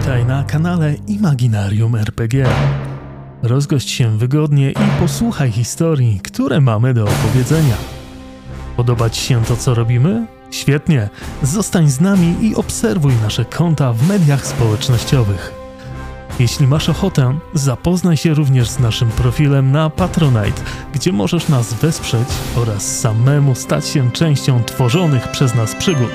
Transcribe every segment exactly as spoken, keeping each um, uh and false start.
Witaj na kanale Imaginarium R P G. Rozgość się wygodnie i posłuchaj historii, które mamy do opowiedzenia. Podoba Ci się to, co robimy? Świetnie! Zostań z nami i obserwuj nasze konta w mediach społecznościowych. Jeśli masz ochotę, zapoznaj się również z naszym profilem na Patronite, gdzie możesz nas wesprzeć oraz samemu stać się częścią tworzonych przez nas przygód.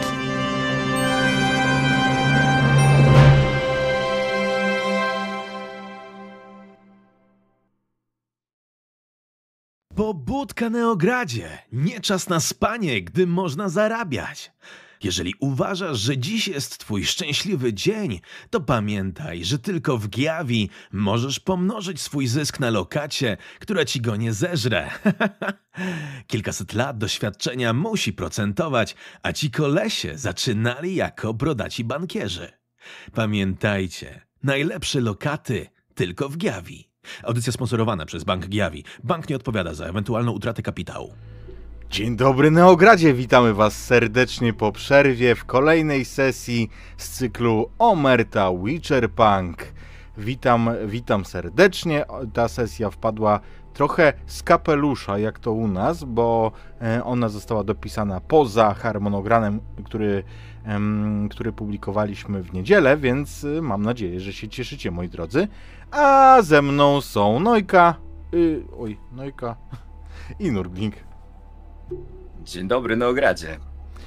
Pobudka Neogradzie! Nie czas na spanie, gdy można zarabiać. Jeżeli uważasz, że dziś jest twój szczęśliwy dzień, to pamiętaj, że tylko w Giavi możesz pomnożyć swój zysk na lokacie, która ci go nie zeżre. Kilkaset lat doświadczenia musi procentować, a ci kolesie zaczynali jako brodaci bankierzy. Pamiętajcie, najlepsze lokaty tylko w Giavi. Audycja sponsorowana przez Bank Giavi. Bank nie odpowiada za ewentualną utratę kapitału. Dzień dobry Neogradzie, witamy Was serdecznie po przerwie w kolejnej sesji z cyklu Omerta Witcherpunk. Witam, witam serdecznie. Ta sesja wpadła trochę z kapelusza, jak to u nas, bo ona została dopisana poza harmonogramem, który, który publikowaliśmy w niedzielę, więc mam nadzieję, że się cieszycie, moi drodzy. A ze mną są Nojka, yy, oj, Nojka i Nurgling. Dzień dobry, Neogradzie.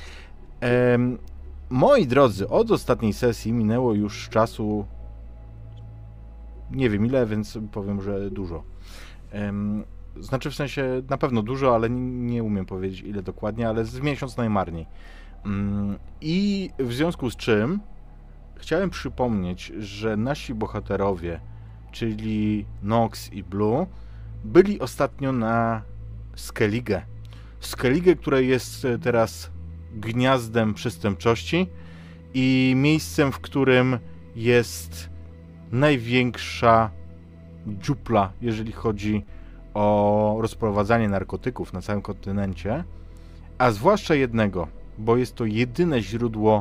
Ehm, moi drodzy, od ostatniej sesji minęło już czasu, nie wiem ile, więc powiem, że dużo. Ehm, znaczy w sensie na pewno dużo, ale nie, nie umiem powiedzieć ile dokładnie, ale z miesiąc najmarniej. Ehm, I w związku z czym chciałem przypomnieć, że nasi bohaterowie, czyli Nox i Blue, byli ostatnio na Skellige. Skellige, które jest teraz gniazdem przestępczości i miejscem, w którym jest największa dziupla, jeżeli chodzi o rozprowadzanie narkotyków na całym kontynencie, a zwłaszcza jednego, bo jest to jedyne źródło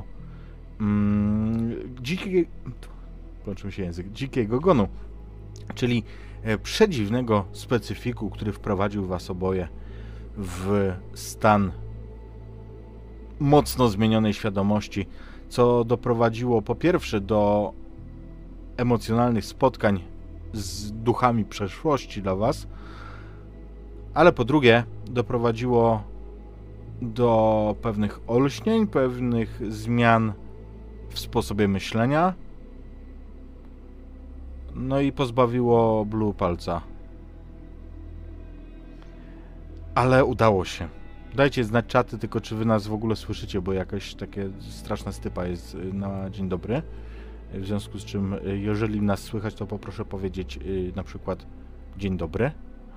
mm, dzikiego, kończy mi się język, dzikiego gonu, czyli przedziwnego specyfiku, który wprowadził was oboje w stan mocno zmienionej świadomości, co doprowadziło po pierwsze do emocjonalnych spotkań z duchami przeszłości dla was, ale po drugie doprowadziło do pewnych olśnień, pewnych zmian w sposobie myślenia, no i pozbawiło Blue palca. Ale udało się. Dajcie znać czaty, tylko czy wy nas w ogóle słyszycie, bo jakaś takie straszna stypa jest na dzień dobry. W związku z czym, jeżeli nas słychać, to poproszę powiedzieć na przykład dzień dobry.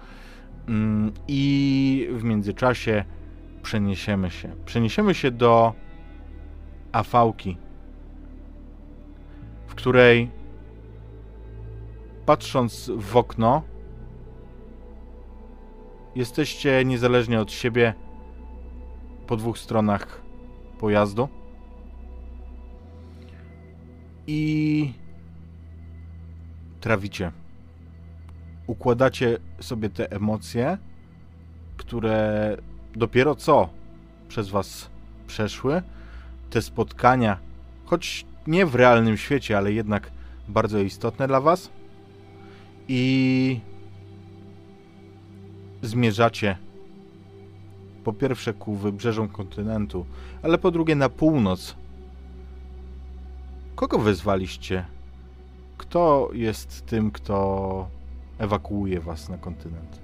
I w międzyczasie przeniesiemy się. Przeniesiemy się do Afałki, w której patrząc w okno jesteście niezależnie od siebie po dwóch stronach pojazdu i trawicie. Układacie sobie te emocje, które dopiero co przez was przeszły. Te spotkania, choć nie w realnym świecie, ale jednak bardzo istotne dla was. I zmierzacie po pierwsze ku wybrzeżom kontynentu, ale po drugie na północ. Kogo wezwaliście? Kto jest tym, kto ewakuuje was na kontynent?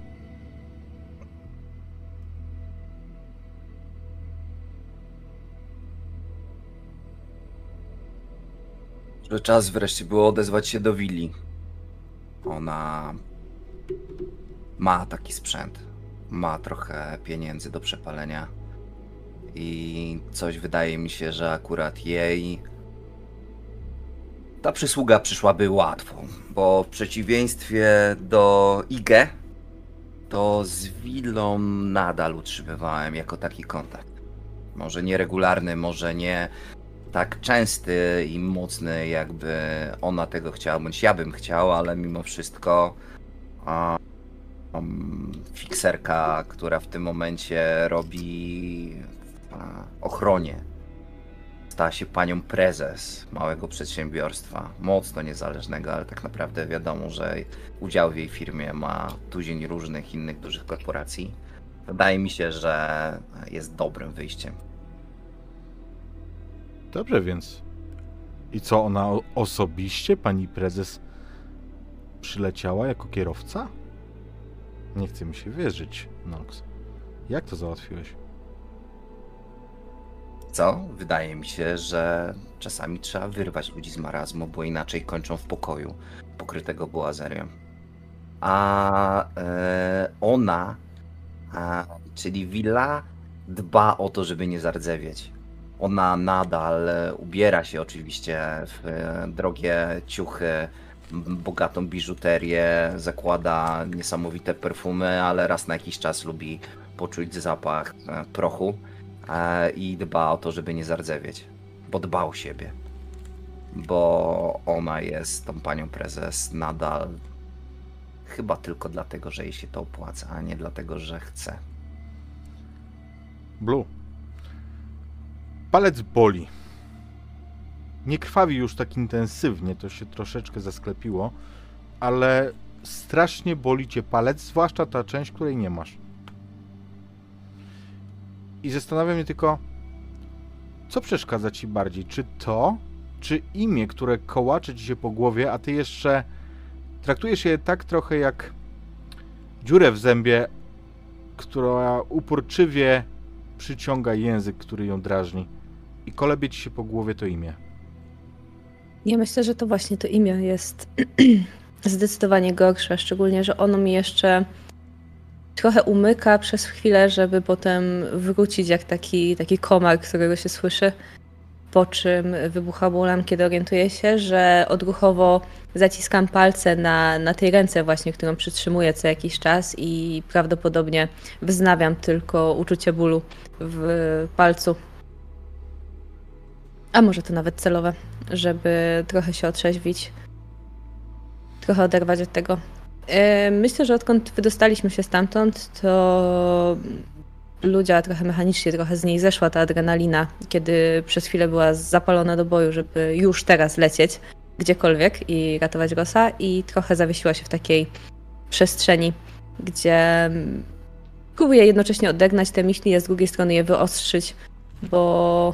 Że czas wreszcie było odezwać się do Willi. Ona ma taki sprzęt, ma trochę pieniędzy do przepalenia i coś wydaje mi się, że akurat jej ta przysługa przyszłaby łatwo, bo w przeciwieństwie do Ige, to z Willą nadal utrzymywałem jako taki kontakt. Może nieregularny, może nie tak częsty i mocny, jakby ona tego chciała, bądź ja bym chciał, ale mimo wszystko um, fikserka, która w tym momencie robi uh, ochronie, stała się panią prezes małego przedsiębiorstwa, mocno niezależnego, ale tak naprawdę wiadomo, że udział w jej firmie ma tuzin różnych innych dużych korporacji. Wydaje mi się, że jest dobrym wyjściem. Dobrze, więc i co, ona o- osobiście, pani prezes, przyleciała jako kierowca? Nie chce mi się wierzyć, Nox. Jak to załatwiłeś? Co? Wydaje mi się, że czasami trzeba wyrwać ludzi z marazmu, bo inaczej kończą w pokoju pokrytego boazerią. A e, ona, a, czyli Villa, dba o to, żeby nie zardzewieć. Ona nadal ubiera się oczywiście w e, drogie ciuchy, m, bogatą biżuterię, zakłada niesamowite perfumy, ale raz na jakiś czas lubi poczuć zapach e, prochu e, i dba o to, żeby nie zardzewieć, bo dba o siebie. Bo ona jest tą panią prezes nadal chyba tylko dlatego, że jej się to opłaca, a nie dlatego, że chce. Blue. Palec boli. Nie krwawi już tak intensywnie, to się troszeczkę zasklepiło, ale strasznie boli cię palec, zwłaszcza ta część, której nie masz. I zastanawia mnie tylko, co przeszkadza ci bardziej? Czy to, czy imię, które kołacze ci się po głowie, a ty jeszcze traktujesz je tak trochę jak dziurę w zębie, która uporczywie przyciąga język, który ją drażni. I kolebie ci się po głowie to imię. Ja myślę, że to właśnie to imię jest zdecydowanie gorsze, szczególnie, że ono mi jeszcze trochę umyka przez chwilę, żeby potem wrócić jak taki, taki komar, którego się słyszy, po czym wybucha bólem, kiedy orientuję się, że odruchowo zaciskam palce na, na tej ręce właśnie, którą przytrzymuję co jakiś czas i prawdopodobnie wznawiam tylko uczucie bólu w palcu. A może to nawet celowe, żeby trochę się otrzeźwić, trochę oderwać od tego. Myślę, że odkąd wydostaliśmy się stamtąd, to Ludzia trochę mechanicznie, trochę z niej zeszła ta adrenalina, kiedy przez chwilę była zapalona do boju, żeby już teraz lecieć gdziekolwiek i ratować Rossa, i trochę zawiesiła się w takiej przestrzeni, gdzie próbuje jednocześnie odegnać te myśli, a z drugiej strony je wyostrzyć, bo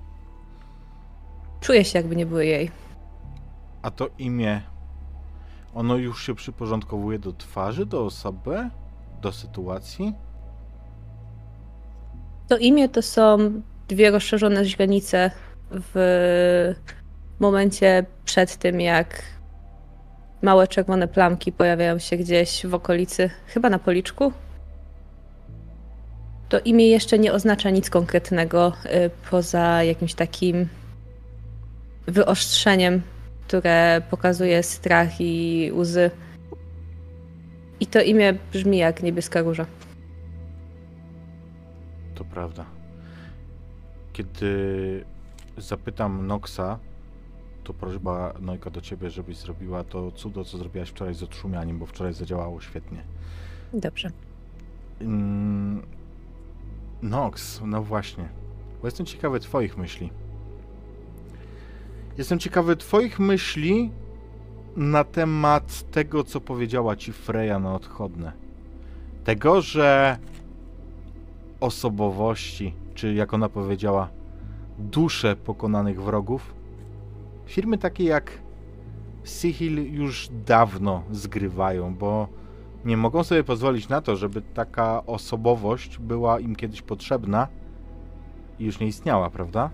czuje się, jakby nie były jej. A to imię, ono już się przyporządkowuje do twarzy, do osoby, do sytuacji? To imię to są dwie rozszerzone źrenice w momencie przed tym, jak małe czerwone plamki pojawiają się gdzieś w okolicy, chyba na policzku. To imię jeszcze nie oznacza nic konkretnego, y, poza jakimś takim wyostrzeniem, które pokazuje strach i łzy. I to imię brzmi jak niebieska róża. To prawda. Kiedy zapytam Noxa, to prośba Nojka do ciebie, żebyś zrobiła to cudo, co zrobiłaś wczoraj z odszumianiem, bo wczoraj zadziałało świetnie. Dobrze. Mm, Nox, no właśnie. Bo jestem ciekawy twoich myśli. Jestem ciekawy twoich myśli na temat tego, co powiedziała ci Freya na odchodne. Tego, że osobowości, czy jak ona powiedziała, dusze pokonanych wrogów, firmy takie jak Sihil już dawno zgrywają, bo nie mogą sobie pozwolić na to, żeby taka osobowość była im kiedyś potrzebna i już nie istniała, prawda?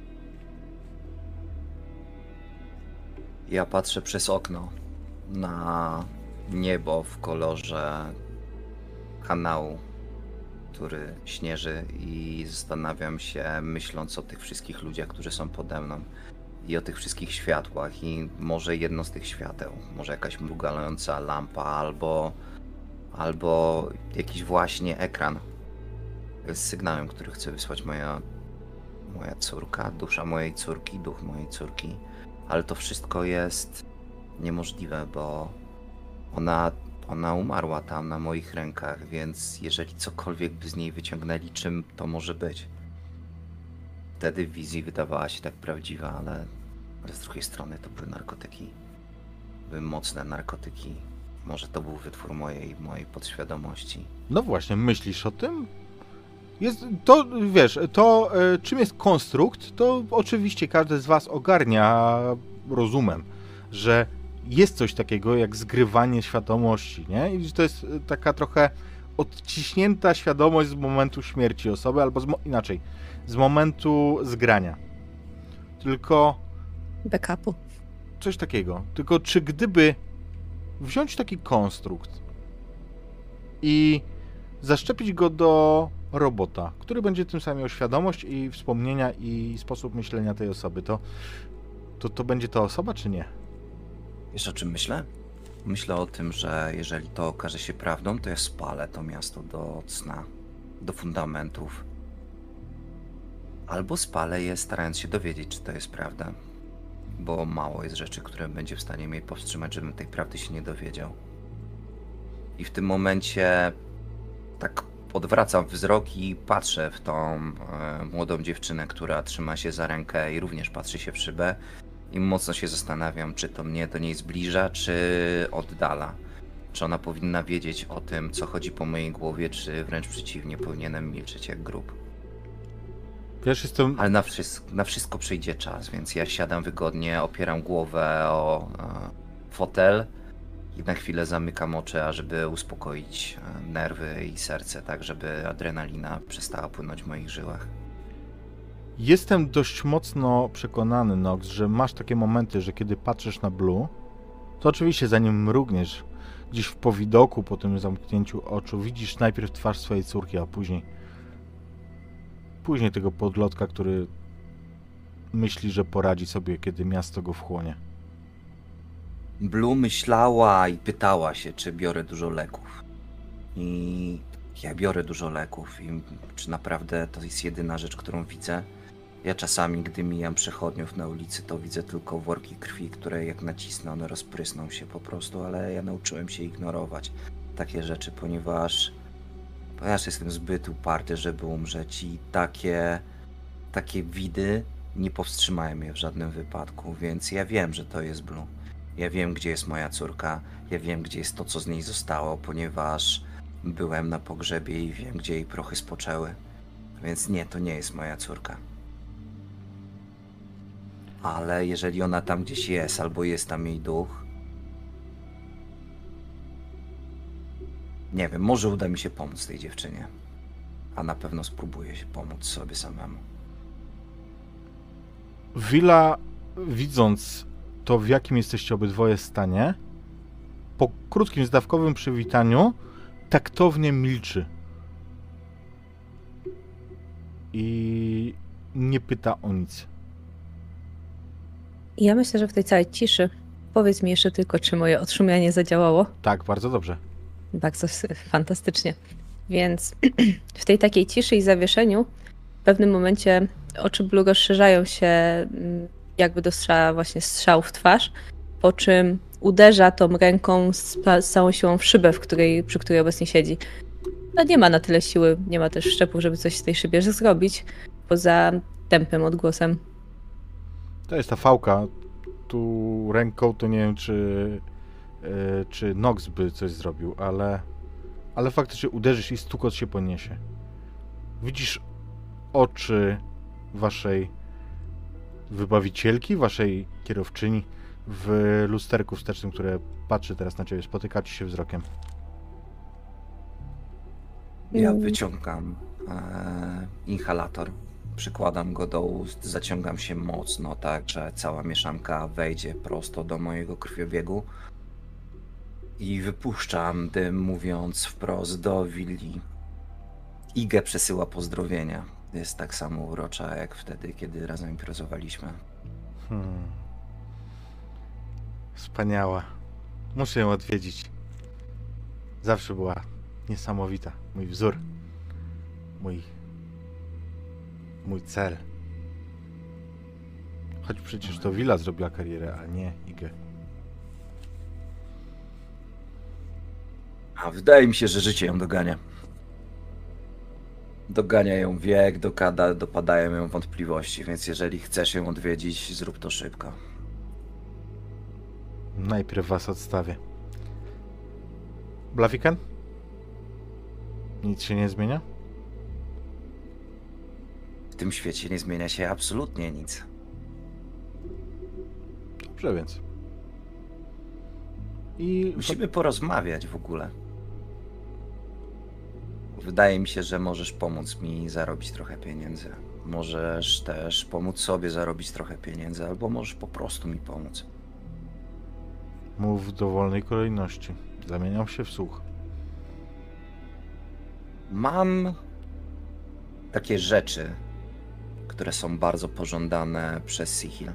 Ja patrzę przez okno na niebo w kolorze kanału, który śnieży, i zastanawiam się, myśląc o tych wszystkich ludziach, którzy są pode mną i o tych wszystkich światłach, i może jedno z tych świateł, może jakaś mrugająca lampa albo, albo jakiś właśnie ekran z sygnałem, który chce wysłać moja moja córka, dusza mojej córki, duch mojej córki, ale to wszystko jest niemożliwe, bo ona, ona umarła tam na moich rękach, więc jeżeli cokolwiek by z niej wyciągnęli, czym to może być? Wtedy w wizji wydawała się tak prawdziwa, ale, ale z drugiej strony to były narkotyki. Były mocne narkotyki. Może to był wytwór mojej, mojej podświadomości. No właśnie, myślisz o tym? Jest, to, wiesz, to e, czym jest konstrukt, to oczywiście każdy z was ogarnia rozumem, że jest coś takiego jak zgrywanie świadomości, nie? I to jest taka trochę odciśnięta świadomość z momentu śmierci osoby, albo z mo- inaczej, z momentu zgrania. Tylko... Backupu. Coś takiego. Tylko czy gdyby wziąć taki konstrukt i zaszczepić go do robota, który będzie tym samym miał świadomość i wspomnienia i sposób myślenia tej osoby, to to, to będzie ta osoba, czy nie? Wiesz, o czym myślę? Myślę o tym, że jeżeli to okaże się prawdą, to ja spalę to miasto do cna, do fundamentów. Albo spalę je, starając się dowiedzieć, czy to jest prawda. Bo mało jest rzeczy, które będzie w stanie mnie powstrzymać, żebym tej prawdy się nie dowiedział. I w tym momencie tak odwracam wzrok i patrzę w tą e, młodą dziewczynę, która trzyma się za rękę i również patrzy się w szybę. I mocno się zastanawiam, czy to mnie do niej zbliża, czy oddala. Czy ona powinna wiedzieć o tym, co chodzi po mojej głowie, czy wręcz przeciwnie, powinienem milczeć jak grób. Wiesz, jestem... Ale na, wszystko, na wszystko przyjdzie czas, więc ja siadam wygodnie, opieram głowę o e, fotel i na chwilę zamykam oczy, ażeby uspokoić e, nerwy i serce, tak żeby adrenalina przestała płynąć w moich żyłach. Jestem dość mocno przekonany, Nox, że masz takie momenty, że kiedy patrzysz na Blue, to oczywiście zanim mrugniesz gdzieś w powidoku po tym zamknięciu oczu, widzisz najpierw twarz swojej córki, a później później tego podlotka, który myśli, że poradzi sobie, kiedy miasto go wchłonie. Blue myślała i pytała się, czy biorę dużo leków. I ja biorę dużo leków i czy naprawdę to jest jedyna rzecz, którą widzę. Ja czasami, gdy mijam przechodniów na ulicy, to widzę tylko worki krwi, które jak nacisnę, one rozprysną się po prostu, ale ja nauczyłem się ignorować takie rzeczy, ponieważ, ponieważ jestem zbyt uparty, żeby umrzeć i takie, takie widy nie powstrzymają mnie w żadnym wypadku, więc ja wiem, że to jest Blue. Ja wiem, gdzie jest moja córka, ja wiem, gdzie jest to, co z niej zostało, ponieważ byłem na pogrzebie i wiem, gdzie jej prochy spoczęły. Więc nie, to nie jest moja córka. Ale jeżeli ona tam gdzieś jest, albo jest tam jej duch, nie wiem, może uda mi się pomóc tej dziewczynie. A na pewno spróbuję się pomóc sobie samemu. Willa, widząc to, w jakim jesteście obydwoje stanie, po krótkim, zdawkowym przywitaniu taktownie milczy. I nie pyta o nic. Ja myślę, że w tej całej ciszy powiedz mi jeszcze tylko, czy moje odszumianie zadziałało. Tak, bardzo dobrze. Bardzo fantastycznie. Więc w tej takiej ciszy i zawieszeniu w pewnym momencie oczy Blue rozszerzają się, jakby dostrzała właśnie strzał w twarz, po czym uderza tą ręką z, z całą siłą w szybę, w której, przy której obecnie siedzi. No nie ma na tyle siły, nie ma też szczepów, żeby coś z tej szybie zrobić, poza tępym odgłosem. To jest ta fałka. Tu ręką to nie wiem, czy, yy, czy Nox by coś zrobił, ale, ale faktycznie uderzysz i stukot się podniesie. Widzisz oczy waszej wybawicielki, waszej kierowczyni w lusterku wstecznym, które patrzy teraz na ciebie. Spotykacie się wzrokiem. Ja wyciągam e, inhalator, przykładam go do ust, zaciągam się mocno, tak, że cała mieszanka wejdzie prosto do mojego krwiobiegu i wypuszczam dym, mówiąc wprost do Willi. Ige przesyła pozdrowienia. Jest tak samo urocza jak wtedy, kiedy razem imprezowaliśmy. Hmm. Wspaniała. Muszę ją odwiedzić. Zawsze była niesamowita. Mój wzór. Mój... Mój cel. Choć przecież to Willa zrobiła karierę, a nie Ige. A wydaje mi się, że życie ją dogania. Dogania ją wiek, dokada, dopadają ją wątpliwości, więc jeżeli chcesz ją odwiedzić, zrób to szybko. Najpierw was odstawię. Blaviken? Nic się nie zmienia? W tym świecie nie zmienia się absolutnie nic. Dobrze więc. I Musimy porozmawiać w ogóle. Wydaje mi się, że możesz pomóc mi zarobić trochę pieniędzy. Możesz też pomóc sobie zarobić trochę pieniędzy, albo możesz po prostu mi pomóc. mów w dowolnej kolejności. Zamieniam się w słuch. Mam takie rzeczy, które są bardzo pożądane przez Sihil.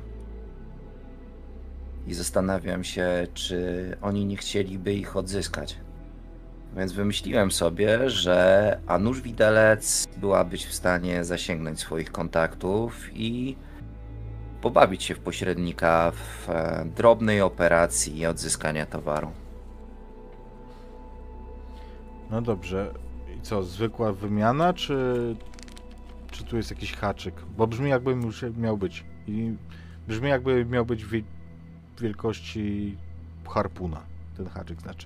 I zastanawiam się, czy oni nie chcieliby ich odzyskać. Więc wymyśliłem sobie, że Anusz Widelec byłabyś w stanie zasięgnąć swoich kontaktów i pobawić się w pośrednika w e, drobnej operacji odzyskania towaru. No dobrze. I co, zwykła wymiana, czy, czy tu jest jakiś haczyk? Bo brzmi jakby już miał być. I brzmi jakby miał być wi- wielkości harpuna. Ten haczyk znaczy.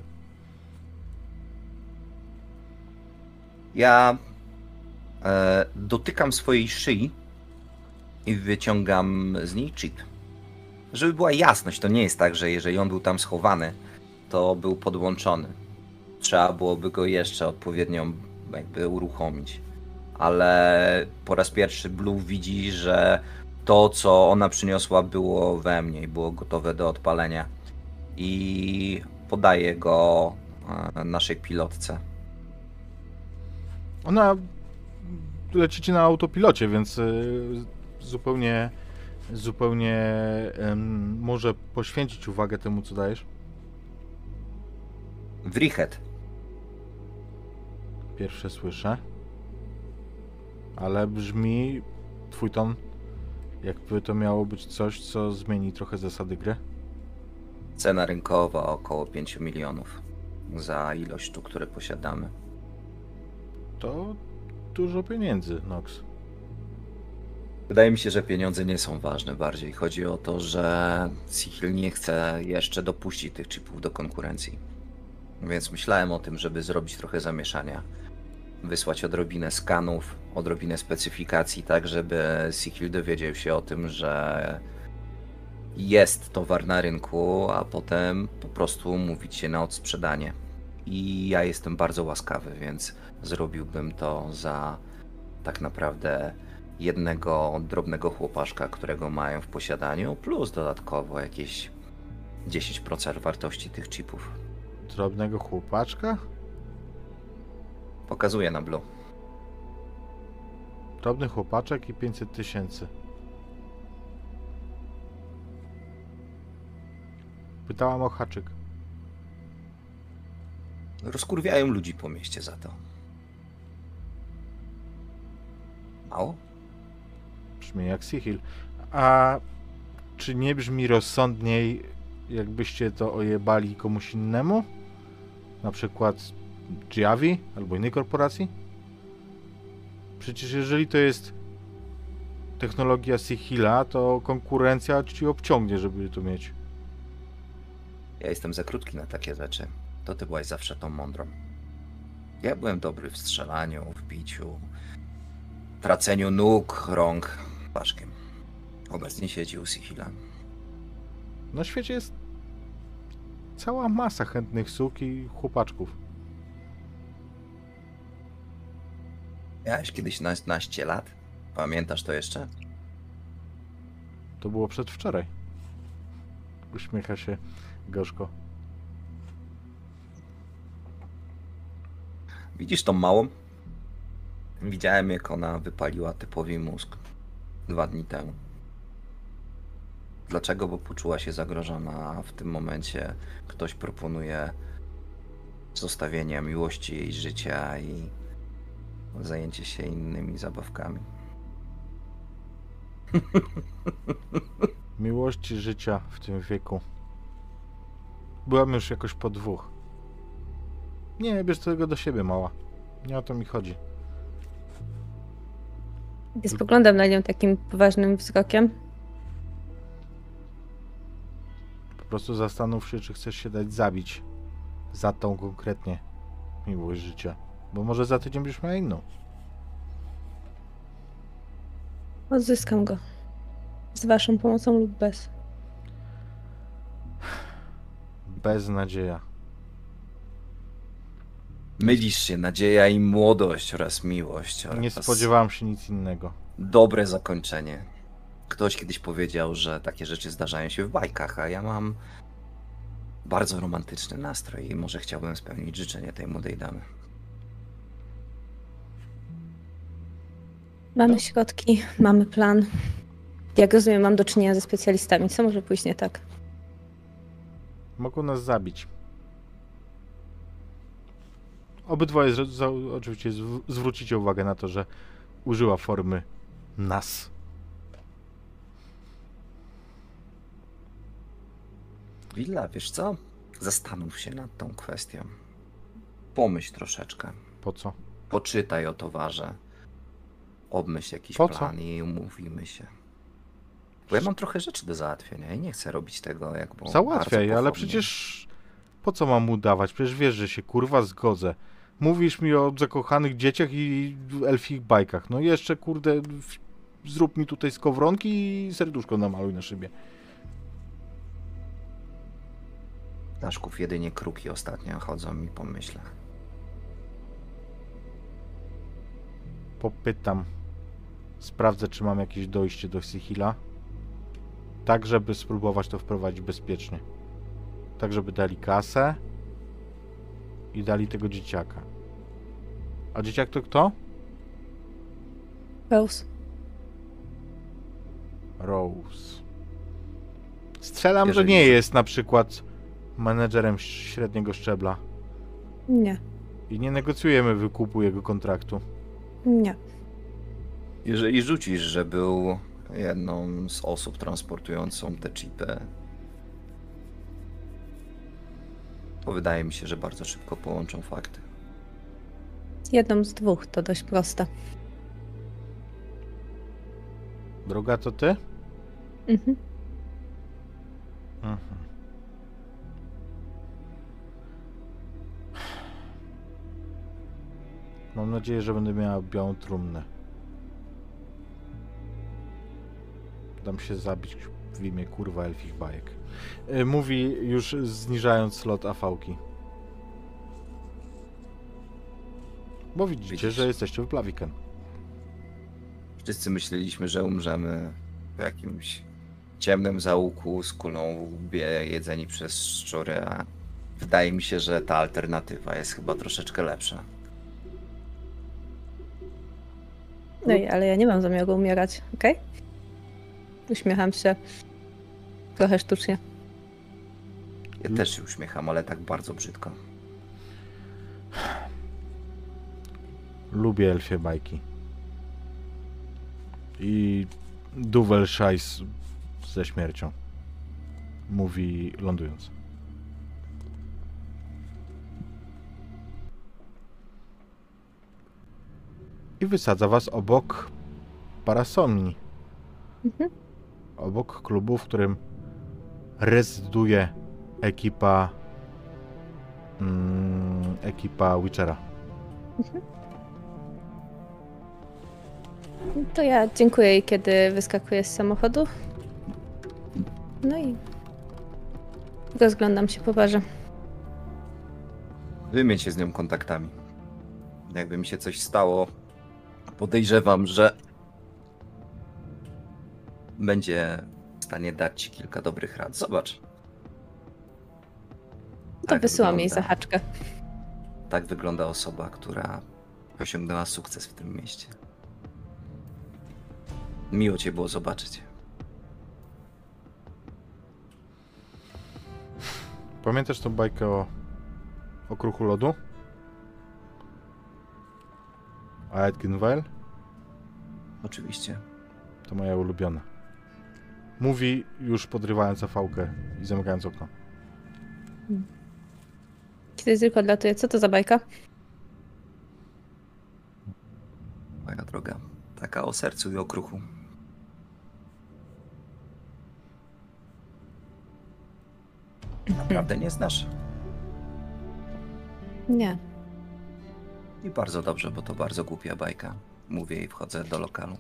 Ja e, dotykam swojej szyi i wyciągam z niej chip. Żeby była jasność, to nie jest tak, że jeżeli on był tam schowany, to był podłączony. Trzeba byłoby go jeszcze odpowiednio jakby uruchomić. Ale po raz pierwszy Blue widzi, że to, co ona przyniosła, było we mnie i było gotowe do odpalenia. I podaje go e, naszej pilotce. Ona lecicie na autopilocie, więc y, zupełnie zupełnie ym, może poświęcić uwagę temu, co dajesz. Wrichet. Pierwsze słyszę. Ale brzmi twój ton, jakby to miało być coś, co zmieni trochę zasady gry. Cena rynkowa około pięć milionów za ilość sztuk, które posiadamy. To dużo pieniędzy, Nox. Wydaje mi się, że pieniądze nie są ważne. Bardziej chodzi o to, że Sihil nie chce jeszcze dopuścić tych chipów do konkurencji. Więc myślałem o tym, żeby zrobić trochę zamieszania. Wysłać odrobinę skanów, odrobinę specyfikacji, tak żeby Sihil dowiedział się o tym, że jest towar na rynku, a potem po prostu umówić się na odsprzedanie. I ja jestem bardzo łaskawy, więc zrobiłbym to za tak naprawdę jednego drobnego chłopaszka, którego mają w posiadaniu, plus dodatkowo jakieś dziesięć procent wartości tych chipów. Drobnego chłopaczka? Pokazuję na Blue. Drobny chłopaczek i pięćset tysięcy. Pytałam o haczyk. Rozkurwiają ludzi po mieście za to. Mało? Brzmi jak Sihil. A czy nie brzmi rozsądniej, jakbyście to ojebali komuś innemu? Na przykład Giavi albo innej korporacji? Przecież jeżeli to jest technologia Sihila, to konkurencja ci obciągnie, żeby to mieć. Ja jestem za krótki na takie rzeczy. To ty byłaś zawsze tą mądrą. Ja byłem dobry w strzelaniu, w biciu, traceniu nóg, rąk paszkiem. Obecnie siedzi u Sihila. Na świecie jest cała masa chętnych suk i chłopaczków. Miałeś kiedyś naście lat? Pamiętasz to jeszcze? To było przedwczoraj. Uśmiecha się gorzko. Widzisz tą małą? Widziałem, jak ona wypaliła typowi mózg dwa dni temu. Dlaczego? Bo poczuła się zagrożona, a w tym momencie ktoś proponuje zostawienie miłości jej życia i zajęcie się innymi zabawkami. Miłości życia w tym wieku. Byłam już jakoś po dwóch. Nie, bierz tego do siebie, mała. Nie o to mi chodzi. Nie spoglądam na nią takim poważnym wzrokiem. Po prostu zastanów się, czy chcesz się dać zabić za tą konkretnie miłość życia. Bo może za tydzień będziesz miała inną. Odzyskam go. Z waszą pomocą lub bez. Beznadzieja. Mylisz się, nadzieja i młodość oraz miłość. Oraz Nie spodziewałem się nic innego. dobre zakończenie. Ktoś kiedyś powiedział, że takie rzeczy zdarzają się w bajkach, a ja mam bardzo romantyczny nastrój i może chciałbym spełnić życzenie tej młodej damy. Mamy środki, mamy plan. Jak rozumiem, mam do czynienia ze specjalistami. Co może pójść nie tak? Mogą nas zabić. Obydwoje z, za, oczywiście zw, zwrócicie uwagę na to, że użyła formy nas. Willa, wiesz co? Zastanów się nad tą kwestią. Pomyśl troszeczkę. Po co? Poczytaj o towarze. Obmyśl jakiś Po co? plan i umówimy się. Bo ja mam trochę rzeczy do załatwienia i nie chcę robić tego jak było. Załatwiaj, bardzo ale powolnie. przecież po co mam udawać? Przecież wiesz, że się kurwa zgodzę. Mówisz mi o zakochanych dzieciach i elfich bajkach. No jeszcze kurde, w- zrób mi tutaj skowronki i serduszko namaluj na szybie. Daszków jedynie kruki ostatnio chodzą mi po myślach. Popytam. Sprawdzę, czy mam jakieś dojście do Sihila. Tak, żeby spróbować to wprowadzić bezpiecznie. Tak, żeby dali kasę i dali tego dzieciaka. A dzieciak to kto? Rose. Rose. Strzelam, Jeżeli- że nie jest na przykład menedżerem średniego szczebla. Nie, I nie negocjujemy wykupu jego kontraktu. nie. Jeżeli rzucisz, że był jedną z osób transportującą te chipy, to wydaje mi się, że bardzo szybko połączą fakty. Jedną z dwóch, to dość proste. Droga, to ty? Mhm. Mhm. Mam nadzieję, że będę miała białą trumnę. Dam się zabić w imię kurwa elfich bajek. Y, Mówi już zniżając slot A V-ki. Bo widzicie, Widzisz. że jesteście w Blaviken. Wszyscy myśleliśmy, że umrzemy w jakimś ciemnym zaułku z kulą w łbie, jedzeni przez szczury, a wydaje mi się, że ta alternatywa jest chyba troszeczkę lepsza. No i, ale ja nie mam zamiaru umierać, okej? Uśmiecham się. Trochę sztucznie. Ja też się uśmiecham, ale tak bardzo brzydko. Lubię elfie bajki. I Duvel Scheiss ze śmiercią. Mówi lądując. I wysadza was obok Parasomni. Mhm. Obok klubu, w którym rezyduje ekipa mm, ekipa Witchera. To ja dziękuję jej, kiedy wyskakuję z samochodu. No i rozglądam się po barze. Wymień się z nią kontaktami. Jakby mi się coś stało, podejrzewam, że będzie w stanie dać ci kilka dobrych rad. Zobacz. To Tak wysyłam jej wygląda. zahaczkę. Tak wygląda osoba, która osiągnęła sukces w tym mieście. Miło cię było zobaczyć. Pamiętasz tą bajkę o, o kruchu lodu? A Edginvale? Oczywiście. To moja ulubiona. Mówi już podrywając fałkę i zamykając okno. Kiedy tylko odlatuje, co to za bajka? Moja droga, taka o sercu i okruchu. Naprawdę nie znasz? Nie. I bardzo dobrze, bo to bardzo głupia bajka. Mówię i wchodzę do lokalu.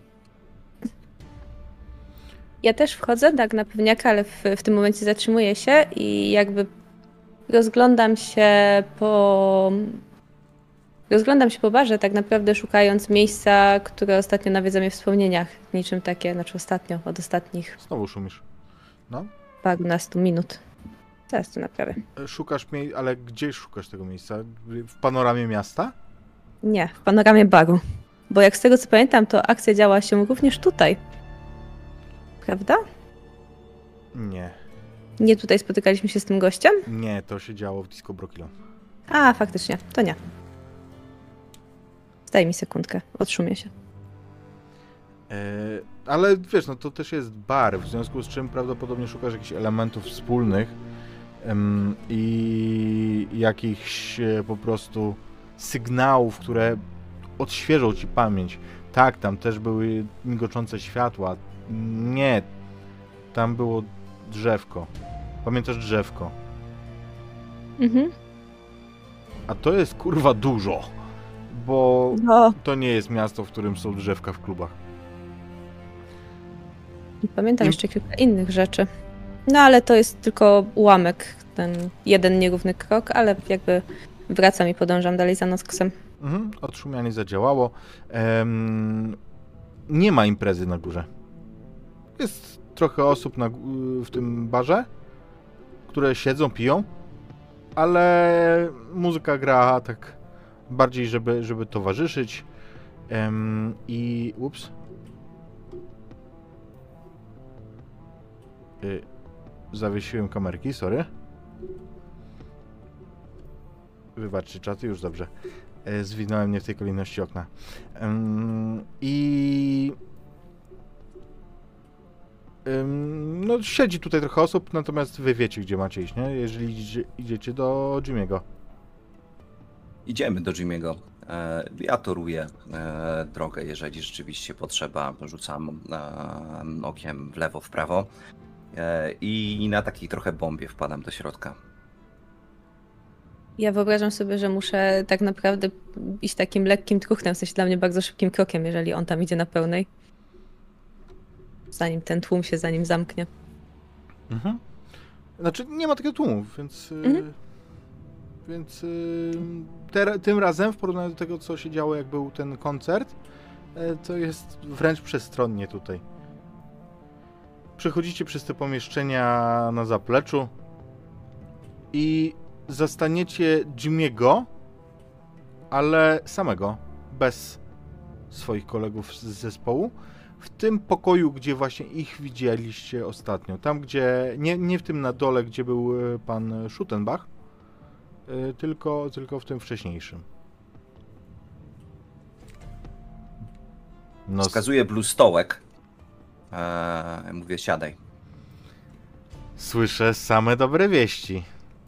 Ja też wchodzę, tak, na pewniaka, ale w, w tym momencie zatrzymuję się i jakby rozglądam się po... Rozglądam się po barze, tak naprawdę szukając miejsca, które ostatnio nawiedza mnie w wspomnieniach. Niczym takie, znaczy ostatnio, od ostatnich Znowu szumisz. No. parunastu minut. Zaraz to naprawię. Szukasz miejsca, ale gdzie szukasz tego miejsca? W panoramie miasta? Nie, w panoramie baru. Bo jak z tego co pamiętam, to akcja działa się również tutaj. Prawda? Nie. Nie tutaj spotykaliśmy się z tym gościem? Nie, to się działo w Disco Brokilon. A, faktycznie, to nie. Daj mi sekundkę, odszumię się. E, ale wiesz, no to też jest bar, w związku z czym prawdopodobnie szukasz jakichś elementów wspólnych em, i jakichś e, po prostu sygnałów, które odświeżą ci pamięć. Tak, tam też były migoczące światła. Nie, tam było drzewko. Pamiętasz drzewko? Mhm. A to jest kurwa dużo, bo No, to nie jest miasto, w którym są drzewka w klubach. pamiętam I- jeszcze kilka innych rzeczy. No ale to jest tylko ułamek, ten jeden nierówny krok, ale jakby wracam i podążam dalej za Noxem. Mhm, odszumianie zadziałało. Em, nie ma imprezy na górze. Jest trochę osób na, gó- w tym barze, które siedzą, piją, ale muzyka gra tak bardziej, żeby, żeby towarzyszyć. Em, I... ups. Y, zawiesiłem kamerki, sorry. Wybaczcie, czaty, już dobrze. E, Zwinąłem nie w tej kolejności okna. Ym, I... ym, No, siedzi tutaj trochę osób, natomiast wy wiecie, gdzie macie iść, nie? Jeżeli idzie, idziecie do Jimmy'ego. Idziemy do Jimmy'ego. E, Ja toruję e, drogę, jeżeli rzeczywiście potrzeba. Rzucam e, okiem w lewo, w prawo. E, I na takiej trochę bombie wpadam do środka. Ja wyobrażam sobie, że muszę tak naprawdę iść takim lekkim truchtem, w sensie dla mnie bardzo szybkim krokiem, jeżeli on tam idzie na pełnej. Zanim ten tłum się za nim zamknie. Mhm. Znaczy, nie ma takiego tłumu, więc... y, Mhm. Więc y, te, tym razem, w porównaniu do tego, co się działo, jak był ten koncert, y, to jest wręcz przestronnie tutaj. Przechodzicie przez te pomieszczenia na zapleczu i zastaniecie Jimmy'ego, ale samego, bez swoich kolegów z zespołu, w tym pokoju, gdzie właśnie ich widzieliście ostatnio. Tam, gdzie, nie, nie w tym na dole, gdzie był y, pan Schuttenbach, y, tylko, tylko w tym wcześniejszym. No, Wskazuję blue stołek. E, mówię, siadaj. słyszę same dobre wieści.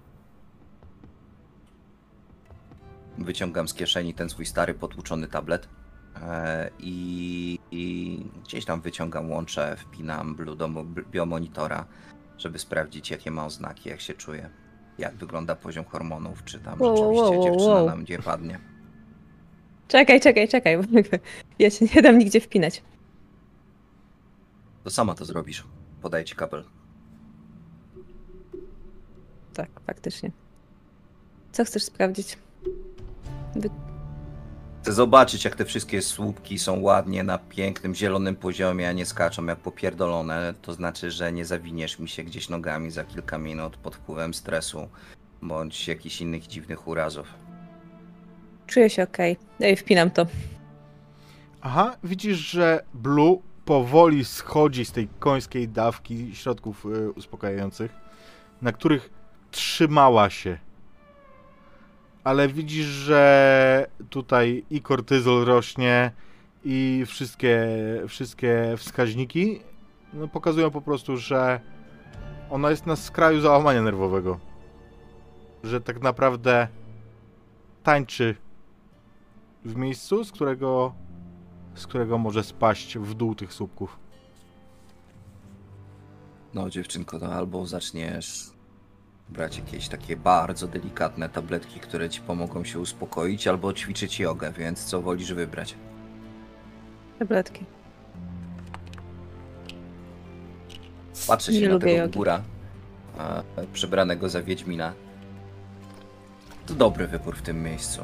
Wyciągam z kieszeni ten swój stary, potłuczony tablet. E, i, I gdzieś tam wyciągam łącze, wpinam blue do mo- biomonitora, żeby sprawdzić, jakie ma oznaki, jak się czuje. Jak wygląda poziom hormonów, czy tam Wow, rzeczywiście wow, wow, dziewczyna wow. nam nie padnie. Czekaj, czekaj, czekaj, bo jakby ja się nie dam nigdzie wpinać. To sama to zrobisz. Podaję ci kabel. Tak, faktycznie. Co chcesz sprawdzić? Wy... Chcę zobaczyć, jak te wszystkie słupki są ładnie na pięknym, zielonym poziomie, a nie skaczą jak popierdolone. To znaczy, że nie zawiniesz mi się gdzieś nogami za kilka minut pod wpływem stresu bądź jakichś innych dziwnych urazów. Czuję się okej. Okay. Wpinam to. Aha, widzisz, że Blue powoli schodzi z tej końskiej dawki środków y, uspokajających, na których trzymała się. Ale widzisz, że tutaj i kortyzol rośnie, i wszystkie, wszystkie wskaźniki no, pokazują po prostu, że ona jest na skraju załamania nerwowego. Że tak naprawdę tańczy w miejscu, z którego, z którego może spaść w dół tych słupków. No dziewczynko, to albo zaczniesz brać jakieś takie bardzo delikatne tabletki, które ci pomogą się uspokoić, albo ćwiczyć jogę, więc co wolisz wybrać? Tabletki. Patrzę się Nie na lubię tego jogi. góra, e, przebranego za Wiedźmina. To dobry wybór w tym miejscu.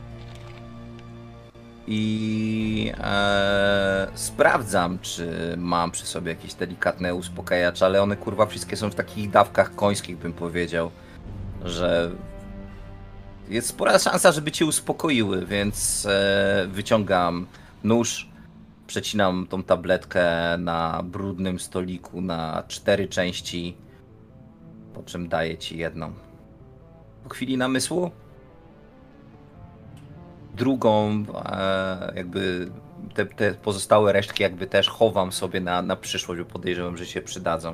I e, sprawdzam, czy mam przy sobie jakieś delikatne uspokajacze, ale one kurwa wszystkie są w takich dawkach końskich, bym powiedział, że jest spora szansa, żeby cię uspokoiły, więc e, wyciągam nóż, przecinam tą tabletkę na brudnym stoliku na cztery części, po czym daję ci jedną. Po chwili namysłu drugą, e, jakby te, te pozostałe resztki jakby też chowam sobie na, na przyszłość, bo podejrzewam, że się przydadzą.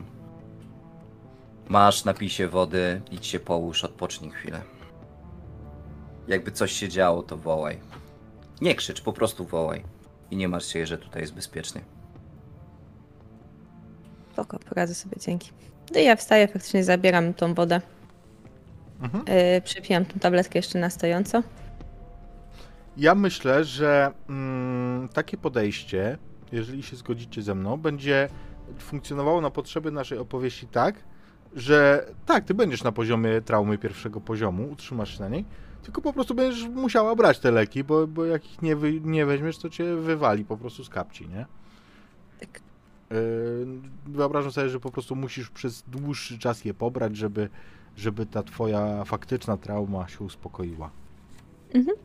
Masz, napij się wody, idź się połóż, odpocznij chwilę. Jakby coś się działo, to wołaj. Nie krzycz, po prostu wołaj. I nie martw się, że tutaj jest bezpiecznie. Spoko, poradzę sobie, dzięki. No i ja wstaję, faktycznie zabieram tą wodę. Mhm. Yy, przypijam tą tabletkę jeszcze na stojąco. Ja myślę, że mm, takie podejście, jeżeli się zgodzicie ze mną, będzie funkcjonowało na potrzeby naszej opowieści tak, że tak, ty będziesz na poziomie traumy pierwszego poziomu, utrzymasz się na niej, tylko po prostu będziesz musiała brać te leki, bo, bo jak ich nie, wy, nie weźmiesz, to cię wywali po prostu z kapci, nie? Tak. Yy, wyobrażam sobie, że po prostu musisz przez dłuższy czas je pobrać, żeby, żeby ta twoja faktyczna trauma się uspokoiła. Mhm.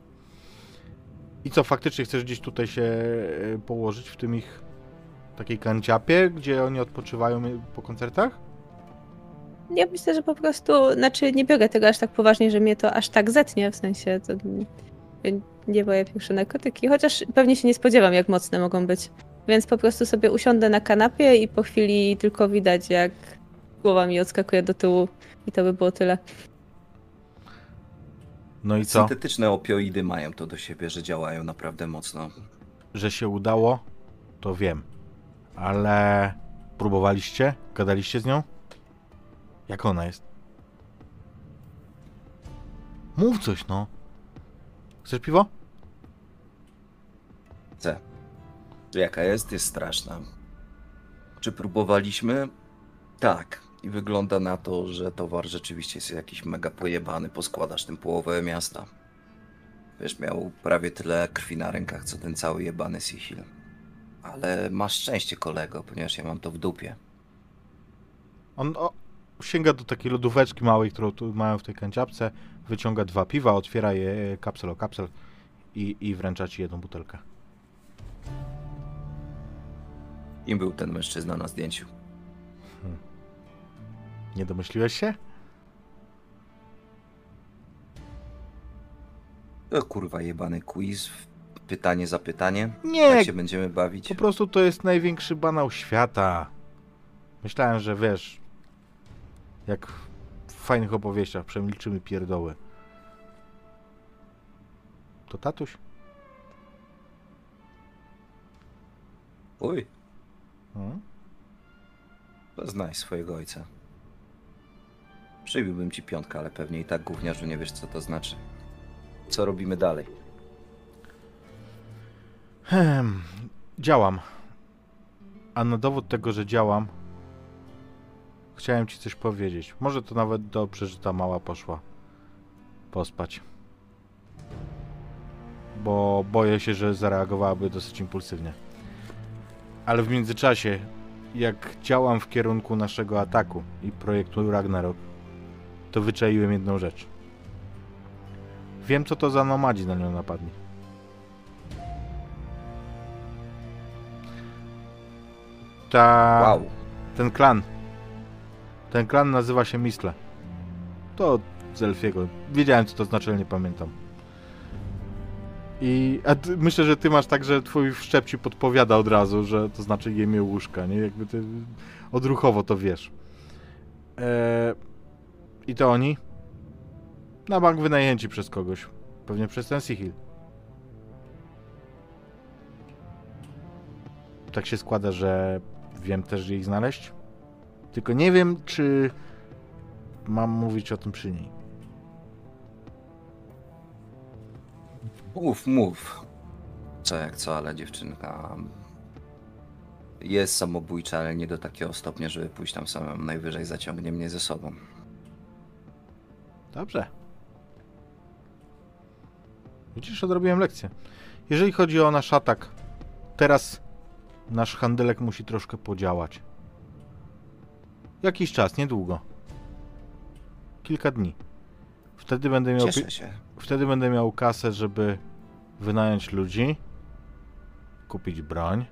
I co, faktycznie chcesz gdzieś tutaj się e, położyć w tym ich takiej kanciapie, gdzie oni odpoczywają po koncertach? Ja myślę, że po prostu, znaczy nie biorę tego aż tak poważnie, że mnie to aż tak zetnie, w sensie to nie boję pierwsze narkotyki, chociaż pewnie się nie spodziewam, jak mocne mogą być. Więc po prostu sobie usiądę na kanapie i po chwili tylko widać, jak głowa mi odskakuje do tyłu i to by było tyle. No i co? Syntetyczne opioidy mają to do siebie, że działają naprawdę mocno. Że się udało, to wiem. Ale próbowaliście? Gadaliście z nią? Jak ona jest? Mów coś, no. Chcesz piwo? Chcę. Jaka jest? Jest straszna. Czy próbowaliśmy? Tak. I wygląda na to, że towar rzeczywiście jest jakiś mega pojebany. Poskładasz tym połowę miasta. Wiesz, miał prawie tyle krwi na rękach, co ten cały jebany Sihil. Ale masz szczęście, kolego, ponieważ ja mam to w dupie. On o, sięga do takiej lodóweczki małej, którą tu mają w tej kanciapce, wyciąga dwa piwa, otwiera je kapsel o kapsel i, i wręcza ci jedną butelkę. Kim był ten mężczyzna na zdjęciu? Hmm. Nie domyśliłeś się? To kurwa jebany quiz. Pytanie za pytanie. Nie, Jak się będziemy bawić? po prostu to jest największy banał świata. Myślałem, że wiesz, jak w fajnych opowieściach, przemilczymy pierdoły. To tatuś? Uj, Hmm? poznaj swojego ojca. Przybiłbym ci piątkę, ale pewnie i tak gówniarzu nie wiesz, co to znaczy. Co robimy dalej? Hmm, działam. A na dowód tego, że działam, chciałem ci coś powiedzieć. Może to nawet dobrze, że ta mała poszła pospać. Bo boję się, że zareagowałaby dosyć impulsywnie. Ale w międzyczasie, jak działam w kierunku naszego ataku i projektu Ragnarok, to wyczaiłem jedną rzecz. Wiem, co to za nomadzi na nią napadli. Ta... Wow. Ten klan. Ten klan nazywa się Mistle. To z Elfiego. Wiedziałem, co to znaczy, ale nie pamiętam. I a ty, myślę, że ty masz tak, że twój wszczep ci podpowiada od razu, że to znaczy jemie łóżka, nie? Jakby ty odruchowo to wiesz. Eee, I to oni? Na bank wynajęci przez kogoś. Pewnie przez ten Sihil. Tak się składa, że wiem też, gdzie ich znaleźć. Tylko nie wiem, czy mam mówić o tym przy niej. Mów, mów. Co jak co, ale dziewczynka jest samobójcza, ale nie do takiego stopnia, żeby pójść tam samym. Najwyżej zaciągnie mnie ze sobą. Dobrze. Widzisz, odrobiłem lekcję. Jeżeli chodzi o nasz atak, teraz nasz handelek musi troszkę podziałać. Jakiś czas, niedługo. Kilka dni. Wtedy będę miał, Cieszę się. wtedy będę miał kasę, żeby wynająć ludzi, kupić broń.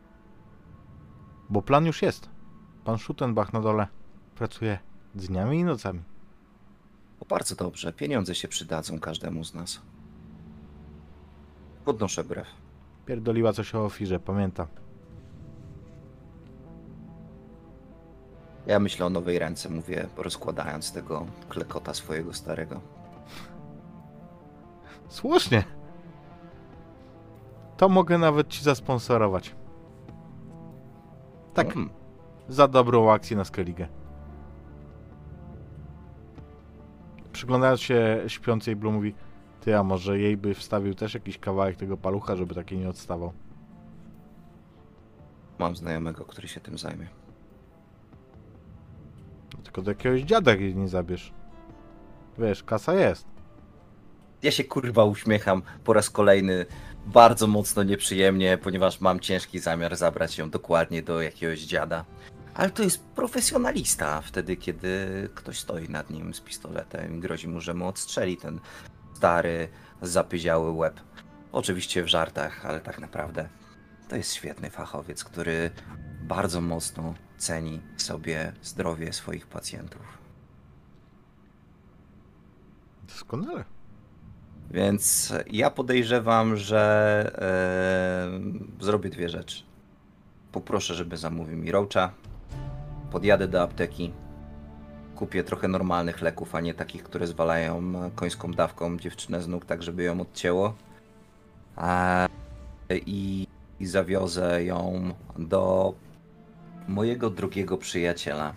Bo plan już jest. Pan Schuttenbach na dole pracuje dniami i nocami. O, bardzo dobrze. Pieniądze się przydadzą każdemu z nas. Podnoszę brew. Pierdoliła coś o ofirze, pamiętam. Ja myślę o nowej ręce, mówię, rozkładając tego klekota swojego starego. Słusznie. To mogę nawet ci zasponsorować. Tak, Hmm. za dobrą akcję na Skellige. Przyglądając się śpiącej, Blue mówi: ty, a może jej by wstawił też jakiś kawałek tego palucha, żeby taki nie odstawał? Mam znajomego, który się tym zajmie. Tylko do jakiegoś dziada jej nie zabierz. Wiesz, kasa jest. Ja się kurwa uśmiecham po raz kolejny bardzo mocno nieprzyjemnie, ponieważ mam ciężki zamiar zabrać ją dokładnie do jakiegoś dziada. Ale to jest profesjonalista wtedy, kiedy ktoś stoi nad nim z pistoletem i grozi mu, że mu odstrzeli ten stary, zapyziały łeb. Oczywiście w żartach, ale tak naprawdę to jest świetny fachowiec, który bardzo mocno ceni sobie zdrowie swoich pacjentów. Doskonale. Więc ja podejrzewam, że e, zrobię dwie rzeczy. Poproszę, żeby zamówił mi roacha. Podjadę do apteki. Kupię trochę normalnych leków, a nie takich, które zwalają końską dawką dziewczynę z nóg, tak żeby ją odcięło. E, i, I zawiozę ją do mojego drugiego przyjaciela.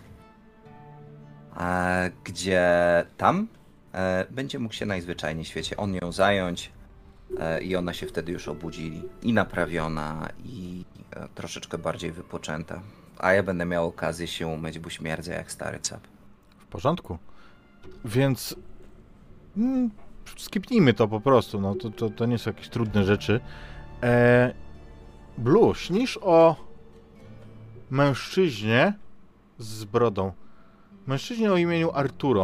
E, gdzie tam E, będzie mógł się najzwyczajniej w świecie on ją zająć e, i ona się wtedy już obudzi i naprawiona i e, troszeczkę bardziej wypoczęta. A ja będę miał okazję się umyć, bo śmierdzę jak stary cap. W porządku. Więc mm, skipnijmy to po prostu. No, to, to, to nie są jakieś trudne rzeczy. E, Blue, śnisz o mężczyźnie z brodą. Mężczyźnie o imieniu Arturo,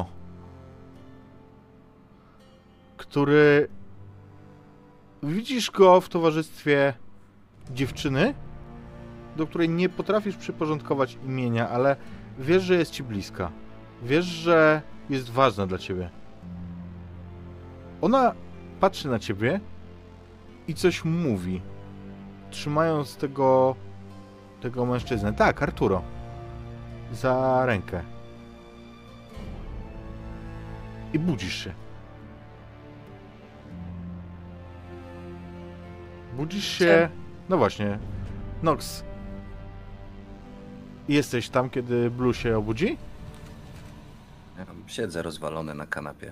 który widzisz go w towarzystwie dziewczyny, do której nie potrafisz przyporządkować imienia, ale wiesz, że jest ci bliska. Wiesz, że jest ważna dla ciebie. Ona patrzy na ciebie i coś mówi, trzymając tego tego mężczyznę. Tak, Arturo. Za rękę. I budzisz się. Budzisz się... No właśnie. Nox. Jesteś tam, kiedy Blue się obudzi? Ja siedzę rozwalony na kanapie.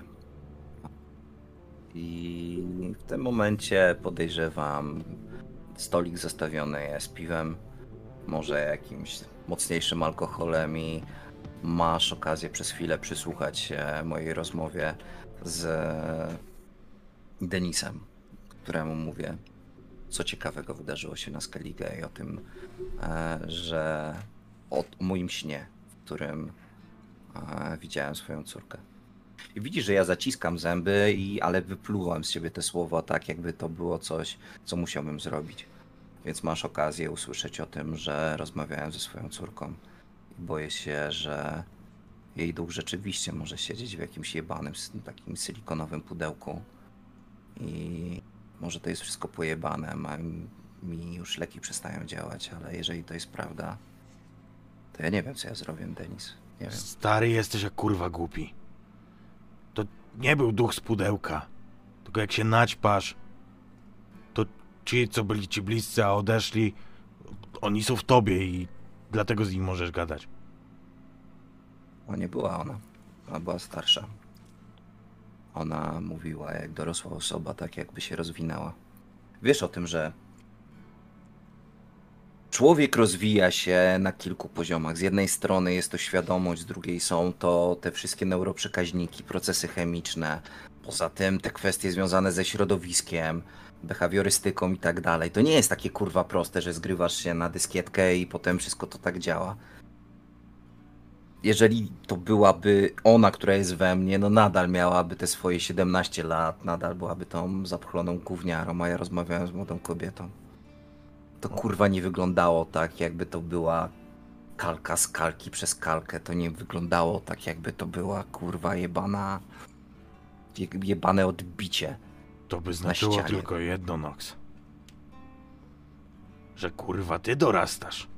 I w tym momencie podejrzewam, stolik zastawiony jest piwem, może jakimś mocniejszym alkoholem i masz okazję przez chwilę przysłuchać się mojej rozmowie z Denisem, któremu mówię, co ciekawego wydarzyło się na Skellige i o tym, że o moim śnie, w którym widziałem swoją córkę. I widzisz, że ja zaciskam zęby, i, ale wypluwam z siebie te słowa tak, jakby to było coś, co musiałbym zrobić. Więc masz okazję usłyszeć o tym, że rozmawiałem ze swoją córką. I boję się, że jej duch rzeczywiście może siedzieć w jakimś jebanym, takim silikonowym pudełku. I Może to jest wszystko pojebane, ma, mi już leki przestają działać, ale jeżeli to jest prawda, to ja nie wiem, co ja zrobię, Denis. Nie wiem. Stary, jesteś jak kurwa głupi. To nie był duch z pudełka. Tylko jak się naćpasz, to ci, co byli ci bliscy, a odeszli, oni są w tobie i dlatego z nim możesz gadać. To nie była ona. Ona była starsza. Ona mówiła jak dorosła osoba, tak jakby się rozwinęła. Wiesz o tym, że człowiek rozwija się na kilku poziomach. Z jednej strony jest to świadomość, z drugiej są to te wszystkie neuroprzekaźniki, procesy chemiczne. Poza tym te kwestie związane ze środowiskiem, behawiorystyką i tak dalej. To nie jest takie kurwa proste, że zgrywasz się na dyskietkę i potem wszystko to tak działa. Jeżeli to byłaby ona, która jest we mnie, no nadal miałaby te swoje siedemnaście lat, nadal byłaby tą zapchloną gówniarą, a ja rozmawiałem z młodą kobietą. To kurwa nie wyglądało tak, jakby to była kalka z kalki przez kalkę. To nie wyglądało tak, jakby to była kurwa jebana, je- jebane odbicie. To by znaczyło ścianie. tylko jedno, Nox. Że kurwa ty dorastasz.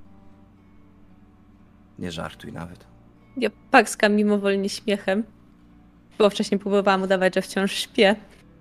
Nie żartuj nawet. Ja pakskam mimowolnie śmiechem, bo wcześniej próbowałam udawać, że wciąż śpię.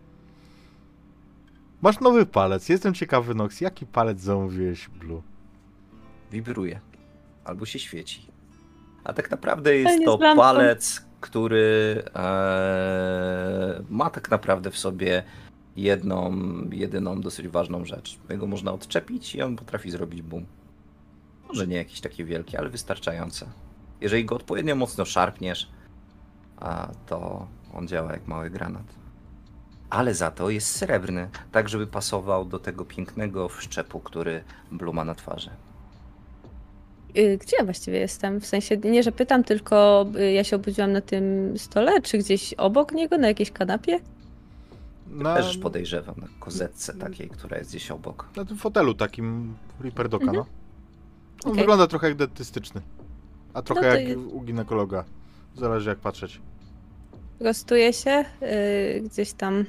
Masz nowy palec. Jestem ciekawy, Nox, jaki palec zamówiłeś, Blue? Wibruje. Albo się świeci. A tak naprawdę Ale jest nie to z lampką. palec, który e, ma tak naprawdę w sobie jedną, jedyną dosyć ważną rzecz. Jego można odczepić i on potrafi zrobić boom. Może nie jakieś takie wielkie, ale wystarczające. Jeżeli go odpowiednio mocno szarpniesz, a to on działa jak mały granat. Ale za to jest srebrny, tak żeby pasował do tego pięknego wszczepu, który Blue ma na twarzy. Y, Gdzie ja właściwie jestem? W sensie nie, że pytam, tylko y, ja się obudziłam na tym stole, czy gdzieś obok niego, na jakiejś kanapie? Na, Też podejrzewam na kozetce takiej, która jest gdzieś obok. na tym fotelu takim Reaper Doka, Mhm. no. On Okej. wygląda trochę jak dentystyczny. A trochę No to jak jest- u ginekologa. Zależy jak patrzeć. Prostuję się, y, gdzieś tam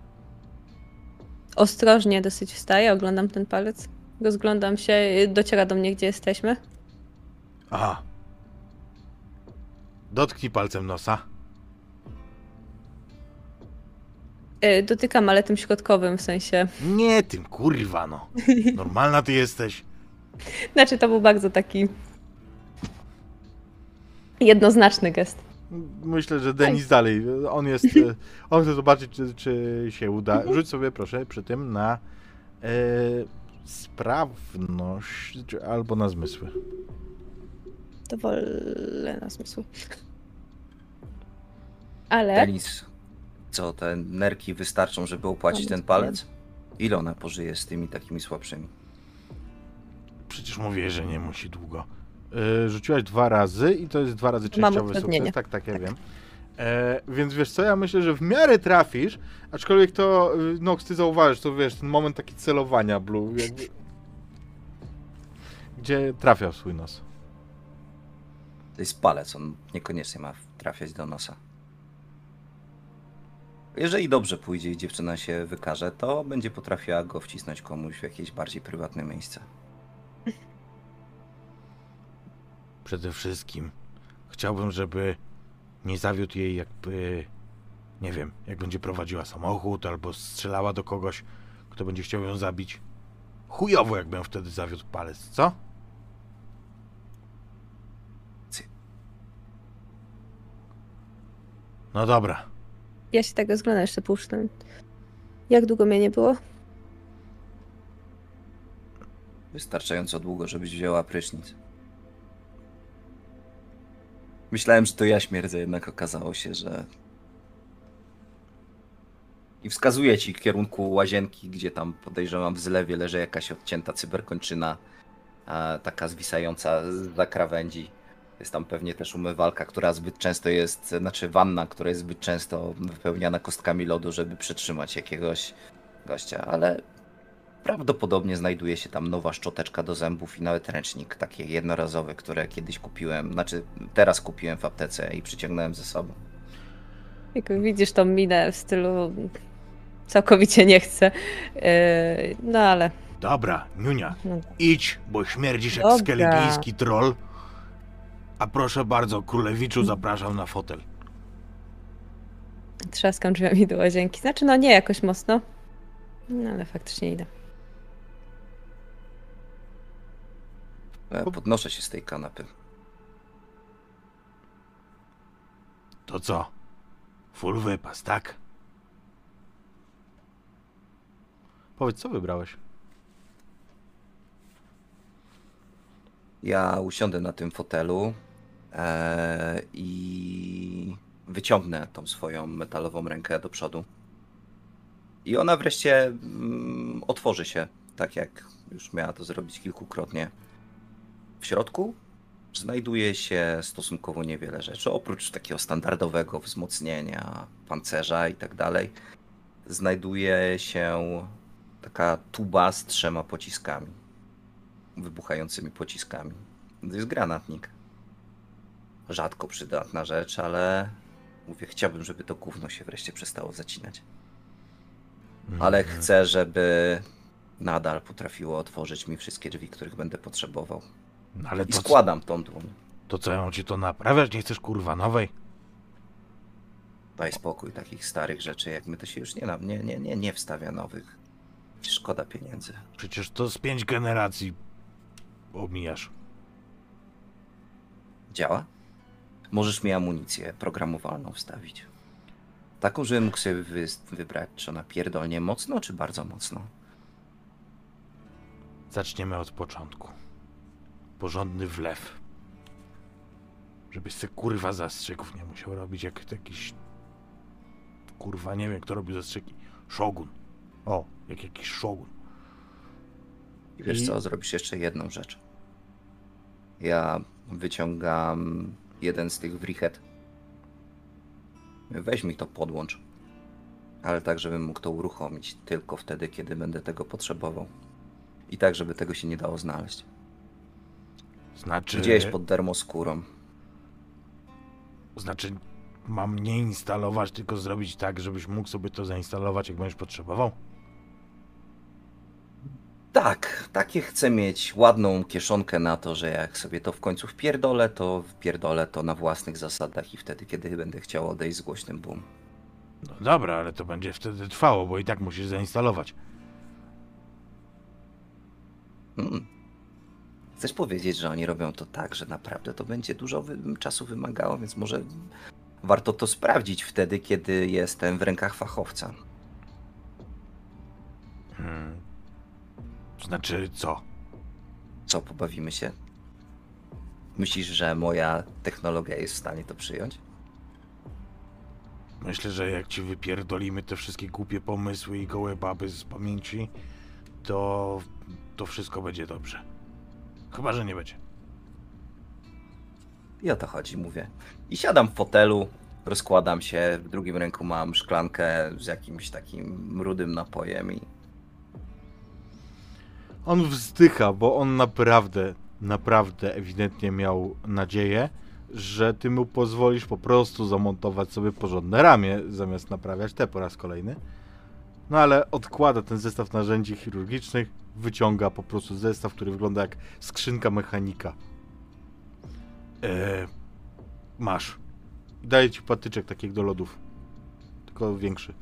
ostrożnie dosyć wstaję, oglądam ten palec. Rozglądam się, y, dociera do mnie, gdzie jesteśmy. Aha. Dotknij palcem nosa. Y, Dotykam, ale tym środkowym w sensie. Nie tym, kurwa no. Normalna ty jesteś. Znaczy, to był bardzo taki jednoznaczny gest. Myślę, że Denis dalej. On jest. e, On chce zobaczyć, czy, czy się uda. Rzuć sobie proszę przy tym na e, sprawność albo na zmysły. Dowolę na zmysł. Ale Denis, co, te nerki wystarczą, żeby opłacić ten palec? Ile ona pożyje z tymi takimi słabszymi? Przecież mówię, że nie musi długo. E, rzuciłaś dwa razy i to jest dwa razy Mam częściowy utrudnienie. sukces. Tak, tak, ja wiem. E, więc wiesz co, ja myślę, że w miarę trafisz, aczkolwiek to, y, no, ty zauważysz, to wiesz, ten moment taki celowania Blue, jakby... Gdzie trafia w swój nos. To jest palec, on niekoniecznie ma trafiać do nosa. Jeżeli dobrze pójdzie i dziewczyna się wykaże, to będzie potrafiła go wcisnąć komuś w jakieś bardziej prywatne miejsce. Przede wszystkim chciałbym, żeby nie zawiódł jej jakby, nie wiem, jak będzie prowadziła samochód albo strzelała do kogoś, kto będzie chciał ją zabić. Chujowo jakbym wtedy zawiódł palec, co? No dobra. ja się tak rozglądam jeszcze puszczę. Jak długo mnie nie było? Wystarczająco długo, żebyś wzięła prysznic. Myślałem, że to ja śmierdzę, jednak okazało się, że... I wskazuję ci w kierunku łazienki, gdzie tam podejrzewam w zlewie leży jakaś odcięta cyberkończyna, a taka zwisająca za krawędzi. Jest tam pewnie też umywalka, która zbyt często jest, znaczy wanna, która jest zbyt często wypełniana kostkami lodu, żeby przetrzymać jakiegoś gościa, ale prawdopodobnie znajduje się tam nowa szczoteczka do zębów i nawet ręcznik, takie jednorazowe, które kiedyś kupiłem, znaczy teraz kupiłem w aptece i przyciągnąłem ze sobą. Jak widzisz tą minę w stylu całkowicie nie chcę. Yy, no ale... Dobra, Niunia, No, idź, bo śmierdzisz jak Dobra. skeligijski troll. A proszę bardzo, królewiczu, zapraszam na fotel. trzaskam drzwiami do łazienki. Znaczy, no nie jakoś mocno. No ale faktycznie idę. Ja podnoszę się z tej kanapy. To co? Full wypas, tak? Powiedz, co wybrałeś? Ja usiądę na tym fotelu e, i wyciągnę tą swoją metalową rękę do przodu. I ona wreszcie mm, otworzy się, tak jak już miała to zrobić kilkukrotnie. W środku znajduje się stosunkowo niewiele rzeczy, oprócz takiego standardowego wzmocnienia pancerza i tak dalej. Znajduje się taka tuba z trzema pociskami, wybuchającymi pociskami. To jest granatnik. Rzadko przydatna rzecz, ale mówię, chciałbym, żeby to gówno się wreszcie przestało zacinać. Ale chcę, żeby nadal potrafiło otworzyć mi wszystkie drzwi, których będę potrzebował. No ale I to, składam tą dłoń. to co, ja mam ci to naprawiać? Nie chcesz kurwa nowej? Daj spokój, takich starych rzeczy jak my to się już nie, nie, nie, nie, nie wstawia nowych. Szkoda pieniędzy. Przecież to z pięć generacji omijasz. Działa? Możesz mi amunicję programowalną wstawić. Taką, żebym mógł sobie wy, wybrać, czy ona pierdolnie mocno, czy bardzo mocno. Zaczniemy od początku. Porządny wlew. Żebyś se kurwa zastrzyków nie musiał robić jak jakiś... Kurwa, nie wiem kto robił zastrzyki. Shogun. O, jak jakiś shogun. I wiesz I- co, zrobisz jeszcze jedną rzecz. Ja wyciągam jeden z tych wrichet. Weź mi to, podłącz. Ale tak, żebym mógł to uruchomić tylko wtedy, kiedy będę tego potrzebował. I tak, żeby tego się nie dało znaleźć. Znaczy... Gdzieś pod dermoskórą. Znaczy, mam nie instalować, tylko zrobić tak, żebyś mógł sobie to zainstalować, jak będziesz potrzebował? Tak, takie chcę mieć ładną kieszonkę na to, że jak sobie to w końcu wpierdolę, to wpierdolę to na własnych zasadach i wtedy, kiedy będę chciał odejść z głośnym boom. No dobra, ale to będzie wtedy trwało, bo i tak musisz zainstalować. Hmm. Chcesz powiedzieć, że oni robią to tak, że naprawdę to będzie dużo wy- czasu wymagało, więc może warto to sprawdzić wtedy, kiedy jestem w rękach fachowca. Hmm. Znaczy co? Co, pobawimy się? Myślisz, że moja technologia jest w stanie to przyjąć? Myślę, że jak ci wypierdolimy te wszystkie głupie pomysły i gołe baby z pamięci, to to wszystko będzie dobrze. Chyba, że nie będzie. I o to chodzi, mówię. I siadam w fotelu, rozkładam się, w drugim ręku mam szklankę z jakimś takim rudym napojem i On wzdycha, bo on naprawdę, naprawdę ewidentnie miał nadzieję, że ty mu pozwolisz po prostu zamontować sobie porządne ramię, zamiast naprawiać te po raz kolejny. No ale odkłada ten zestaw narzędzi chirurgicznych, wyciąga po prostu zestaw, który wygląda jak skrzynka mechanika. Eee, masz. Daję ci patyczek taki jak do lodów. Tylko większy.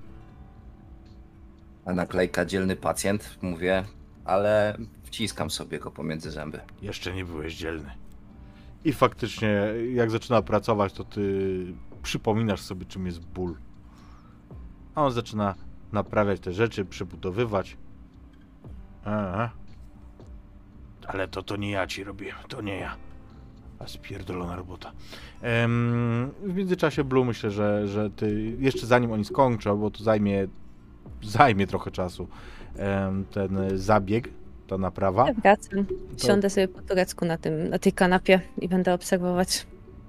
a naklejka dzielny pacjent, mówię, ale wciskam sobie go pomiędzy zęby. Jeszcze nie byłeś dzielny. I faktycznie, jak zaczyna pracować, to ty przypominasz sobie, czym jest ból. A on zaczyna naprawiać te rzeczy, przebudowywać. Aha. Ale to, to nie ja ci robię, to nie ja. A spierdolona robota. Em, w międzyczasie Blue myślę, że, że ty, jeszcze zanim oni skończą, bo to zajmie, zajmie trochę czasu, em, ten zabieg, ta naprawa. Ja wracam. Siądę sobie po turecku na, tym, na tej kanapie i będę obserwować.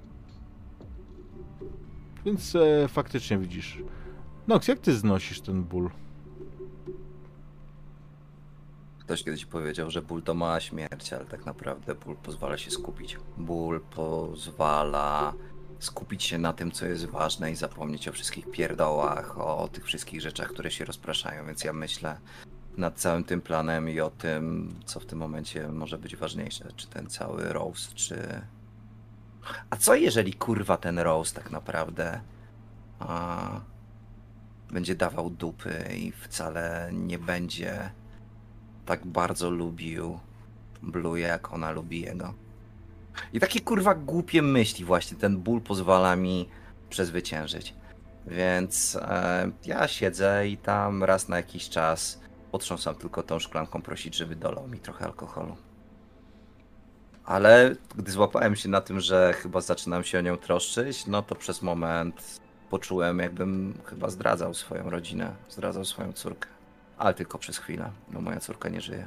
Więc e, faktycznie widzisz. Nox, jak ty znosisz ten ból? Ktoś kiedyś powiedział, że ból to mała śmierć, ale tak naprawdę ból pozwala się skupić. Ból pozwala skupić się na tym, co jest ważne i zapomnieć o wszystkich pierdołach, o tych wszystkich rzeczach, które się rozpraszają, więc ja myślę nad całym tym planem i o tym, co w tym momencie może być ważniejsze, czy ten cały roast, czy... A co jeżeli, kurwa, ten roast tak naprawdę a, będzie dawał dupy i wcale nie będzie tak bardzo lubił Blue, jak ona lubi jego? I takie, kurwa, głupie myśli właśnie, ten ból pozwala mi przezwyciężyć. Więc e, ja siedzę i tam raz na jakiś czas potrząsam tylko tą szklanką prosić, żeby dolał mi trochę alkoholu. Ale gdy złapałem się na tym, że chyba zaczynam się o nią troszczyć, no to przez moment poczułem, jakbym chyba zdradzał swoją rodzinę, zdradzał swoją córkę. Ale tylko przez chwilę, bo moja córka nie żyje.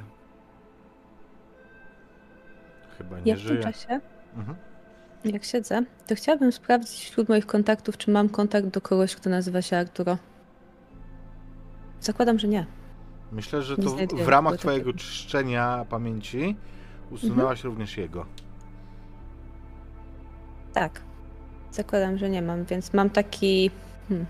Chyba nie Ja w tym żyje. czasie, Mhm. jak siedzę, to chciałabym sprawdzić wśród moich kontaktów, czy mam kontakt do kogoś, kto nazywa się Arturo. Zakładam, że nie. Myślę, że Nie to znajduję w ramach kogoś twojego takiego. czyszczenia pamięci usunęłaś Mhm. również jego. Tak. Zakładam, że nie mam, więc mam taki... Hmm.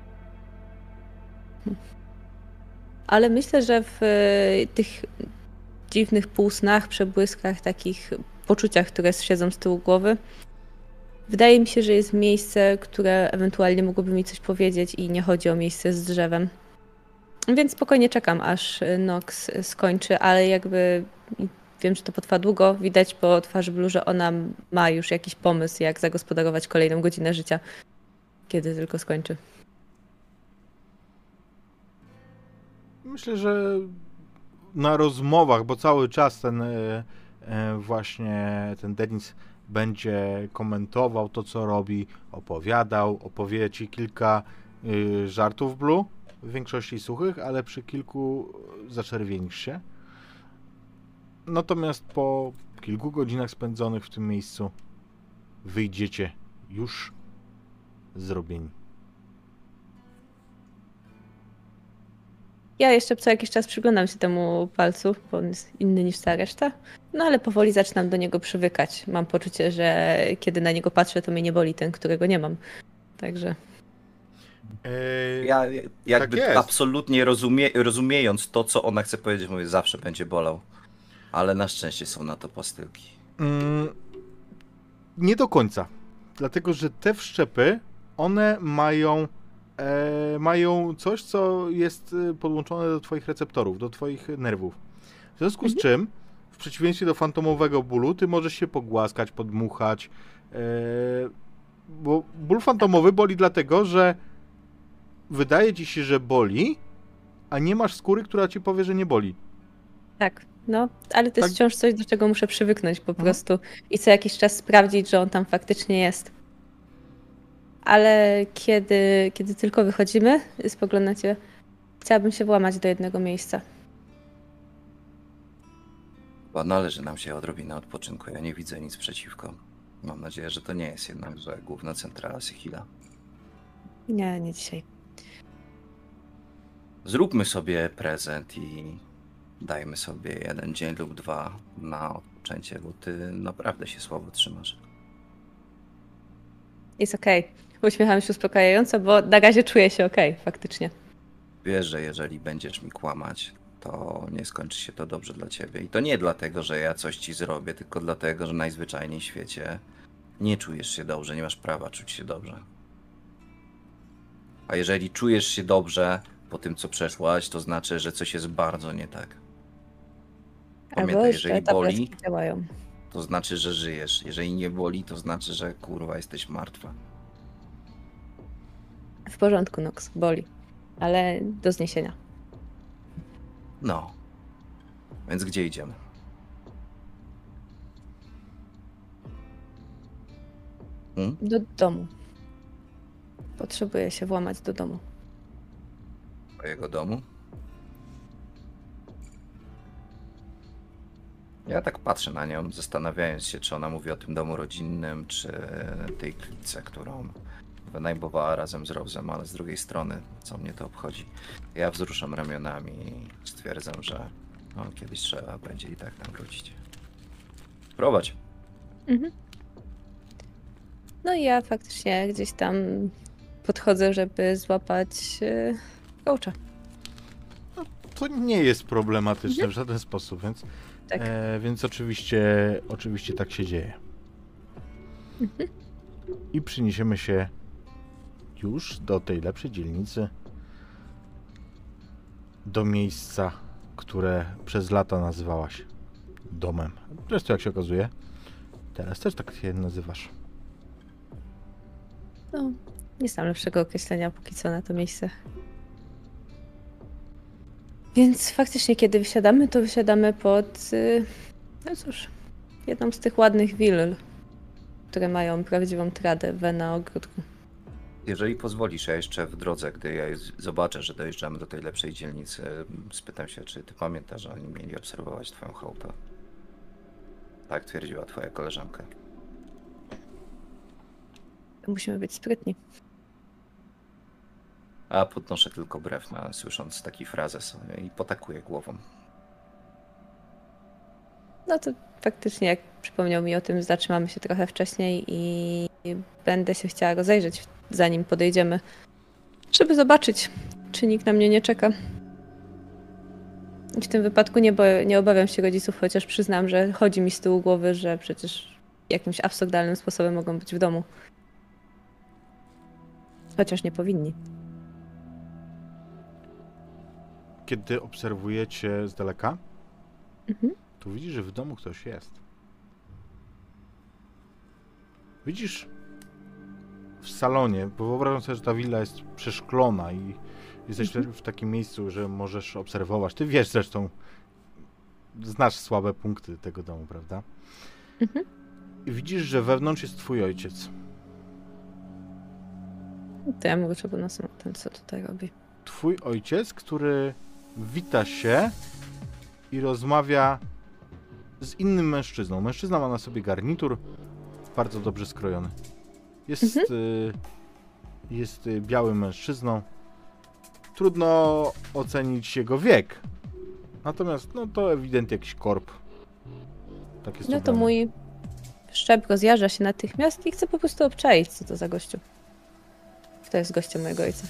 Hmm. Ale myślę, że w y, tych dziwnych półsnach, przebłyskach, takich poczuciach, które siedzą z tyłu głowy, wydaje mi się, że jest miejsce, które ewentualnie mogłoby mi coś powiedzieć i nie chodzi o miejsce z drzewem. Więc spokojnie czekam, aż Nox skończy, ale jakby wiem, że to potrwa długo. Widać po twarzy Blue, że ona ma już jakiś pomysł, jak zagospodarować kolejną godzinę życia, kiedy tylko skończy. Myślę, że na rozmowach, bo cały czas ten e, e, właśnie ten Denis będzie komentował to, co robi, opowiadał, opowie ci kilka y, żartów Blue, w większości suchych, ale przy kilku zaczerwienisz się. Natomiast po kilku godzinach spędzonych w tym miejscu wyjdziecie już zrobieni. Ja jeszcze co jakiś czas przyglądam się temu palcu, bo on jest inny niż ta reszta. No ale powoli zaczynam do niego przywykać. Mam poczucie, że kiedy na niego patrzę, to mnie nie boli ten, którego nie mam. Także... Eee, Ja jakby jest. absolutnie rozumie, rozumiejąc to, co ona chce powiedzieć, mówię, zawsze będzie bolał. Ale na szczęście są na to pastylki. Mm, nie do końca. Dlatego, że te wszczepy, one mają, e, mają coś, co jest e, podłączone do twoich receptorów, do twoich nerwów. W związku z czym, w przeciwieństwie do fantomowego bólu, ty możesz się pogłaskać, podmuchać. E, bo ból fantomowy boli dlatego, że wydaje ci się, że boli, a nie masz skóry, która ci powie, że nie boli. Tak, no, ale to jest Tak. wciąż coś, do czego muszę przywyknąć po Mhm. prostu i co jakiś czas sprawdzić, że on tam faktycznie jest. Ale kiedy, kiedy tylko wychodzimy, spoglądam na ciebie, chciałabym się włamać do jednego miejsca. Chyba należy nam się odrobinę odpoczynku. Ja nie widzę nic przeciwko. Mam nadzieję, że to nie jest jednakże główna centrala Sychila. Nie, nie dzisiaj. Zróbmy sobie prezent i dajmy sobie jeden dzień lub dwa na odpoczęcie, bo ty naprawdę się słabo trzymasz. Jest okej. Uśmiecham się uspokajająco, bo na razie czuję się okej, faktycznie. Wiesz, że jeżeli będziesz mi kłamać, to nie skończy się to dobrze dla ciebie. I to nie dlatego, że ja coś ci zrobię, tylko dlatego, że najzwyczajniej w świecie nie czujesz się dobrze, nie masz prawa czuć się dobrze. A jeżeli czujesz się dobrze po tym, co przeszłaś, to znaczy, że coś jest bardzo nie tak. Pamiętaj, Albo jeżeli że tabletki boli, działają. to znaczy, że żyjesz. Jeżeli nie boli, to znaczy, że kurwa jesteś martwa. W porządku, Nox, boli. Ale do zniesienia. No. Więc gdzie idziemy? Hmm? Do domu. Potrzebuję się włamać do domu. Twojego domu? Ja tak patrzę na nią, zastanawiając się, czy ona mówi o tym domu rodzinnym, czy tej klitce, którą wynajmowała razem z Rose'em, ale z drugiej strony, co mnie to obchodzi? Ja wzruszam ramionami i stwierdzam, że no, kiedyś trzeba będzie i tak tam wrócić. Prowadź. Mhm. No i ja faktycznie gdzieś tam podchodzę, żeby złapać yy, coacha. To nie jest problematyczne w żaden sposób, więc, Tak. e, więc oczywiście, oczywiście tak się dzieje. Mhm. I przyniesiemy się już do tej lepszej dzielnicy, do miejsca, które przez lata nazywałaś domem. Zresztą jak się okazuje, teraz też tak się nazywasz. No, nie znam lepszego określenia póki co na to miejsce. Więc faktycznie, kiedy wysiadamy, to wysiadamy pod, yy, no cóż, jedną z tych ładnych will, które mają prawdziwą tradę w na ogródku. Jeżeli pozwolisz, ja jeszcze w drodze, gdy ja zobaczę, że dojeżdżamy do tej lepszej dzielnicy, spytam się, czy ty pamiętasz, że oni mieli obserwować twoją chałupę. Tak twierdziła twoja koleżanka. Musimy być sprytni. A podnoszę tylko brew, na, słysząc taki frazes i potakuję głową. No to faktycznie, jak przypomniał mi o tym, zatrzymamy się trochę wcześniej i będę się chciała rozejrzeć, zanim podejdziemy, żeby zobaczyć, czy nikt na mnie nie czeka. W tym wypadku nie, bo, nie obawiam się rodziców, chociaż przyznam, że chodzi mi z tyłu głowy, że przecież jakimś absurdalnym sposobem mogą być w domu. Chociaż nie powinni. Kiedy obserwujecie z daleka, Mhm. to widzisz, że w domu ktoś jest. Widzisz w salonie, bo wyobrażam sobie, że ta willa jest przeszklona i jesteś Mhm. w takim miejscu, że możesz obserwować. Ty wiesz zresztą, znasz słabe punkty tego domu, prawda? Mhm. I widzisz, że wewnątrz jest twój ojciec. To ja mogę pod nosem ten, co tutaj robi. Twój ojciec, który wita się i rozmawia z innym mężczyzną. Mężczyzna ma na sobie garnitur, bardzo dobrze skrojony. Jest, Mhm. y, jest y, białym mężczyzną. Trudno ocenić jego wiek. Natomiast no to ewidentnie jakiś korp. Tak jest No to ubrany. mój szczep rozjarza się natychmiast i chcę po prostu obczaić, co to za gościu. Kto jest gościem mojego ojca.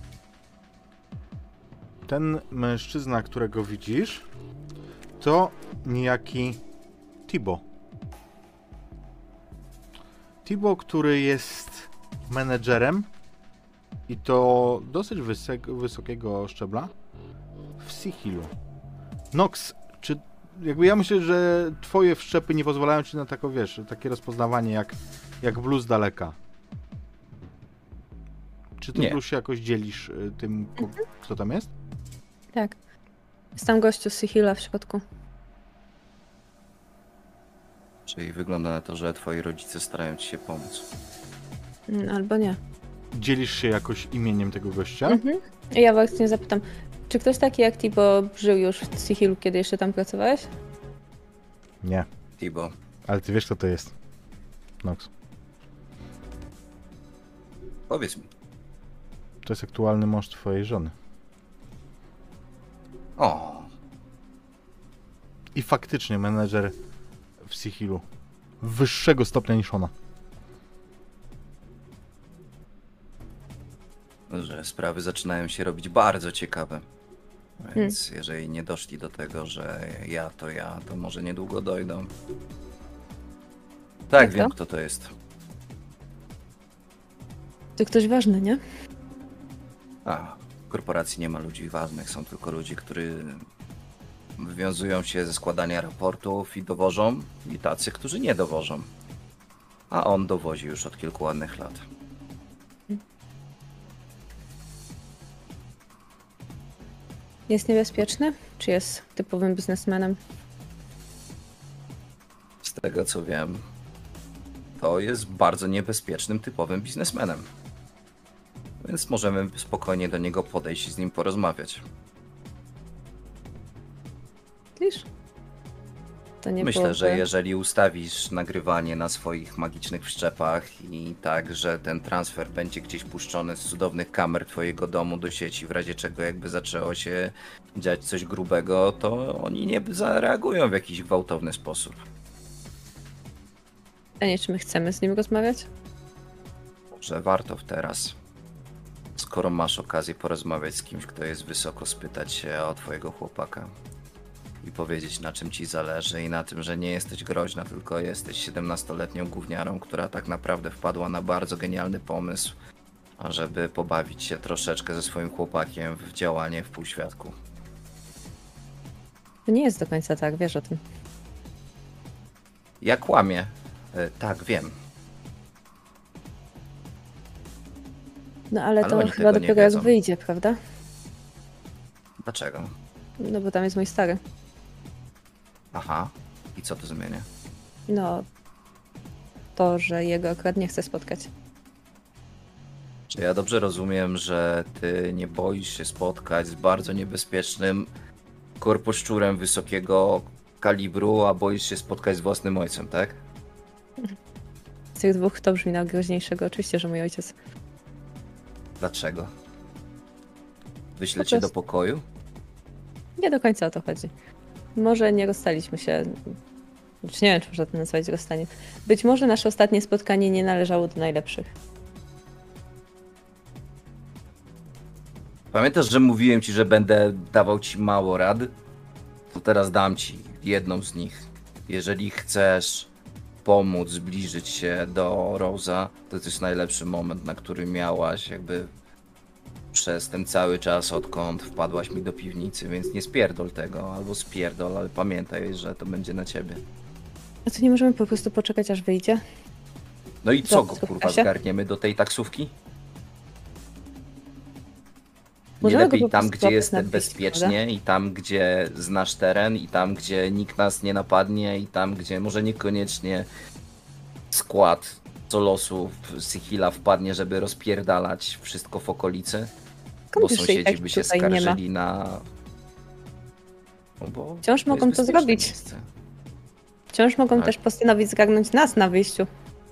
Ten mężczyzna, którego widzisz, to niejaki Tibo. Tibo, który jest menedżerem i to dosyć wysok, wysokiego szczebla w Sihilu. Nox, czy jakby ja myślę, że twoje wszczepy nie pozwalają ci na tako, wiesz, takie rozpoznawanie jak, jak blue z daleka. Czy ty Nie. blue się jakoś dzielisz y, tym, ko- kto tam jest? Tak. Jest tam gościu z Sihila w środku. Czyli wygląda na to, że twoi rodzice starają ci się pomóc. Mm, Albo nie. Dzielisz się jakoś imieniem tego gościa? Mhm. I ja właśnie zapytam, czy ktoś taki jak Tibo żył już w Sihilu, kiedy jeszcze tam pracowałeś? Nie, Tibo, ale ty wiesz, kto to jest. Nox. powiedz mi. To jest aktualny mąż twojej żony. O, I faktycznie menedżer w Sihilu. Wyższego stopnia niż ona. że sprawy zaczynają się robić bardzo ciekawe. Więc jeżeli nie doszli do tego, że ja to ja, to może niedługo dojdą. Tak, Jak wiem to? kto to jest. To ktoś ważny, nie? A, w korporacji nie ma ludzi ważnych, są tylko ludzie, którzy wywiązują się ze składania raportów i dowożą, i tacy, którzy nie dowożą. A on dowozi już od kilku ładnych lat. Jest niebezpieczny? Czy jest typowym biznesmenem? Z tego co wiem, to jest bardzo niebezpiecznym, typowym biznesmenem. Więc możemy spokojnie do niego podejść i z nim porozmawiać. Wiesz? To nie Myślę, byłoby... że jeżeli ustawisz nagrywanie na swoich magicznych wszczepach i tak, że ten transfer będzie gdzieś puszczony z cudownych kamer twojego domu do sieci, w razie czego jakby zaczęło się dziać coś grubego, to oni nie zareagują w jakiś gwałtowny sposób. A nie, czy my chcemy z nim rozmawiać? że warto teraz, skoro masz okazję porozmawiać z kimś, kto jest wysoko, spytać się o twojego chłopaka i powiedzieć, na czym ci zależy i na tym, że nie jesteś groźna, tylko jesteś siedemnastoletnią gówniarą, która tak naprawdę wpadła na bardzo genialny pomysł, żeby pobawić się troszeczkę ze swoim chłopakiem w działanie w półświadku. To nie jest do końca tak, wiesz o tym. Ja kłamię. E, tak, wiem. No ale, Ale to oni chyba tego nie dopiero jak wiedzą. wyjdzie, prawda? Dlaczego? No bo tam jest mój stary. Aha. I co to zmienia? No, to, że jego akurat nie chce spotkać. Czy ja dobrze rozumiem, że ty nie boisz się spotkać z bardzo niebezpiecznym korposzczurem wysokiego kalibru, a boisz się spotkać z własnym ojcem, tak? Z tych dwóch kto brzmi najgroźniejszego? Oczywiście, że mój ojciec. Dlaczego? Wyślę Po cię do prostu. pokoju? Nie do końca o to chodzi. Może nie rozstaliśmy się. Znaczy nie wiem, czy można to nazwać rozstaniem. Być może nasze ostatnie spotkanie nie należało do najlepszych. Pamiętasz, że mówiłem ci, że będę dawał ci mało rad? To teraz dam ci jedną z nich. Jeżeli chcesz pomóc zbliżyć się do Rose'a, to to jest najlepszy moment, na który miałaś jakby przez ten cały czas, odkąd wpadłaś mi do piwnicy, więc nie spierdol tego, albo spierdol, ale pamiętaj, że to będzie na ciebie. A co, nie możemy po prostu poczekać, aż wyjdzie? No i co go Dobrze, kurwa Kasia? zgarniemy do tej taksówki? Nie Możemy go lepiej po tam, prostu gdzie jest złapać na bezpiecznie i tam, gdzie znasz teren i tam, gdzie nikt nas nie napadnie i tam, gdzie może niekoniecznie skład co losu w Sychila wpadnie, żeby rozpierdalać wszystko w okolicy, Skąd bo wiesz, że i sąsiedzi tak by się tutaj nie ma? skarżyli na... No bo Wciąż to mogą jest to bezpieczne zrobić. miejsce. Wciąż mogą Tak. też postanowić zgarnąć nas na wyjściu.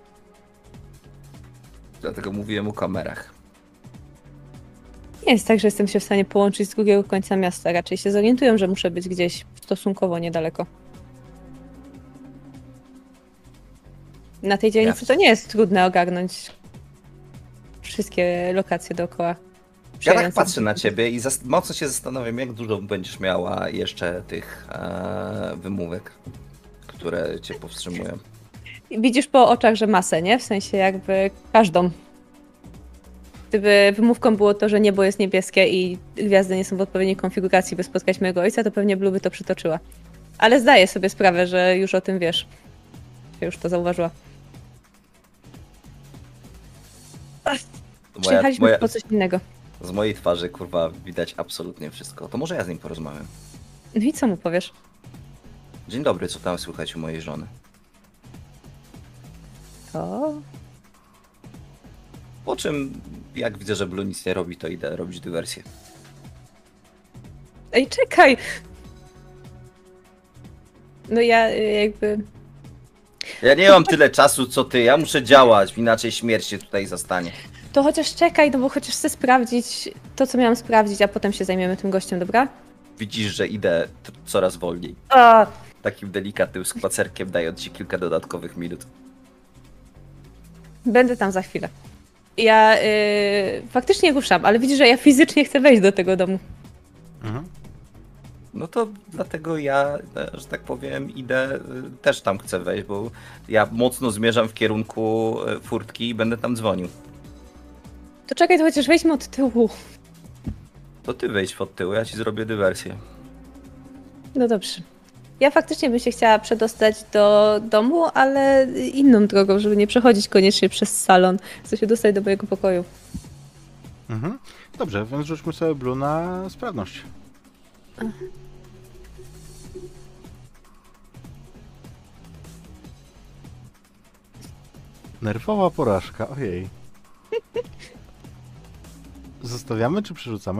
Dlatego mówiłem o kamerach. Nie jest tak, że jestem się w stanie połączyć z drugiego końca miasta. Raczej się zorientują, że muszę być gdzieś stosunkowo niedaleko. Na tej dzielnicy Ja- to nie jest trudne ogarnąć wszystkie lokacje dookoła. Ja tak Przejąc- patrzę na ciebie i zas- mocno się zastanawiam, jak dużo będziesz miała jeszcze tych e, wymówek, które cię powstrzymują. Widzisz po oczach, że masę, nie? W sensie jakby każdą. Gdyby wymówką było to, że niebo jest niebieskie i gwiazdy nie są w odpowiedniej konfiguracji, by spotkać mojego ojca, to pewnie Blue by to przytoczyła. Ale zdaję sobie sprawę, że już o tym wiesz. Że już to zauważyła. Moja, Przyjechaliśmy moja, po coś innego. z mojej twarzy, kurwa, widać absolutnie wszystko. To może ja z nim porozmawiam. No i co mu powiesz? Dzień dobry, co tam słychać u mojej żony? O, Po czym, jak widzę, że Blue nic nie robi, to idę robić dywersję. ej, czekaj! No ja y, jakby... Ja nie mam tyle czasu, co ty, ja muszę działać, inaczej śmierć się tutaj zastanie. To chociaż czekaj, no bo chociaż chcę sprawdzić to, co miałam sprawdzić, a potem się zajmiemy tym gościem, dobra? Widzisz, że idę t- coraz wolniej. A, Takim delikatnym spacerkiem, dając ci kilka dodatkowych minut. będę tam za chwilę. Ja y, faktycznie ruszam, ale widzisz, że ja fizycznie chcę wejść do tego domu. Mhm. No to dlatego ja, e, że tak powiem, idę, e, też tam chcę wejść, bo ja mocno zmierzam w kierunku e, furtki i będę tam dzwonił. To czekaj, to chociaż wejdźmy od tyłu. To ty wejdź pod tył, ja ci zrobię dywersję. No dobrze. Ja faktycznie bym się chciała przedostać do domu, ale inną drogą, żeby nie przechodzić koniecznie przez salon. Chcę się dostać do mojego pokoju. Mhm. Dobrze, więc rzućmy sobie Blue na sprawność. Nerwowa porażka, ojej. Zostawiamy czy przerzucamy?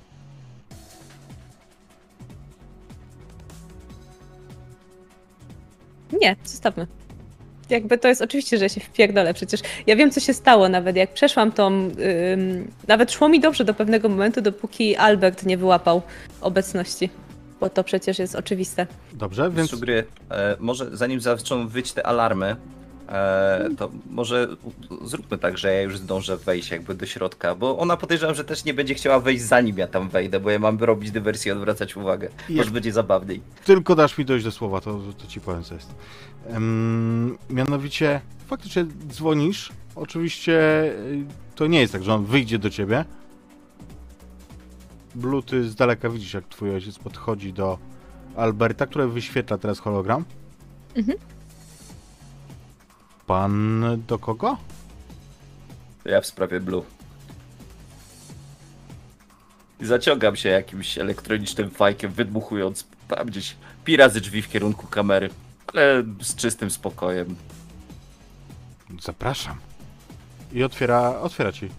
Nie, zostawmy. Jakby to jest oczywiście, że się wpierdolę. Przecież ja wiem, co się stało nawet jak przeszłam tą... Ym, nawet szło mi dobrze do pewnego momentu, dopóki Albert nie wyłapał obecności. Bo to przecież jest oczywiste. Dobrze, Więc... więc Sugeruję, e, może zanim zaczną wyć te alarmy, e, to może zróbmy tak, że ja już zdążę wejść jakby do środka, bo ona podejrzewam, że też nie będzie chciała wejść zanim ja tam wejdę, bo ja mam robić dywersję i odwracać uwagę. Jak- Może będzie zabawniej. Tylko dasz mi dojść do słowa, to, to ci powiem, co jest. Um, mianowicie, faktycznie dzwonisz. Oczywiście y, to nie jest tak, że on wyjdzie do ciebie. Blue, ty z daleka widzisz, jak twój ojciec podchodzi do Alberta, który wyświetla teraz hologram. Mhm. Pan do kogo? Ja w sprawie Blue. I zaciągam się jakimś elektronicznym fajkiem, wydmuchując tam gdzieś pi razy drzwi w kierunku kamery, ale z czystym spokojem. Zapraszam. I otwiera, otwiera ci.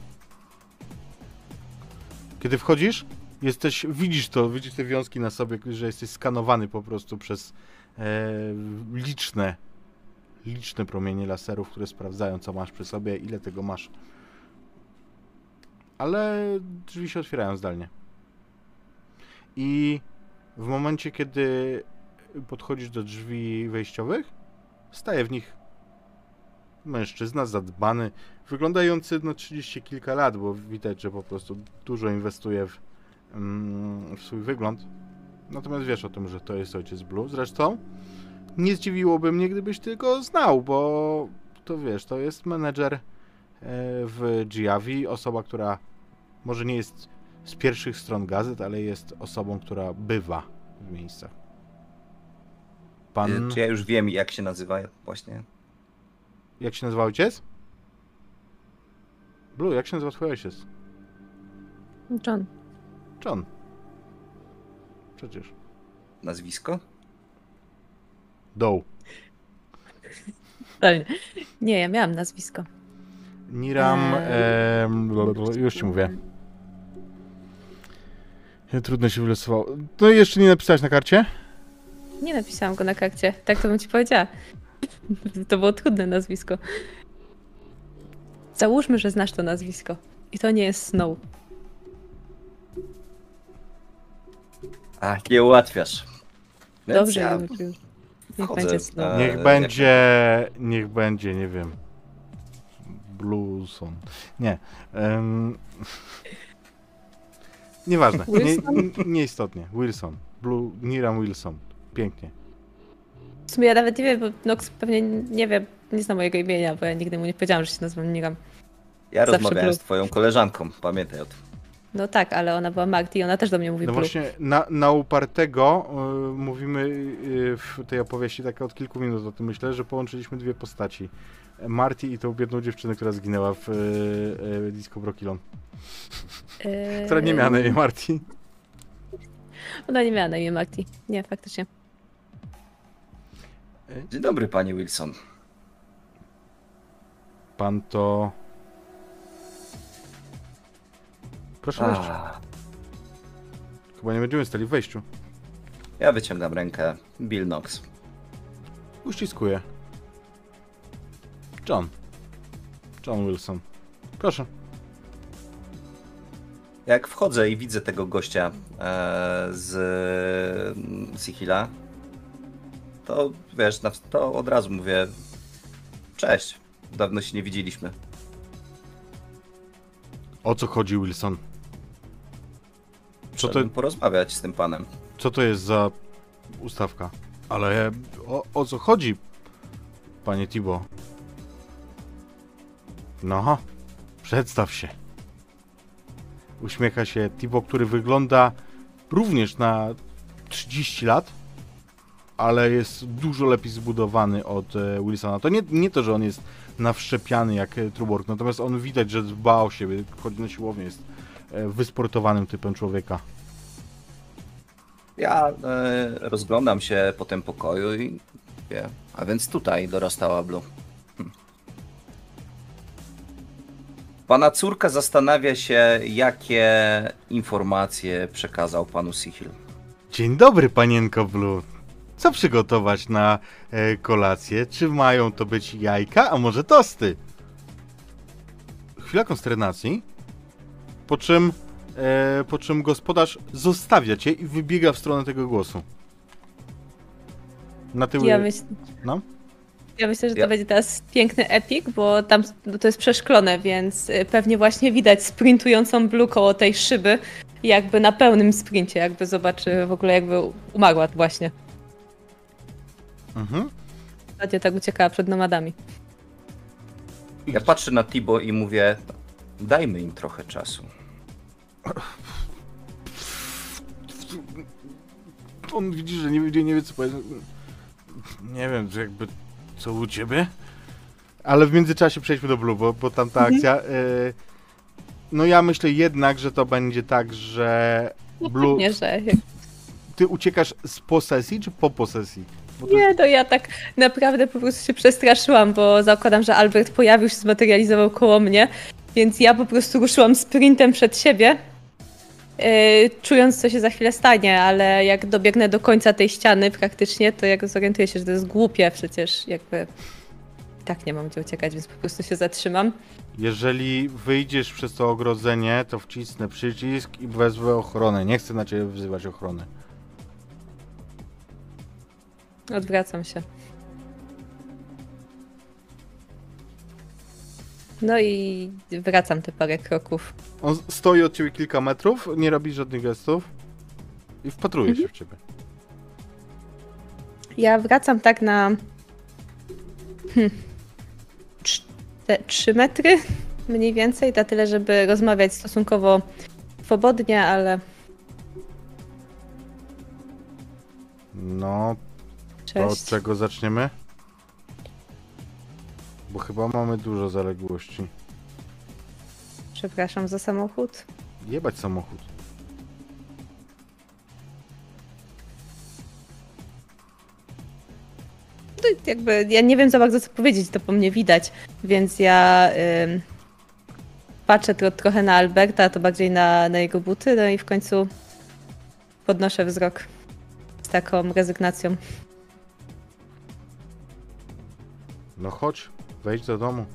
Kiedy wchodzisz, jesteś, widzisz to, widzisz te wiązki na sobie, że jesteś skanowany po prostu przez e, liczne, liczne promienie laserów, które sprawdzają, co masz przy sobie, ile tego masz. Ale drzwi się otwierają zdalnie. I w momencie, kiedy podchodzisz do drzwi wejściowych, staje w nich mężczyzna zadbany, wyglądający na trzydzieści kilka lat, bo widać, że po prostu dużo inwestuje w, mm, w swój wygląd. Natomiast wiesz o tym, że to jest ojciec Blue. Zresztą nie zdziwiłoby mnie, gdybyś ty go znał, bo to wiesz, to jest menedżer e, w Giavi, osoba, która może nie jest z pierwszych stron gazet, ale jest osobą, która bywa w miejscach. Pan... Czy ja już wiem, jak się nazywa właśnie? Jak się nazywa ojciec? Blue, jak się nazywa twój ojciec? John. John. Przecież. Nazwisko? Doe. Totalnie. Nie, ja miałam nazwisko. Niram... Eee. em, blablabla, już ci mówię. Trudno się wylosowało. No i jeszcze nie napisałeś na karcie? Nie napisałam go na karcie. Tak to bym ci powiedziała. To było trudne nazwisko. Załóżmy, że znasz to nazwisko. I to nie jest Snow. Ach, nie ułatwiasz. Więc Dobrze, ja ja już. Niech wchodzę, będzie Snow. e, Niech jak- będzie... Niech będzie, nie wiem... Blueson. Nie. em, Nieważne. Nie, Wilson? n- nieistotnie. Wilson. Blue... Niram Wilson. Pięknie. W sumie ja nawet nie wiem, bo Nox pewnie nie wie, nie zna mojego imienia, bo ja nigdy mu nie powiedziałam, że się nazywam Niram. Ja Zawsze rozmawiałem Blue. z twoją koleżanką, pamiętaj o tym. No tak, ale ona była Marty i ona też do mnie mówi No Blue. właśnie, na, na upartego y, mówimy y, w tej opowieści tak od kilku minut o tym myślę, że połączyliśmy dwie postaci. Marty i tą biedną dziewczynę, która zginęła w y, y, Disco Brokilon. Eee, Która nie miała na imię Marty. Ona nie miała na imię Marty. Nie, faktycznie. Dzień dobry, panie Wilson. Pan to... Proszę wejść. A, Chyba nie będziemy stali w wejściu. ja wyciągam rękę. Bill Knox. Uściskuję. John. John Wilson. Proszę. Jak wchodzę i widzę tego gościa e, z mm, Sihila, to wiesz, na- to od razu mówię cześć, dawno się nie widzieliśmy. O co chodzi, Wilson? Co to, Trzeba porozmawiać z tym panem. co to jest za ustawka? Ale o, o co chodzi, panie Tibo? No, przedstaw się. Uśmiecha się Tibo, który wygląda również na trzydzieści lat, ale jest dużo lepiej zbudowany od e, Wilsona. To nie, nie to, że on jest nawszczepiany jak e, Truborg, natomiast on widać, że dba o siebie, chodzi na siłownię, jest e, wysportowanym typem człowieka. Ja e, rozglądam się po tym pokoju i wie, a więc tutaj dorastała Blue. Hm. Pana córka zastanawia się, jakie informacje przekazał panu Sihil. Dzień dobry, panienko Blue. Co przygotować na e, kolację? Czy mają to być jajka, a może tosty? Chwila konsternacji, po czym, e, po czym gospodarz zostawia cię i wybiega w stronę tego głosu. Na tył... Ja myślę, No? Ja myślę, że to Ja- będzie teraz piękny epik, bo tam no to jest przeszklone, więc y, pewnie właśnie widać sprintującą Blue koło tej szyby, jakby na pełnym sprincie, jakby zobaczy w ogóle jakby umarła właśnie. Mhm. Ostatnio tak uciekała przed nomadami. Ja patrzę na Tibo i mówię, dajmy im trochę czasu. On widzi, że nie wie, nie wie co powiedzieć. Nie wiem, że jakby co u ciebie? Ale w międzyczasie przejdźmy do Blue, bo, bo tam ta Mhm. akcja... Y... No ja myślę jednak, że to będzie tak, że Blue... Nie, że Ty uciekasz z posesji czy po posesji? Bo to nie, jest... to ja tak naprawdę po prostu się przestraszyłam, bo zakładam, że Albert pojawił się, zmaterializował koło mnie, więc ja po prostu ruszyłam sprintem przed siebie, yy, czując, co się za chwilę stanie, ale jak dobiegnę do końca tej ściany praktycznie, to jak zorientuję się, że to jest głupie przecież, jakby i tak nie mam gdzie uciekać, więc po prostu się zatrzymam. Jeżeli wyjdziesz przez to ogrodzenie, to wcisnę przycisk i wezwę ochronę. Nie chcę na ciebie wzywać ochrony. Odwracam się. No i wracam te parę kroków. On stoi od ciebie kilka metrów, nie robi żadnych gestów i wpatruje Mhm. się w ciebie. Ja wracam tak na hmm, czte- trzy metry mniej więcej, na tyle, żeby rozmawiać stosunkowo swobodnie, ale No, to od cześć. czego zaczniemy? Bo chyba mamy dużo zaległości. Przepraszam za samochód. Jebać samochód. To jakby, ja nie wiem za bardzo co powiedzieć, to po mnie widać, więc ja ym, patrzę tro- trochę na Alberta, to bardziej na, na jego buty, no i w końcu podnoszę wzrok z taką rezygnacją. No chodź, wejdź do domu.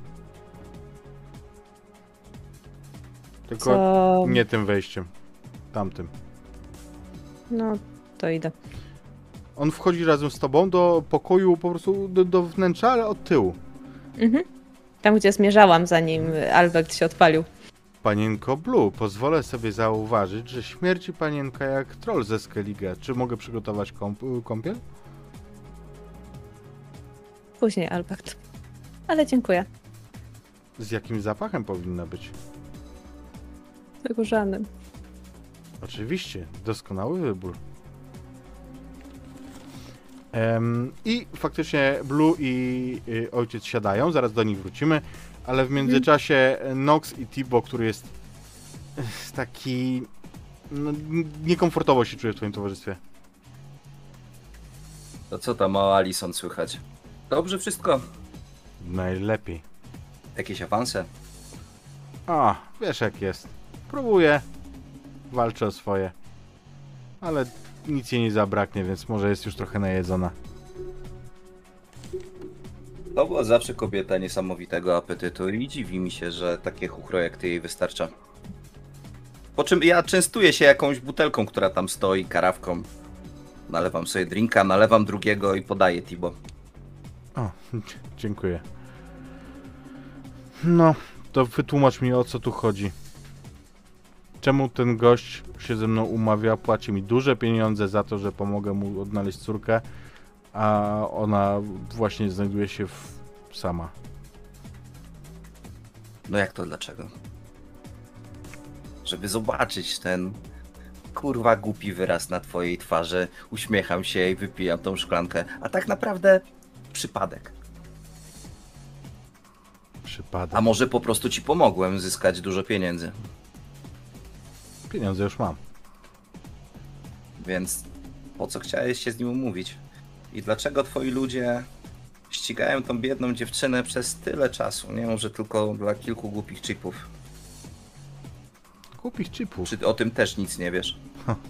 Tylko Co... nie tym wejściem. Tamtym. No, to idę. On wchodzi razem z tobą do pokoju, po prostu do, do wnętrza, ale od tyłu. Mhm. Tam, gdzie zmierzałam, zanim Albert się odpalił. Panienko Blue, pozwolę sobie zauważyć, że śmierci panienka jak troll ze Skellige. Czy mogę przygotować kąp- kąpiel? Później, Albert. Ale dziękuję. Z jakim zapachem powinna być? Różanym. Oczywiście, doskonały wybór. Em, I faktycznie Blue i y, ojciec siadają, zaraz do nich wrócimy, ale w międzyczasie Nox i Tibo, który jest y, taki... No, n- niekomfortowo się czuje w twoim towarzystwie. To co tam o Alison słychać? Dobrze wszystko? Najlepiej. Jakieś awanse? A, wiesz jak jest. Próbuję. Walczę o swoje. Ale nic jej nie zabraknie, więc może jest już trochę najedzona. To była zawsze kobieta niesamowitego apetytu i dziwi mi się, że takie chuchro jak ty jej wystarcza. Po czym ja częstuję się jakąś butelką, która tam stoi, karawką. Nalewam sobie drinka, nalewam drugiego i podaję Tibo. O, dzie- dziękuję. No, to wytłumacz mi, o co tu chodzi. Czemu ten gość się ze mną umawia, płaci mi duże pieniądze za to, że pomogę mu odnaleźć córkę, a ona właśnie znajduje się w... sama. No jak to dlaczego? Żeby zobaczyć ten kurwa głupi wyraz na twojej twarzy, uśmiecham się i wypijam tą szklankę, a tak naprawdę przypadek. Przypadek. A może po prostu ci pomogłem zyskać dużo pieniędzy, Pieniądze już mam. więc po co chciałeś się z nim umówić? I dlaczego twoi ludzie ścigają tą biedną dziewczynę przez tyle czasu? Nie może tylko dla kilku głupich chipów. Głupich chipów. Czy ty o tym też nic nie wiesz?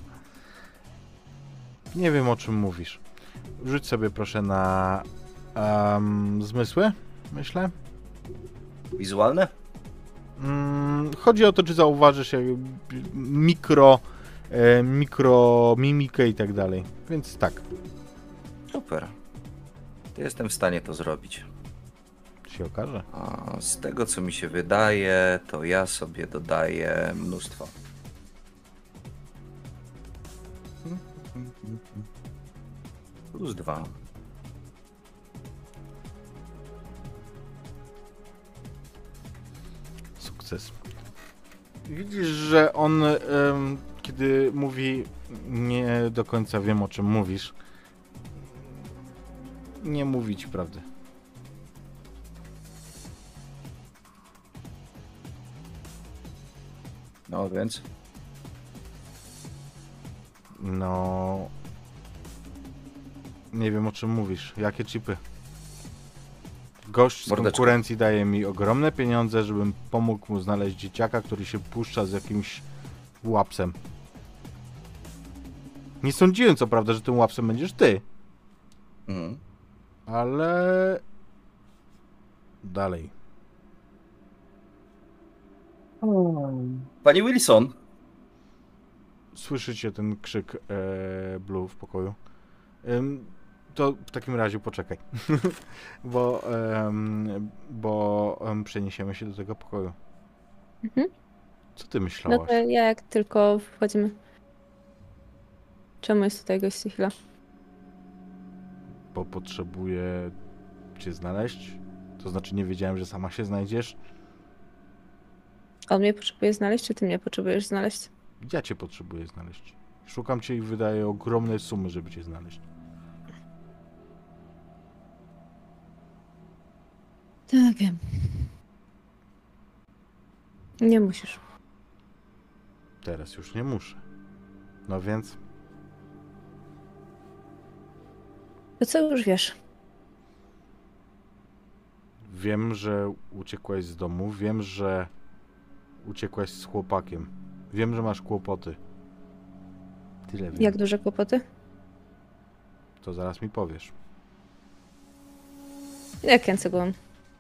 Nie wiem, o czym mówisz. Rzuć sobie proszę na um, zmysły, myślę. Wizualne? Mm, chodzi o to, czy zauważysz jak mikro, e, mikro mimikę i tak dalej. Więc tak. Super. Jestem w stanie to zrobić. Się okaże. A z tego, co mi się wydaje, to ja sobie dodaję mnóstwo. Plus dwa. Sukces. Widzisz, że on, em, kiedy mówi, nie do końca wiem, o czym mówisz, nie mówi ci prawdy. No więc. No... Nie wiem, o czym mówisz. Jakie chipy? Gość z Mordeczko. konkurencji daje mi ogromne pieniądze, żebym pomógł mu znaleźć dzieciaka, który się puszcza z jakimś łapsem. Nie sądziłem, co prawda, że tym łapsem będziesz ty. Mhm. Ale... Dalej. Pani Wilson. Słyszycie ten krzyk e, Blue w pokoju. Ym, to w takim razie poczekaj. bo em, bo em, przeniesiemy się do tego pokoju. Mhm. Co ty No myślałaś? to ja jak tylko wchodzimy. Czemu jest tutaj gość chwila? Bo potrzebuję cię znaleźć. To znaczy nie wiedziałem, że sama się znajdziesz. On mnie potrzebuje znaleźć, czy ty mnie potrzebujesz znaleźć? Ja cię potrzebuję znaleźć. Szukam cię i wydaję ogromne sumy, żeby cię znaleźć. Tak, wiem. Nie musisz. Teraz już nie muszę. No więc To co już wiesz? wiem, że uciekłaś z domu. Wiem, że uciekłaś z chłopakiem. Wiem, że masz kłopoty. Tyle wiem. Jak duże kłopoty? To zaraz mi powiesz. Jak ręce głową.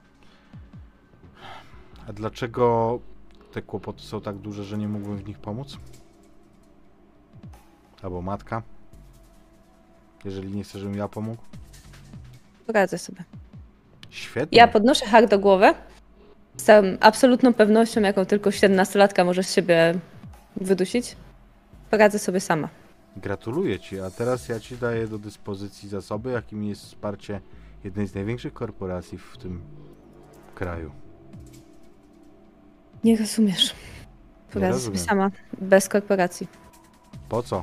A dlaczego te kłopoty są tak duże, że nie mógłbym w nich pomóc? Albo matka? Jeżeli nie chcesz, żebym ja pomógł? Poradzę sobie. Świetnie. Ja podnoszę hak do głowy z całą absolutną pewnością, jaką tylko siedemnastolatka może z siebie wydusić. Poradzę sobie sama. Gratuluję ci, a teraz ja ci daję do dyspozycji zasoby, jakim jest wsparcie jednej z największych korporacji w tym kraju. Nie rozumiesz. Poradzę sobie rozumiem. sama, bez korporacji. Po co?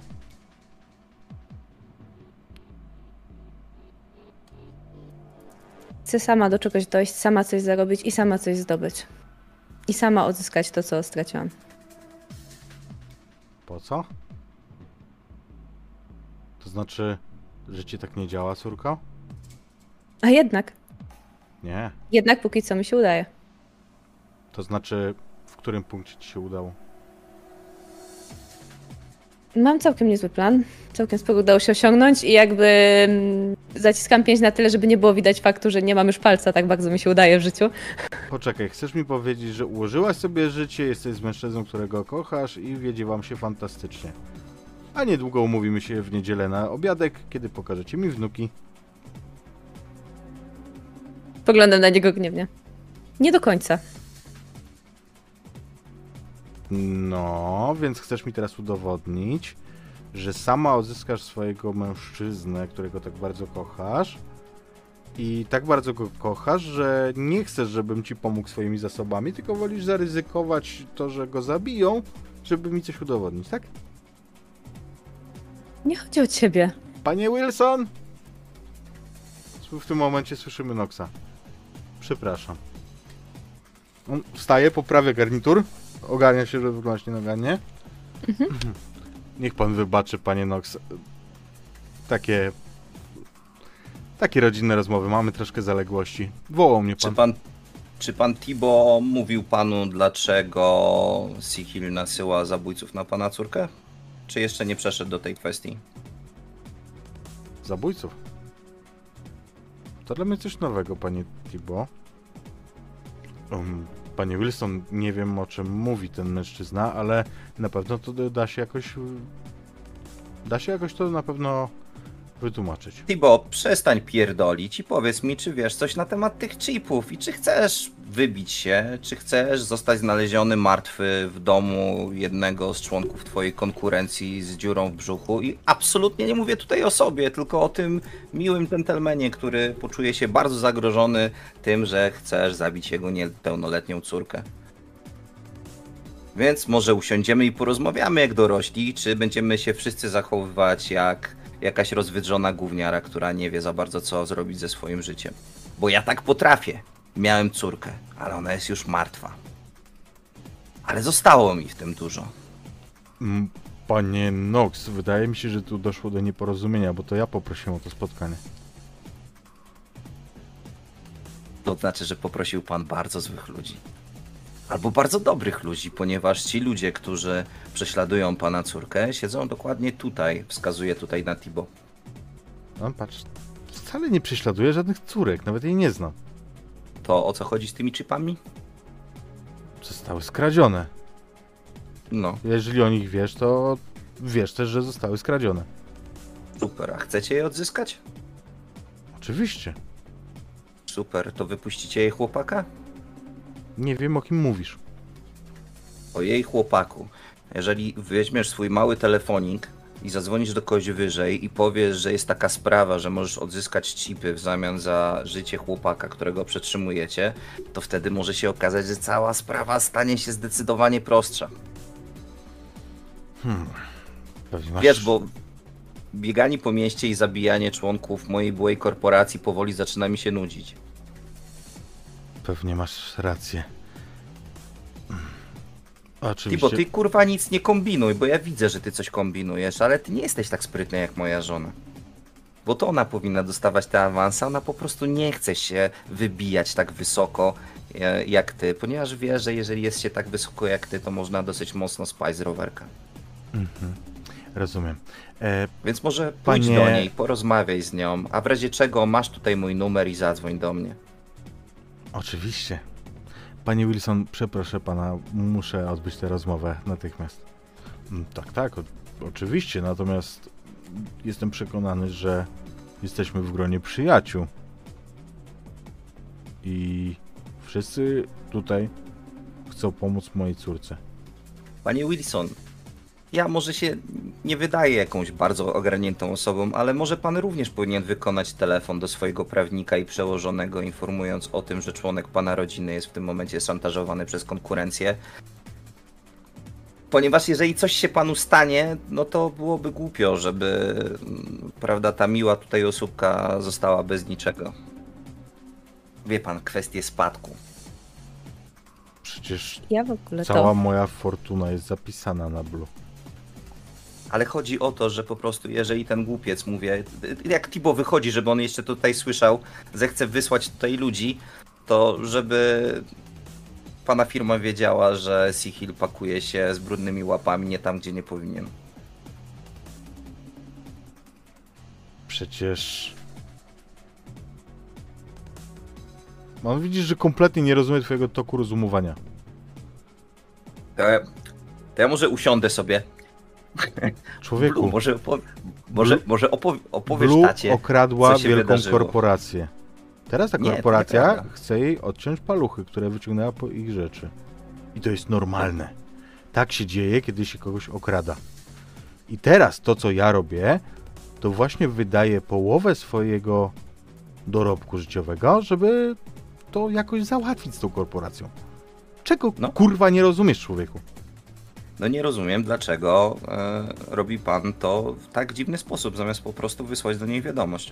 Chcę sama do czegoś dojść, sama coś zarobić i sama coś zdobyć. I sama odzyskać to, co straciłam. Po co? To znaczy, że ci tak nie działa, córko? A jednak, Nie. jednak póki co mi się udaje. To znaczy, w którym punkcie ci się udało? Mam całkiem niezły plan. Całkiem sporo udało się osiągnąć i jakby mm, zaciskam pięść na tyle, żeby nie było widać faktu, że nie mam już palca, tak bardzo mi się udaje w życiu. Poczekaj, chcesz mi powiedzieć, że ułożyłaś sobie życie, jesteś z mężczyzną, którego kochasz i wiedzie wam się fantastycznie. A niedługo umówimy się w niedzielę na obiadek, kiedy pokażecie mi wnuki. Poglądam na niego gniewnie. Nie do końca. No, więc chcesz mi teraz udowodnić, że sama odzyskasz swojego mężczyznę, którego tak bardzo kochasz i tak bardzo go kochasz, że nie chcesz, żebym ci pomógł swoimi zasobami, tylko wolisz zaryzykować to, że go zabiją, żeby mi coś udowodnić, tak? Nie chodzi o ciebie. Panie Wilson! W tym momencie słyszymy Noxa. Przepraszam. On wstaje, poprawia garnitur, ogarnia się, żeby wyglądać nienagannie. Mhm. Niech pan wybaczy, panie Nox. Takie... Takie rodzinne rozmowy, mamy troszkę zaległości. Wołał mnie Czy pan. pan, czy pan Tibo mówił panu, dlaczego Sihil nasyła zabójców na pana córkę? Czy jeszcze nie przeszedł do tej kwestii? Zabójców. To dla mnie coś nowego, panie Tibo. Um, panie Wilson, nie wiem, o czym mówi ten mężczyzna, ale na pewno to da się jakoś... Da się jakoś to na pewno wytłumaczyć. Tibo, przestań pierdolić i powiedz mi, czy wiesz coś na temat tych chipów i czy chcesz wybić się, czy chcesz zostać znaleziony martwy w domu jednego z członków twojej konkurencji z dziurą w brzuchu. I absolutnie nie mówię tutaj o sobie, tylko o tym miłym dżentelmenie, który poczuje się bardzo zagrożony tym, że chcesz zabić jego niepełnoletnią córkę. Więc może usiądziemy i porozmawiamy jak dorośli, czy będziemy się wszyscy zachowywać jak jakaś rozwydrzona gówniara, która nie wie za bardzo co zrobić ze swoim życiem. Bo ja tak potrafię. Miałem córkę, ale ona jest już martwa. Ale zostało mi w tym dużo. Mm, Panie Nox, wydaje mi się, że tu doszło do nieporozumienia, bo to ja poprosiłem o to spotkanie. To znaczy, że poprosił pan bardzo złych ludzi. Albo bardzo dobrych ludzi, ponieważ ci ludzie, którzy prześladują pana córkę, siedzą dokładnie tutaj, wskazuje tutaj na Tibo. No patrz, wcale nie prześladuję żadnych córek, nawet jej nie znam. To o co chodzi z tymi chipami? Zostały skradzione. No, Jeżeli o nich wiesz, to wiesz też, że zostały skradzione. super. A chcecie je odzyskać? Oczywiście. Super. To wypuścicie jej chłopaka? Nie wiem, o kim mówisz. O jej chłopaku. Jeżeli weźmiesz swój mały telefonik i zadzwonisz do kogoś wyżej i powiesz, że jest taka sprawa, że możesz odzyskać chipy w zamian za życie chłopaka, którego przetrzymujecie, to wtedy może się okazać, że cała sprawa stanie się zdecydowanie prostsza. Hmm. Pewnie masz... Wiesz, bo bieganie po mieście i zabijanie członków mojej byłej korporacji powoli zaczyna mi się nudzić. Pewnie masz rację. Oczywiście. Tibo, ty kurwa nic nie kombinuj, bo ja widzę, że ty coś kombinujesz, ale ty nie jesteś tak sprytny jak moja żona. Bo to ona powinna dostawać te awanse, ona po prostu nie chce się wybijać tak wysoko e, jak ty, ponieważ wie, że jeżeli jest się tak wysoko jak ty, to można dosyć mocno spaść z rowerka. Mhm. Rozumiem. E, Więc może pójdź Panie- do niej, porozmawiaj z nią, a w razie czego masz tutaj mój numer i zadzwoń do mnie. oczywiście. Panie Wilson, przeproszę pana, muszę odbyć tę rozmowę natychmiast. Mm, Tak, tak, o, oczywiście, natomiast jestem przekonany, że jesteśmy w gronie przyjaciół. I wszyscy tutaj chcą pomóc mojej córce. Panie Wilson, ja może się nie wydaję jakąś bardzo ogarniętą osobą, ale może pan również powinien wykonać telefon do swojego prawnika i przełożonego, informując o tym, że członek pana rodziny jest w tym momencie szantażowany przez konkurencję. Ponieważ jeżeli coś się panu stanie, no to byłoby głupio, żeby, prawda, ta miła tutaj osóbka została bez niczego. Wie pan, kwestie spadku. Przecież Ja w ogóle cała to... moja fortuna jest zapisana na Blue. Ale chodzi o to, że po prostu jeżeli ten głupiec, mówię, jak Tibo wychodzi, żeby on jeszcze tutaj słyszał, zechce wysłać tutaj ludzi, to żeby pana firma wiedziała, że Sihil pakuje się z brudnymi łapami nie tam, gdzie nie powinien. Przecież... On widzisz, że kompletnie nie rozumie twojego toku rozumowania. To ja, to ja może usiądę sobie. Człowieku, Blue, może opow- może, Blue- może opow- opowiesz Blue tacie, okradła co się wielką wydarzyło. korporację. Teraz ta Nie, to korporacja nieprawda. chce jej odciąć paluchy, które wyciągnęła po ich rzeczy. I to jest normalne. Tak się dzieje, kiedy się kogoś okrada. I teraz to, co ja robię, to właśnie wydaję połowę swojego dorobku życiowego, żeby to jakoś załatwić z tą korporacją. Czego No. kurwa nie rozumiesz, człowieku? No nie rozumiem, dlaczego e, robi pan to w tak dziwny sposób, zamiast po prostu wysłać do niej wiadomość.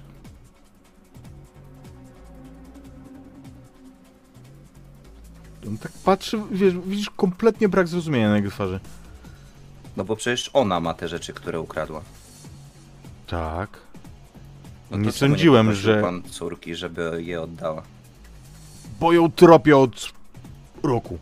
On tak patrzy, wiesz, widzisz kompletnie brak zrozumienia na jego twarzy. No bo przecież ona ma te rzeczy, które ukradła. Tak. No Nie to czemu sądziłem, poprosił że- pan córki, żeby je oddała. Bo ją tropię od roku.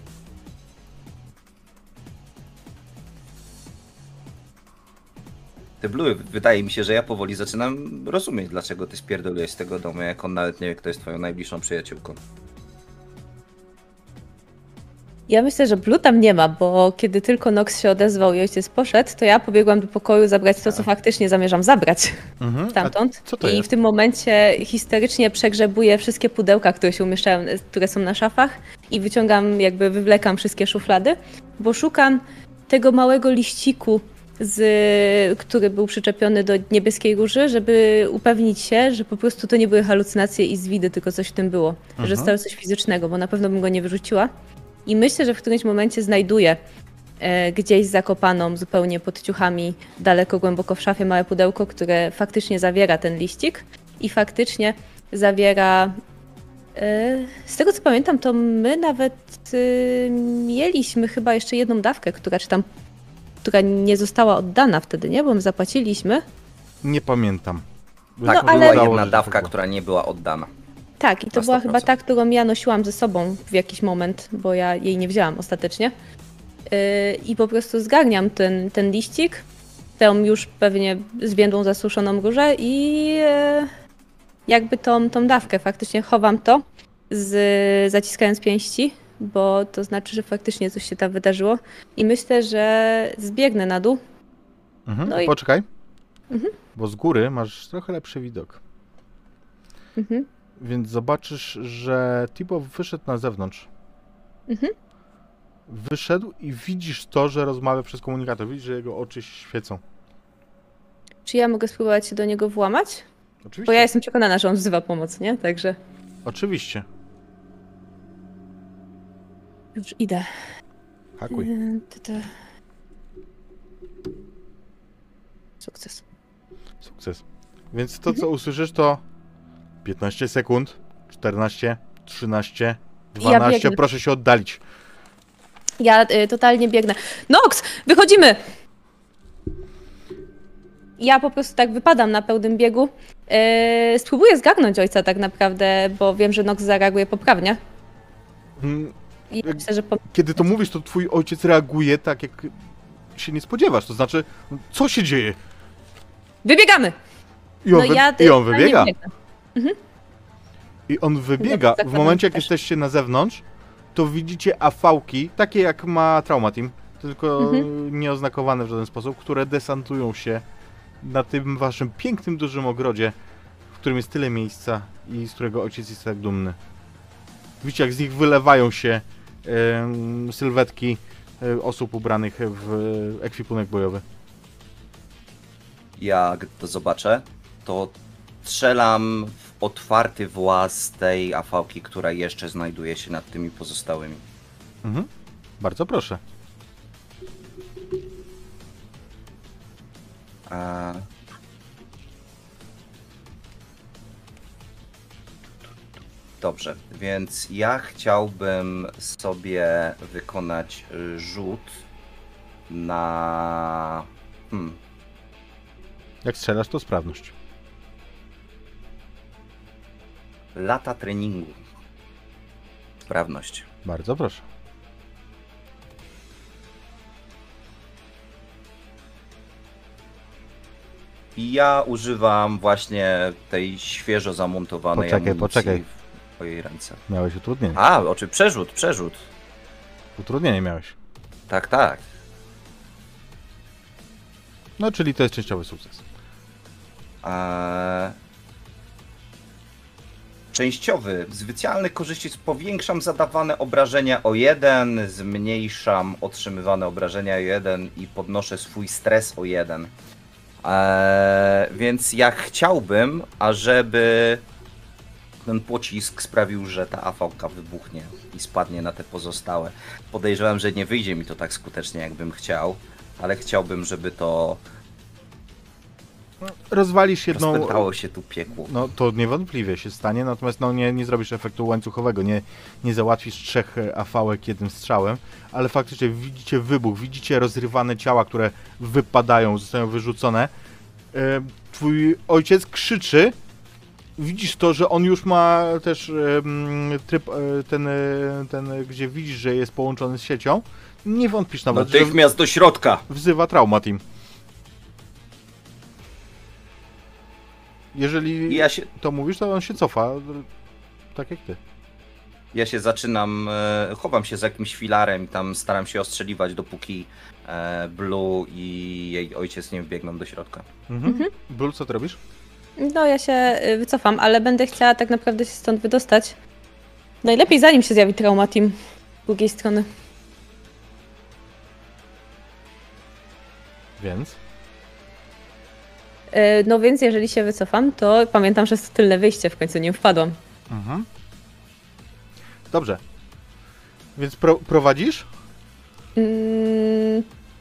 Ty Blue, wydaje mi się, że ja powoli zaczynam rozumieć, dlaczego ty spierdolujesz z tego domu, jak on nawet nie wie, kto jest twoją najbliższą przyjaciółką. Ja myślę, że Blue tam nie ma, bo kiedy tylko Nox się odezwał i ojciec poszedł, to ja pobiegłam do pokoju zabrać to, co faktycznie zamierzam zabrać Mhm. stamtąd. A co to I jest? w tym momencie histerycznie przegrzebuję wszystkie pudełka, które się umieszczają, które są na szafach i wyciągam, jakby wywlekam wszystkie szuflady, bo szukam tego małego liściku, z, który był przyczepiony do niebieskiej róży, żeby upewnić się, że po prostu to nie były halucynacje i zwidy, tylko coś w tym było. Mhm. Że stało coś fizycznego, bo na pewno bym go nie wyrzuciła. I myślę, że w którymś momencie znajduję e, gdzieś zakopaną zupełnie pod ciuchami, daleko, głęboko w szafie małe pudełko, które faktycznie zawiera ten liścik i faktycznie zawiera... E, z tego co pamiętam, to my nawet e, mieliśmy chyba jeszcze jedną dawkę, która czy tam która nie została oddana wtedy, nie? Bo my zapłaciliśmy. Nie pamiętam. Tak, No, ale- była Założę, jedna że dawka, tak było. która nie była oddana. Tak, i to Na była sto chyba procent. ta, którą ja nosiłam ze sobą w jakiś moment, bo ja jej nie wzięłam ostatecznie. Yy, I po prostu zgarniam ten, ten liścik, tę już pewnie zwiędłą, zasuszoną różę i yy, jakby tą, tą dawkę faktycznie chowam to, z, zaciskając pięści, bo to znaczy, że faktycznie coś się tam wydarzyło. I myślę, że zbiegnę na dół. Mhm. No i- Poczekaj. Mhm. Bo z góry masz trochę lepszy widok. Mhm. Więc zobaczysz, że Tibo wyszedł na zewnątrz. Mhm. Wyszedł i widzisz to, że rozmawia przez komunikator. Widzisz, że jego oczy świecą. Czy ja mogę spróbować się do niego włamać? Oczywiście. Bo ja jestem przekonana, że on wzywa pomoc, nie? Także Oczywiście. już idę. Hakuj. Yy, ty, ty. Sukces. Sukces. Więc to, co usłyszysz, to piętnaście sekund, czternaście, trzynaście, dwanaście. biegnę. Proszę się oddalić. Ja y, totalnie biegnę. Nox, wychodzimy! Ja po prostu tak wypadam na pełnym biegu. Yy, spróbuję zgarnąć ojca tak naprawdę, bo wiem, że Nox zareaguje poprawnie. Mm, I Jak- myślę, że po... Kiedy to mówisz, to twój ojciec reaguje tak, jak się nie spodziewasz. To znaczy, co się dzieje? Wybiegamy! I on, No wy... ja I on totalnie wybiega. biegnę. I on wybiega. W zakładam momencie, jak też. jesteście na zewnątrz, to widzicie A V-ki, takie jak ma Trauma Team, tylko Mhm. nieoznakowane w żaden sposób, które desantują się na tym waszym pięknym, dużym ogrodzie, w którym jest tyle miejsca i z którego ojciec jest tak dumny. Widzicie, jak z nich wylewają się em, sylwetki e, osób ubranych w ekwipunek bojowy. Jak to zobaczę, to strzelam w otwarty włas tej A V-ki, która jeszcze znajduje się nad tymi pozostałymi. Mhm. Bardzo proszę. A... Dobrze, więc ja chciałbym sobie wykonać y, rzut na... Hmm, Jak strzelasz, to sprawność. lata treningu. Sprawność. Bardzo proszę. I ja używam właśnie tej świeżo zamontowanej Poczekaj, amunicji poczekaj. w mojej ręce. Miałeś utrudnienie. A, oczy, przerzut, przerzut. Utrudnienie miałeś. Tak, tak. No, czyli to jest częściowy sukces. Eee... Częściowy. Specjalne korzyści. Powiększam zadawane obrażenia o jeden, zmniejszam otrzymywane obrażenia o jeden i podnoszę swój stres o jeden. Eee, więc ja chciałbym, ażeby ten pocisk sprawił, że ta A V-ka wybuchnie i spadnie na te pozostałe. Podejrzewam, że nie wyjdzie mi to tak skutecznie, jakbym chciał, ale chciałbym, żeby to Rozwalisz jedną... rozpętało się tu piekło. No to niewątpliwie się stanie, natomiast no, nie, nie zrobisz efektu łańcuchowego, nie, nie załatwisz trzech A V-ek jednym strzałem, ale faktycznie widzicie wybuch, widzicie rozrywane ciała, które wypadają, zostają wyrzucone. E, Twój ojciec krzyczy, widzisz to, że on już ma też em, tryb e, ten, e, ten, gdzie widzisz, że jest połączony z siecią. Nie wątpisz nawet, że Natychmiast do środka! wzywa Trauma Team. Jeżeli I ja się... to mówisz, to on się cofa, tak jak ty. Ja się zaczynam, e, chowam się za jakimś filarem i tam staram się ostrzeliwać, dopóki e, Blue i jej ojciec nie wbiegną do środka. Mhm. Mhm. Blue, co ty robisz? No ja się y, wycofam, ale będę chciała tak naprawdę się stąd wydostać. Najlepiej zanim się zjawi Trauma Team z drugiej strony. Więc? Y, No więc jeżeli się wycofam, to pamiętam, że jest to tylne wyjście, w końcu nie wpadłam. Mhm. Dobrze. Więc pro, prowadzisz? Mm.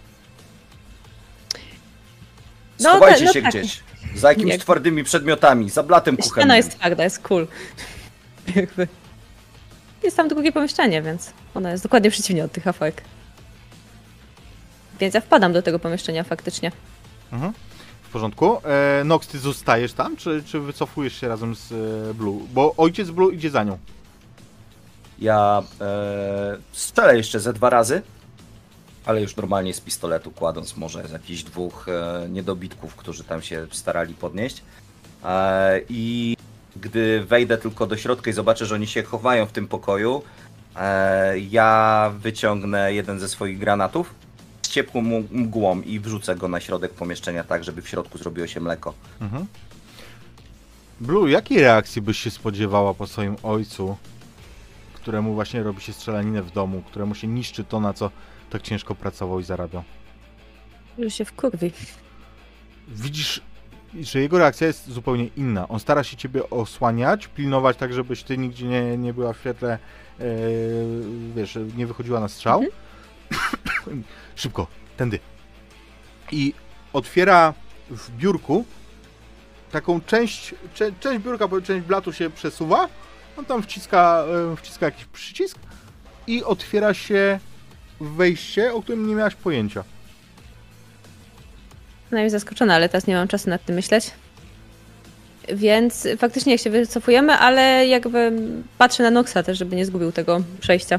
No, Schowajcie no się tak. gdzieś, za jakimiś Jak- twardymi przedmiotami, za blatem Ściana kuchennym. jest twarda, jest cool. Jakby. Jest tam drugie pomieszczenie, więc ona jest dokładnie przeciwnie od tych hafek. Więc ja wpadam do tego pomieszczenia faktycznie. Mhm. W porządku. E, Nox, ty zostajesz tam, czy, czy wycofujesz się razem z e, Blue? Bo ojciec Blue idzie za nią. Ja e, strzelę jeszcze ze dwa razy, ale już normalnie z pistoletu, kładąc może z jakichś dwóch e, niedobitków, którzy tam się starali podnieść. E, I gdy wejdę tylko do środka i zobaczę, że oni się chowają w tym pokoju, e, ja wyciągnę jeden ze swoich granatów z ciepłą mu- mgłą i wrzucę go na środek pomieszczenia tak, żeby w środku zrobiło się mleko. Mhm. Blue, jakiej reakcji byś się spodziewała po swoim ojcu, któremu właśnie robi się strzelaninę w domu, któremu się niszczy to, na co tak ciężko pracował i zarabiał? Już się wkurwi. Widzisz, że jego reakcja jest zupełnie inna. On stara się ciebie osłaniać, pilnować tak, żebyś ty nigdzie nie, nie była w świetle, yy, wiesz, nie wychodziła na strzał. Szybko, tędy. I otwiera w biurku taką część, cze, część biurka, bo część blatu się przesuwa. On tam wciska, yy, wciska jakiś przycisk i otwiera się wejście, o którym nie miałaś pojęcia. Przynajmniej zaskoczona, ale teraz nie mam czasu nad tym myśleć. Więc faktycznie jak się wycofujemy, ale jakby patrzę na Noxa też, żeby nie zgubił tego przejścia.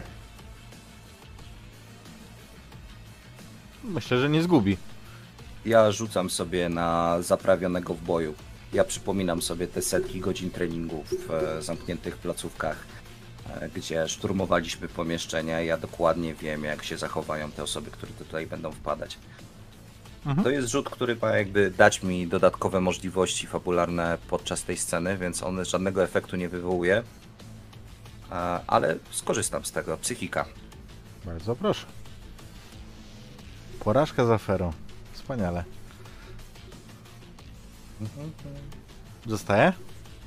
Myślę, że nie zgubi. Ja rzucam sobie na zaprawionego w boju. Ja przypominam sobie te setki godzin treningu w e, zamkniętych placówkach, e, gdzie szturmowaliśmy pomieszczenia. Ja dokładnie wiem, jak się zachowają te osoby, które tutaj będą wpadać. Mhm. To jest rzut, który ma jakby dać mi dodatkowe możliwości fabularne podczas tej sceny, więc on żadnego efektu nie wywołuje. E, ale skorzystam z tego. Psychika. Bardzo proszę. Porażka z aferą. Wspaniale. Zostaje?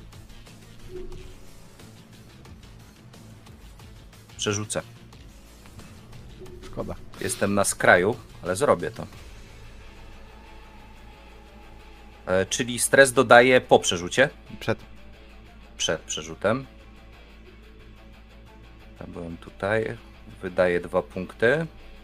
Przerzucę. Szkoda. Jestem na skraju, ale zrobię to. E, czyli stres dodaję po przerzucie. Przed. Przed przerzutem. Ja byłem tutaj. Wydaję dwa punkty.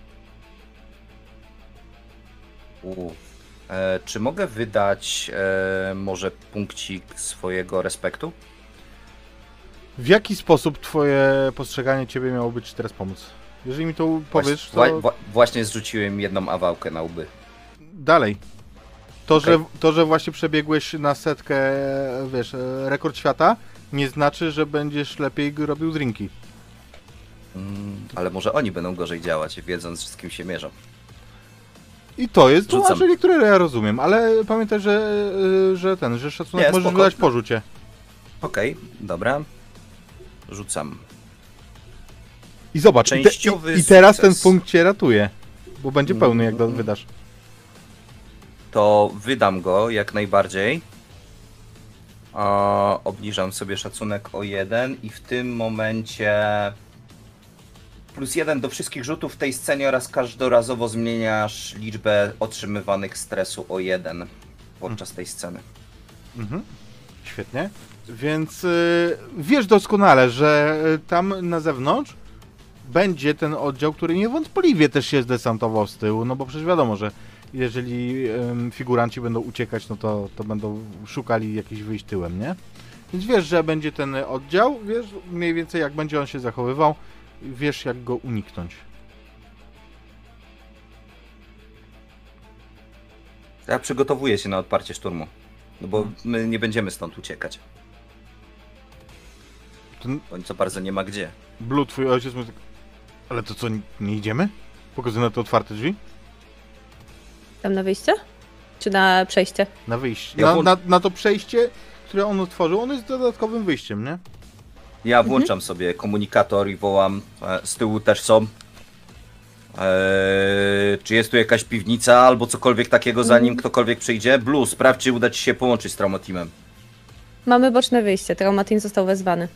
U. E, czy mogę wydać e, może punkcik swojego respektu? W jaki sposób twoje postrzeganie ciebie miałoby ci teraz pomóc? Jeżeli mi to powiesz, Właśnie, to wła- właśnie zrzuciłem jedną awałkę na łby. dalej. To, Okej. że, to, że właśnie przebiegłeś na setkę, wiesz, rekord świata, nie znaczy, że będziesz lepiej robił drinki. Mm, ale może oni będą gorzej działać, wiedząc, z kim się mierzą. I to jest Rzucam. tłumaczenie, które ja rozumiem, ale pamiętaj, że, y, że ten, że szacunek Nie, możesz spoko. wydać po rzucie. Okej, dobra. Rzucam. I zobacz, i, te, Częściowy i, i teraz ten sukces. punkt cię ratuje, bo będzie pełny, jak do, wydasz. To wydam go jak najbardziej. O, obniżam sobie szacunek o jeden i w tym momencie plus jeden do wszystkich rzutów w tej scenie oraz każdorazowo zmieniasz liczbę otrzymywanych stresu o jeden podczas tej sceny. Mhm. Świetnie. Więc y, wiesz doskonale, że y, tam na zewnątrz będzie ten oddział, który niewątpliwie też się zdesantował z tyłu, no bo przecież wiadomo, że jeżeli ym, figuranci będą uciekać, no to, to będą szukali jakichś wyjść tyłem, nie? Więc wiesz, że będzie ten oddział, wiesz mniej więcej jak będzie on się zachowywał, wiesz jak go uniknąć. Ja przygotowuję się na odparcie szturmu, no bo my nie będziemy stąd uciekać. Ten Bądź co bardzo nie ma gdzie. Blue, twój ojciec mówi tak, ale to co, nie idziemy? Pokazuję na te otwarte drzwi? Tam na wyjście? Czy na przejście? Na wyjście. Ja Na, włą- na, na to przejście, które on otworzył, on jest dodatkowym wyjściem, nie? Ja włączam sobie komunikator i wołam, e, z tyłu też są. Eee, czy jest tu jakaś piwnica albo cokolwiek takiego, zanim ktokolwiek przyjdzie? Blue, sprawdź, czy uda ci się połączyć z Traumateamem. Mamy boczne wyjście. Traumatin został wezwany.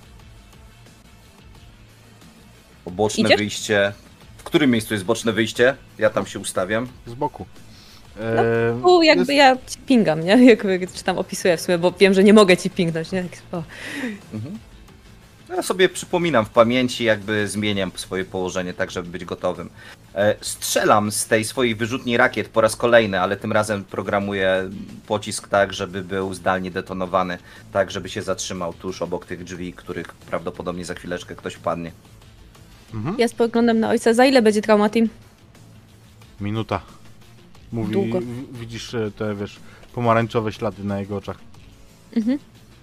Boczne Idziesz? wyjście. W którym miejscu jest boczne wyjście? Ja tam się ustawiam. Z boku. No, Eee, Tu jakby jest- ja ci pingam, nie? Jakby, czy tam opisuję w sumie, bo wiem, że nie mogę ci pingnąć, nie? Tak, o. Mhm. Ja sobie przypominam w pamięci, jakby zmieniam swoje położenie, tak żeby być gotowym. E, strzelam z tej swojej wyrzutni rakiet po raz kolejny, ale tym razem programuję pocisk tak, żeby był zdalnie detonowany, tak żeby się zatrzymał tuż obok tych drzwi, których prawdopodobnie za chwileczkę ktoś wpadnie. Mhm. Ja spoglądam na ojca. Za ile będzie Traumatin? Minuta. Mówi, Długo. w- widzisz e, te, wiesz, pomarańczowe ślady na jego oczach. Mhm.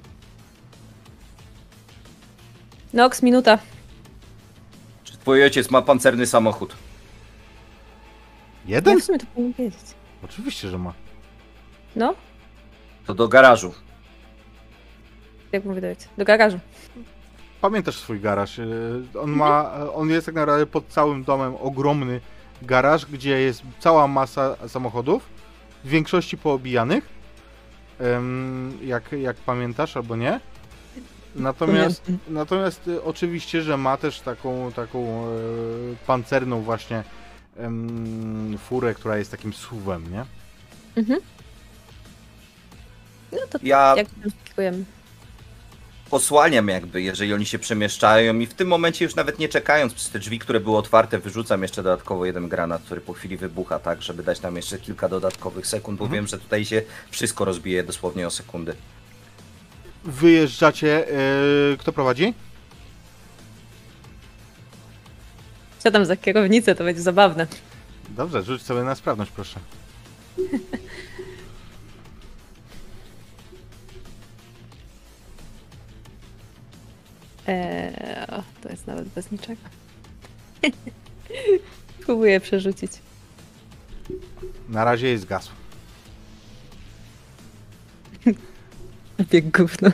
Nox, minuta. Czy twój ojciec ma pancerny samochód? Jeden? Ja w sumie to powinien wiedzieć. Oczywiście, że ma. No, To do garażu. jak mówię do ojca. Do garażu. Pamiętasz swój garaż? e, On ma, e, on jest tak naprawdę pod całym domem ogromny garaż, gdzie jest cała masa samochodów, w większości poobijanych, em, jak, jak pamiętasz albo nie. Natomiast, Pamiętam. natomiast e, oczywiście, że ma też taką, taką e, pancerną właśnie em, furę, która jest takim suwem, nie? Mhm. No to Ja jak tam spikujemy. posłaniam jakby, jeżeli oni się przemieszczają i w tym momencie już nawet nie czekając przez te drzwi, które były otwarte, wyrzucam jeszcze dodatkowo jeden granat, który po chwili wybucha, tak, żeby dać nam jeszcze kilka dodatkowych sekund, bo Mhm. wiem, że tutaj się wszystko rozbije dosłownie o sekundy. Wyjeżdżacie, e, kto prowadzi? Siadam za kierownicę, to będzie zabawne. Dobrze, rzuć sobie na sprawność, proszę. Eee, o, to jest nawet bez niczego. Próbuję przerzucić. Na razie jest zgasł. Bieg gówno.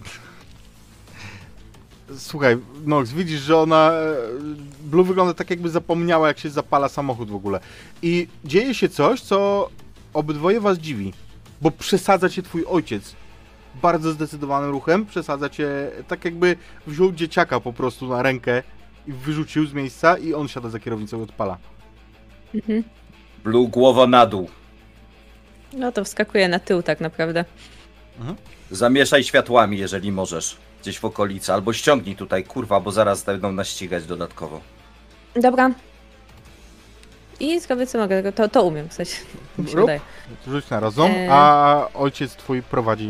Słuchaj, Nox, widzisz, że ona... e, Blue wygląda tak, jakby zapomniała, jak się zapala samochód w ogóle. I dzieje się coś, co obydwoje was dziwi. Bo przesadza cię twój ojciec. Bardzo zdecydowanym ruchem przesadza cię, tak jakby wziął dzieciaka po prostu na rękę i wyrzucił z miejsca i on siada za kierownicą i odpala. Mhm. Blue, głowa na dół. No to wskakuje na tył tak naprawdę. Zamieszaj światłami, jeżeli możesz. Gdzieś w okolicy, albo ściągnij tutaj, kurwa, bo zaraz będą nas ścigać dodatkowo. Dobra. I zrobię co mogę, to, to umiem w sensie. Mi się Rób. wydaje. Rzuć na rozum, E. a ojciec twój prowadzi.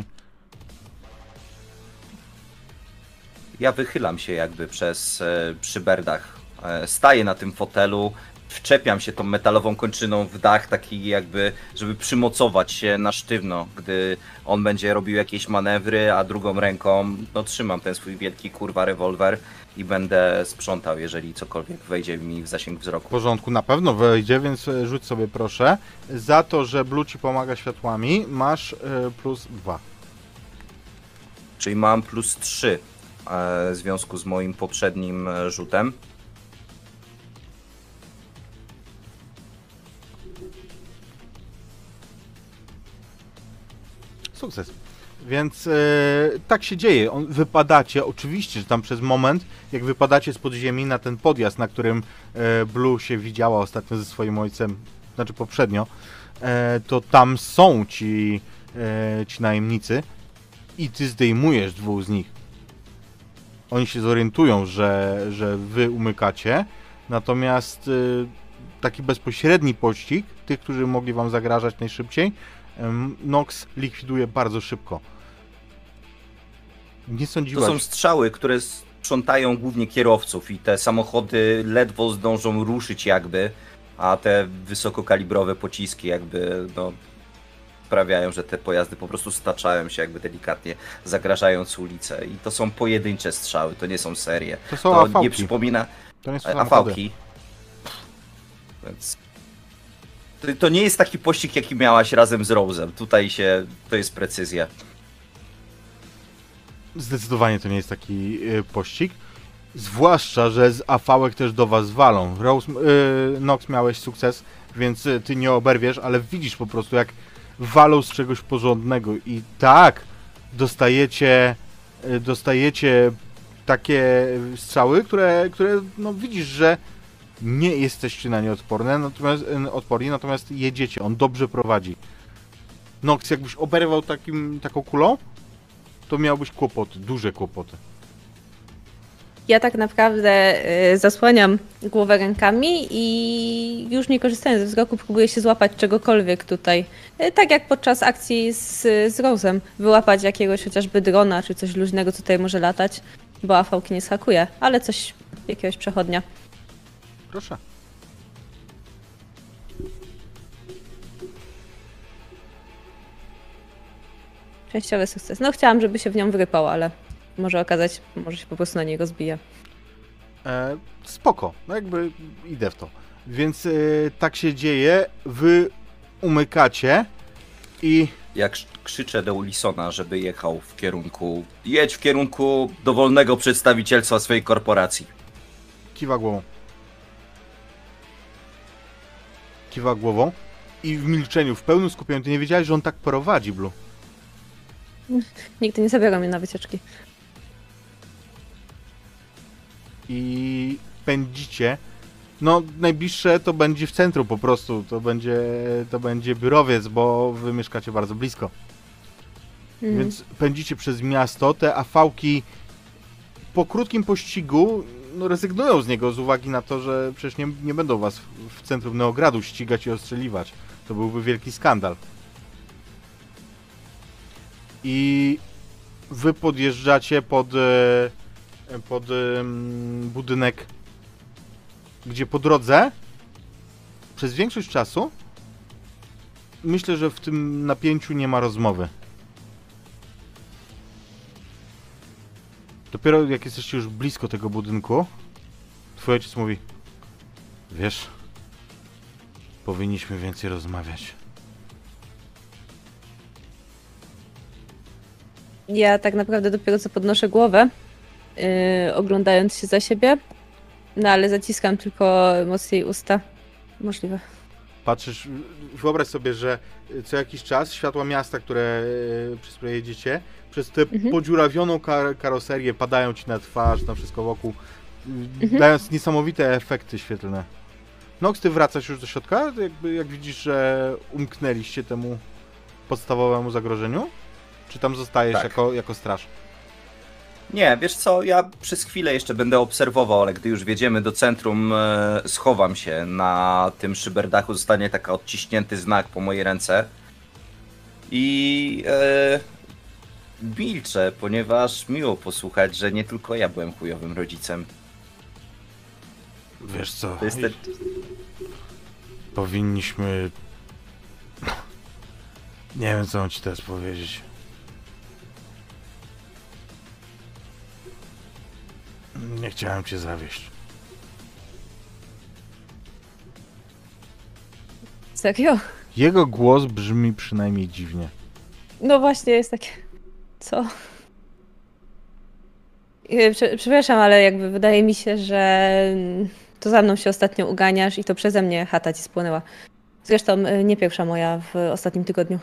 Ja wychylam się jakby przez e, przy berdach. E, staję na tym fotelu, wczepiam się tą metalową kończyną w dach, taki jakby, żeby przymocować się na sztywno, gdy on będzie robił jakieś manewry, a drugą ręką no, trzymam ten swój wielki kurwa rewolwer i będę sprzątał, jeżeli cokolwiek wejdzie mi w zasięg W wzroku. porządku, na pewno wejdzie, więc e, rzuć sobie proszę. Za to, że Blue ci pomaga światłami, masz e, plus dwa. Czyli mam plus trzy e, w związku z moim poprzednim e, rzutem. Sukces. Więc e, tak się dzieje. On, wypadacie, oczywiście, że tam przez moment, jak wypadacie z podziemi na ten podjazd, na którym e, Blue się widziała ostatnio ze swoim ojcem, znaczy poprzednio, e, to tam są ci, e, ci najemnicy i ty zdejmujesz dwóch z nich. Oni się zorientują, że, że wy umykacie, natomiast e, taki bezpośredni pościg, tych, którzy mogli wam zagrażać najszybciej, em, Nox likwiduje bardzo szybko. Nie To sądziłaś... są strzały, które sprzątają głównie kierowców i te samochody ledwo zdążą ruszyć jakby, a te wysokokalibrowe pociski jakby no, sprawiają, że te pojazdy po prostu staczają się jakby delikatnie, zagrażając ulicę. I to są pojedyncze strzały, to nie są serie. To są To afałki. nie przypomina... To nie są A samochody. fałki. Więc to, to nie jest taki pościg, jaki miałaś razem z Rose'em. Tutaj się, to jest precyzja. Zdecydowanie to nie jest taki y, pościg. Zwłaszcza, że z afałek też do was walą. Rose, y, Nox, miałeś sukces, więc y, ty nie oberwiesz, ale widzisz po prostu, jak walą z czegoś porządnego. I tak, dostajecie, y, dostajecie takie strzały, które, które no widzisz, że nie jesteście na nie odporne, natomiast, y, odporni, natomiast jedziecie. On dobrze prowadzi. Nox, jakbyś oberwał takim, taką kulą, to miałbyś kłopoty, duże kłopoty. Ja tak naprawdę y, zasłaniam głowę rękami i już nie korzystając ze wzroku próbuję się złapać czegokolwiek tutaj. Y, tak jak podczas akcji z, z Rose'em. Wyłapać jakiegoś chociażby drona czy coś luźnego, co tutaj może latać, bo afałki nie skakuje, ale coś, jakiegoś przechodnia. Proszę. Częściowy sukces. No chciałam, żeby się w nią wrypał, ale może okazać, może się po prostu na niego zbije. E, spoko, no jakby idę w to. Więc e, tak się dzieje, wy umykacie i... Jak krz- krzyczę do Wilsona, żeby jechał w kierunku... Jedź w kierunku dowolnego przedstawicielstwa swojej korporacji. Kiwa głową. Kiwa głową i w milczeniu, w pełnym skupieniu, ty nie wiedziałeś, że on tak prowadzi, Blue. Nigdy nie zabieram mnie na wycieczki. I pędzicie. No, najbliższe to będzie w centrum po prostu, to będzie, to będzie biurowiec, bo wy mieszkacie bardzo blisko. Mhm. Więc pędzicie przez miasto, te afałki po krótkim pościgu no, rezygnują z niego z uwagi na to, że przecież nie, nie będą was w, w centrum Neogradu ścigać i ostrzeliwać. To byłby wielki skandal. I wy podjeżdżacie pod, e, pod em, budynek, gdzie po drodze przez większość czasu myślę, że w tym napięciu nie ma rozmowy. Dopiero jak jesteście już blisko tego budynku, twój ojciec mówi: wiesz, powinniśmy więcej rozmawiać. Ja tak naprawdę dopiero co podnoszę głowę, yy, oglądając się za siebie, no ale zaciskam tylko mocniej usta. Możliwe. Patrzysz, wyobraź sobie, że co jakiś czas światła miasta, które, e, przez które jedziecie, przez tę Mhm. podziurawioną kar karoserię padają ci na twarz, na wszystko wokół, Mhm. dając niesamowite efekty świetlne. Nox, ty wracasz już do środka? Jakby, jak widzisz, że umknęliście temu podstawowemu zagrożeniu? Czy tam zostajesz Tak. jako, jako straż? Nie, wiesz co, ja przez chwilę jeszcze będę obserwował, ale gdy już wjedziemy do centrum, e, schowam się. Na tym szyberdachu zostanie taki odciśnięty znak po mojej ręce. I e, milczę, ponieważ miło posłuchać, że nie tylko ja byłem chujowym rodzicem. Wiesz co, To jest ten... powinniśmy... Nie wiem, co mam ci teraz powiedzieć. Nie chciałem cię zawieść. Serio? Jego głos brzmi przynajmniej dziwnie. No właśnie, jest takie... Co? Yy, Prze przepraszam, ale jakby wydaje mi się, że to za mną się ostatnio uganiasz i to przeze mnie chata ci spłynęła. Zresztą yy, nie pierwsza moja w ostatnim tygodniu.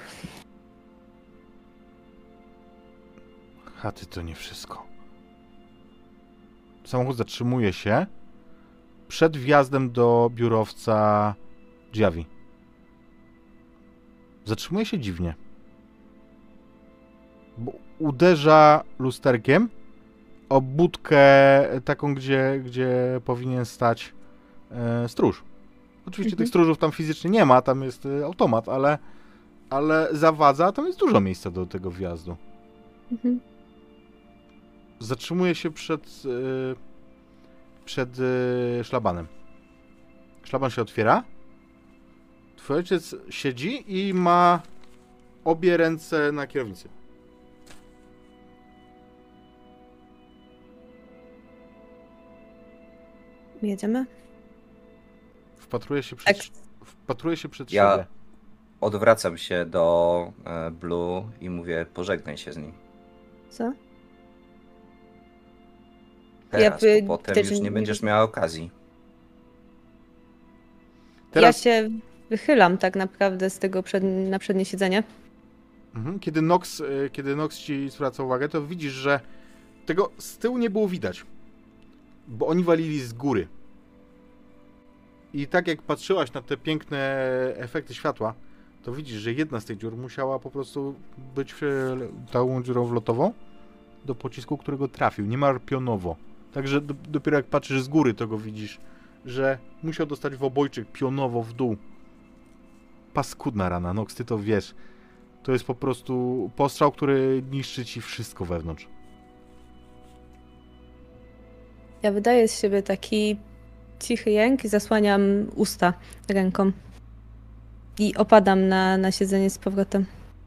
Chaty to nie wszystko. Samochód zatrzymuje się przed wjazdem do biurowca Giavi. Zatrzymuje się dziwnie. Bo uderza lusterkiem o budkę taką, gdzie, gdzie powinien stać e, stróż. Oczywiście Mhm. tych stróżów tam fizycznie nie ma, tam jest e, automat, ale, ale zawadza, tam jest dużo miejsca do tego wjazdu. Mhm. Zatrzymuje się przed, yy, przed yy, szlabanem. Szlaban się otwiera. Twój ojciec siedzi i ma obie ręce na kierownicy. Jedziemy? Wpatruje się przed, Tak. wpatruje się przed Ja siebie. odwracam się do e, Blue i mówię, pożegnaj się z nim. Co? Teraz, by- bo potem też już nie nie- będziesz miała okazji. Teraz, Ja się wychylam tak naprawdę z tego przed, na przednie siedzenie. mhm, kiedy, Nox, y, kiedy Nox ci zwraca uwagę, to widzisz, że tego z tyłu nie było widać. Bo oni walili z góry. I tak jak patrzyłaś na te piękne efekty światła, to widzisz, że jedna z tych dziur musiała po prostu być e, tą dziurą wlotową do pocisku, którego trafił. Nie ma pionowo. Także do, dopiero jak patrzysz z góry, to go widzisz, że musiał dostać w obojczyk pionowo w dół. Paskudna rana, Nox, ty to wiesz. To jest po prostu postrzał, który niszczy ci wszystko wewnątrz. Ja wydaję z siebie taki cichy jęk i zasłaniam usta ręką. I opadam na, na siedzenie z powrotem.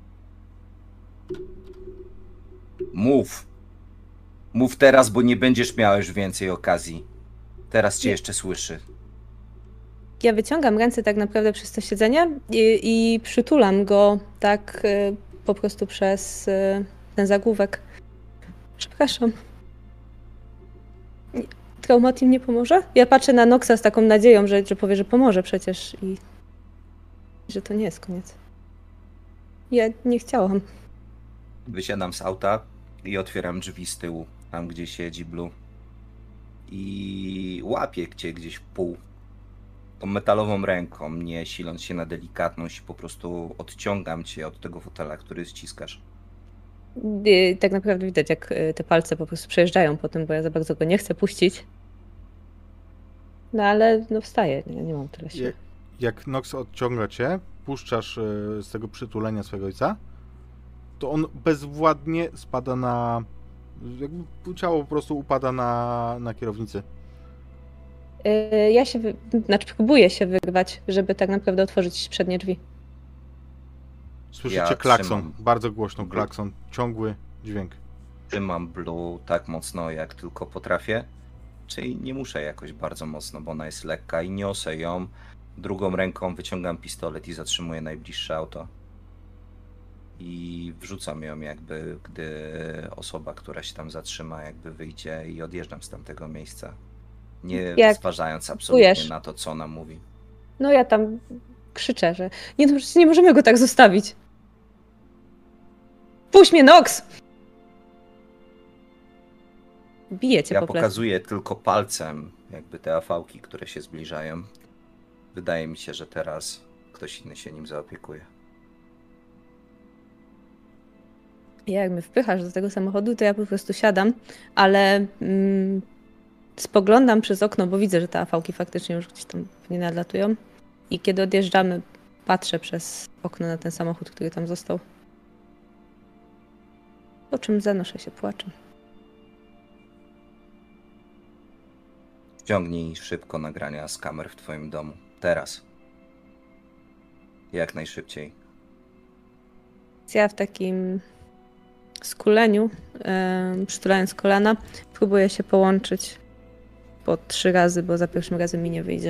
Mów. Mów teraz, bo nie będziesz miała już więcej okazji. Teraz cię Nie. jeszcze słyszy. Ja wyciągam ręce tak naprawdę przez to siedzenie i, i przytulam go tak y, po prostu przez y, ten zagłówek. Przepraszam. Nie- Traumatim nie pomoże? Ja patrzę na Noxa z taką nadzieją, że, że powie, że pomoże przecież i że to nie jest koniec. Ja nie chciałam. Wysiadam z auta i otwieram drzwi z tyłu, tam gdzie siedzi Blue. I łapię cię gdzieś w pół. Tą metalową ręką, nie siląc się na delikatność, po prostu odciągam cię od tego fotela, który ściskasz. Y, Tak naprawdę widać, jak y, te palce po prostu przejeżdżają po tym, bo ja za bardzo go nie chcę puścić. No ale no wstaję, nie, nie mam tyle siły. Jak, jak Nox odciąga cię, puszczasz e, z tego przytulenia swojego ojca, to on bezwładnie spada na... Jakby ciało po prostu upada na, na kierownicy. Y, Ja się, wy... znaczy próbuję się wyrwać, żeby tak naprawdę otworzyć przednie drzwi. Słyszycie Ja klakson, trzymam. bardzo głośno Blu- klakson, ciągły dźwięk. Trzymam Blue tak mocno, jak tylko potrafię. Czyli nie muszę jakoś bardzo mocno, bo ona jest lekka i niosę ją. Drugą ręką wyciągam pistolet i zatrzymuję najbliższe auto. I wrzucam ją jakby, gdy osoba, która się tam zatrzyma, jakby wyjdzie i odjeżdżam z tamtego miejsca. Nie Jak zważając absolutnie czujesz? na to, co ona mówi. No ja tam krzyczę, że nie, no przecież nie możemy go tak zostawić. Puść mnie, Nox! Biję cię Ja po plecy. pokazuję tylko palcem jakby te afałki, które się zbliżają. Wydaje mi się, że teraz ktoś inny się nim zaopiekuje. Ja jak mnie wpychasz do tego samochodu, to ja po prostu siadam, ale mm, spoglądam przez okno, bo widzę, że te afałki faktycznie już gdzieś tam nie nadlatują. I kiedy odjeżdżamy, patrzę przez okno na ten samochód, który tam został. Po czym zanoszę się płaczem. Ściągnij szybko nagrania z kamer w twoim domu. Teraz. Jak najszybciej. Ja w takim skuleniu, yy, przytulając kolana, próbuję się połączyć po trzy razy, bo za pierwszym razem mi nie wyjdzie.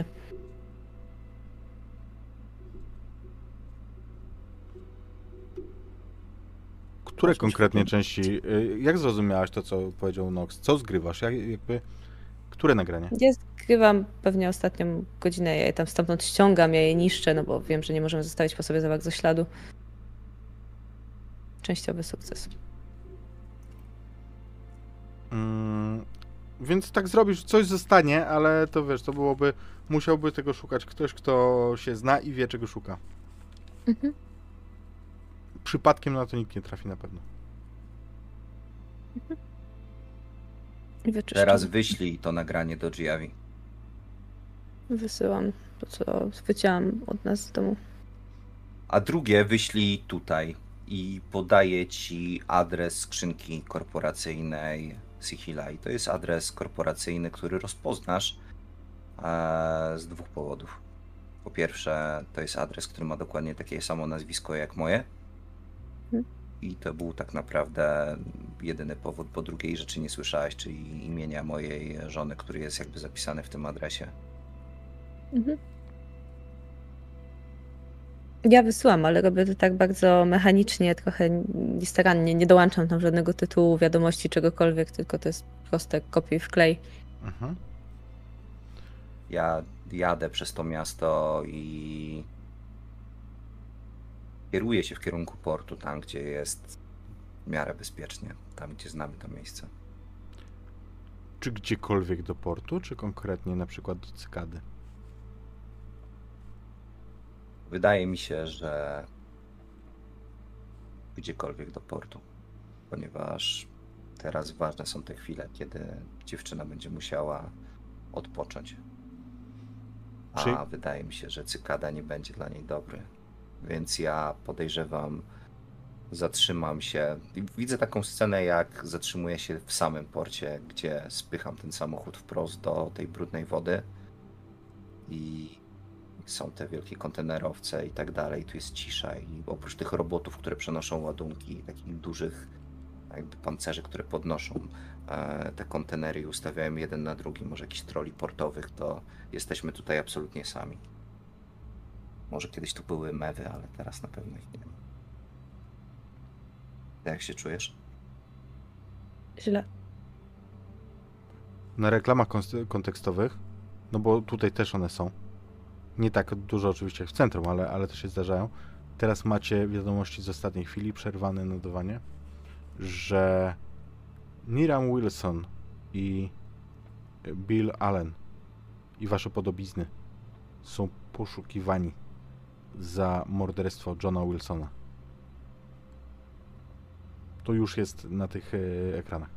Które Masz konkretnie już- części, y, jak zrozumiałaś to, co powiedział Nox? Co zgrywasz? Jak, jakby, które nagrania? Ja zgrywam pewnie ostatnią godzinę, ja je tam stamtąd ściągam, ja je niszczę, no bo wiem, że nie możemy zostawić po sobie za bardzo śladu. Częściowy sukces. Mm, więc tak zrobisz, coś zostanie, ale to wiesz, to byłoby, musiałby tego szukać ktoś, kto się zna i wie, czego szuka. Mhm. Przypadkiem na to nikt nie trafi na pewno. I wyczyszczam. Teraz wyślij to nagranie do Giavi. Wysyłam to, co wycięłam od nas z domu. A drugie wyślij tutaj i podaję ci adres skrzynki korporacyjnej Sihila. I to jest adres korporacyjny, który rozpoznasz e, z dwóch powodów. Po pierwsze, to jest adres, który ma dokładnie takie samo nazwisko jak moje. I to był tak naprawdę jedyny powód, bo drugiej rzeczy nie słyszałeś, czyli imienia mojej żony, który jest jakby zapisany w tym adresie. Mhm. Ja wysyłam, ale robię to tak bardzo mechanicznie, trochę starannie. Nie dołączam tam żadnego tytułu, wiadomości, czegokolwiek, tylko to jest proste kopiuj wklej. Mhm. Ja jadę przez to miasto i kieruję się w kierunku portu, tam gdzie jest w miarę bezpiecznie, tam gdzie znamy to miejsce. Czy gdziekolwiek do portu, czy konkretnie na przykład do Cykady? Wydaje mi się, że gdziekolwiek do portu, ponieważ teraz ważne są te chwile, kiedy dziewczyna będzie musiała odpocząć. A Czy- wydaje mi się, że Cykada nie będzie dla niej dobry. Więc ja podejrzewam, zatrzymam się. Widzę taką scenę, jak zatrzymuję się w samym porcie, gdzie spycham ten samochód wprost do tej brudnej wody i są te wielkie kontenerowce i tak dalej. Tu jest cisza i oprócz tych robotów, które przenoszą ładunki, takich dużych jakby pancerzy, które podnoszą e, te kontenery i ustawiają jeden na drugi, może jakichś troli portowych, to jesteśmy tutaj absolutnie sami. Może kiedyś tu były mewy, ale teraz na pewno ich nie ma. Ty jak się czujesz? Źle. Na reklamach konst- kontekstowych, no bo tutaj też one są. Nie tak dużo oczywiście jak w centrum, ale, ale też się zdarzają. Teraz macie wiadomości z ostatniej chwili, przerwane nadawanie, że Niram Wilson i Bill Allen i wasze podobizny są poszukiwani za morderstwo Johna Wilsona. To już jest na tych e, ekranach.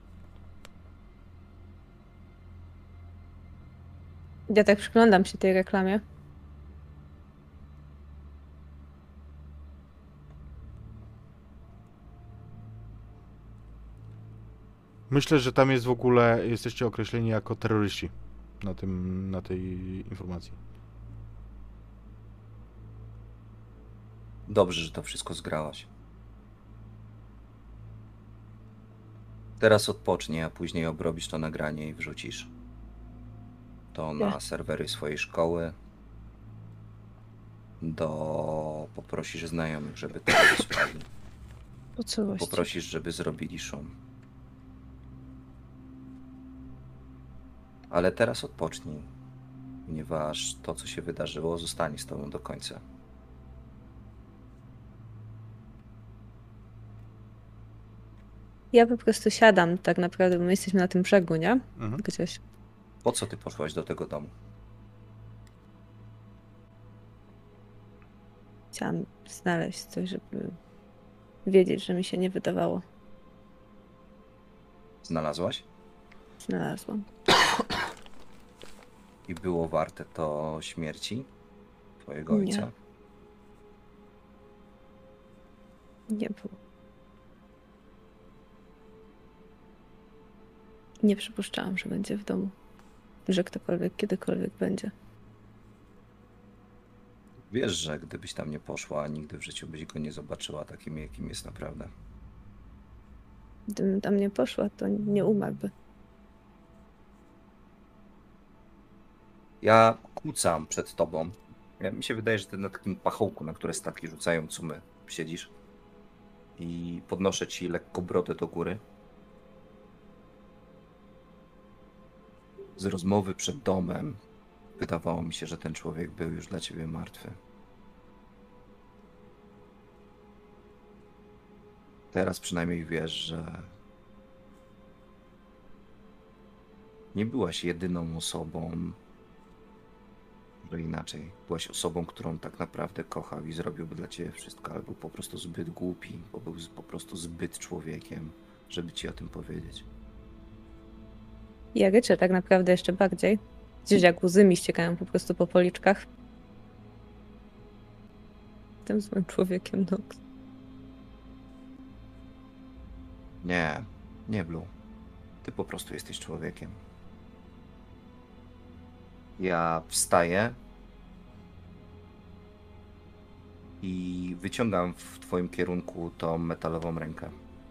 Ja tak przyglądam się tej reklamie. Myślę, że tam jest w ogóle, jesteście określeni jako terroryści na tym, na tej informacji. Dobrze, że to wszystko zgrałaś. Teraz odpocznij, a później obrobisz to nagranie i wrzucisz to na Ja. serwery swojej szkoły. Do... Poprosisz znajomych, żeby to wysłali. Po całości. Poprosisz, żeby zrobili szum. Ale teraz odpocznij, ponieważ to, co się wydarzyło, zostanie z tobą do końca. Ja po prostu siadam tak naprawdę, bo my jesteśmy na tym brzegu, nie? Mhm. Gdzieś. Po co ty poszłaś do tego domu? Chciałam znaleźć coś, żeby wiedzieć, że mi się nie wydawało. Znalazłaś? Znalazłam. I było warte to śmierci twojego Nie. ojca? Nie było. Nie przypuszczałam, że będzie w domu. Że ktokolwiek kiedykolwiek będzie. Wiesz, że gdybyś tam nie poszła, nigdy w życiu byś go nie zobaczyła takim, jakim jest naprawdę. Gdybym tam nie poszła, to nie umarłby. Ja kłócam przed tobą. Ja, mi się wydaje, że ty na takim pachołku, na które statki rzucają cumy, siedzisz. I podnoszę ci lekko brodę do góry. Z rozmowy przed domem wydawało mi się, że ten człowiek był już dla ciebie martwy. Teraz przynajmniej wiesz, że nie byłaś jedyną osobą, że inaczej, byłaś osobą, którą tak naprawdę kochał i zrobiłby dla ciebie wszystko, ale był po prostu zbyt głupi, bo był z- po prostu zbyt człowiekiem, żeby ci o tym powiedzieć. Ja ryczę tak naprawdę jeszcze bardziej. Gdzieś jak łzy mi ściekają po prostu po policzkach. Jestem złym człowiekiem, no. Nie, nie Blue. Ty po prostu jesteś człowiekiem. Ja wstaję i wyciągam w twoim kierunku tą metalową rękę.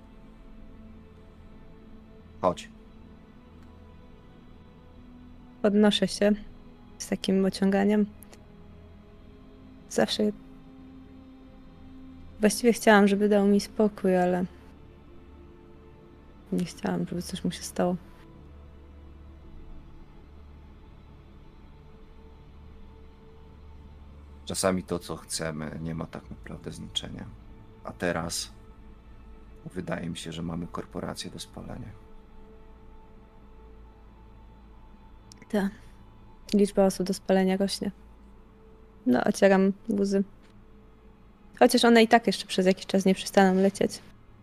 Chodź. Podnoszę się z takim ociąganiem. Zawsze właściwie chciałam, żeby dał mi spokój, ale nie chciałam, żeby coś mu się stało. Czasami to, co chcemy, nie ma tak naprawdę znaczenia. A teraz wydaje mi się, że mamy korporację do spalenia. Tak. Liczba osób do spalenia rośnie. No, ocieram łzy. Chociaż one i tak jeszcze przez jakiś czas nie przestaną lecieć.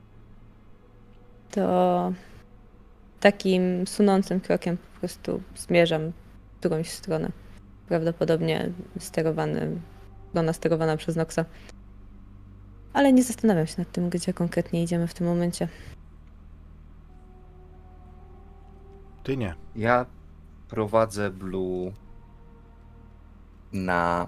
To takim sunącym krokiem po prostu zmierzam w którąś stronę. Prawdopodobnie sterowany, strona sterowana przez Noxa. Ale nie zastanawiam się nad tym, gdzie konkretnie idziemy w tym momencie. Ty nie. Ja prowadzę Blue na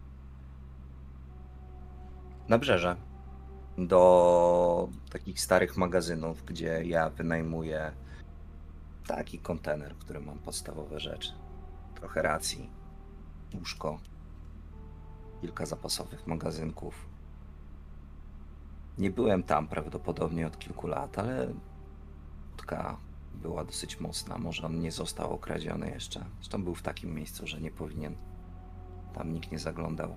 nabrzeże do takich starych magazynów, gdzie ja wynajmuję taki kontener, w którym mam podstawowe rzeczy. Trochę racji, łóżko, kilka zapasowych magazynków. Nie byłem tam prawdopodobnie od kilku lat, ale łódka była dosyć mocna. Może on nie został okradziony jeszcze. Zresztą był w takim miejscu, że nie powinien. Tam nikt nie zaglądał.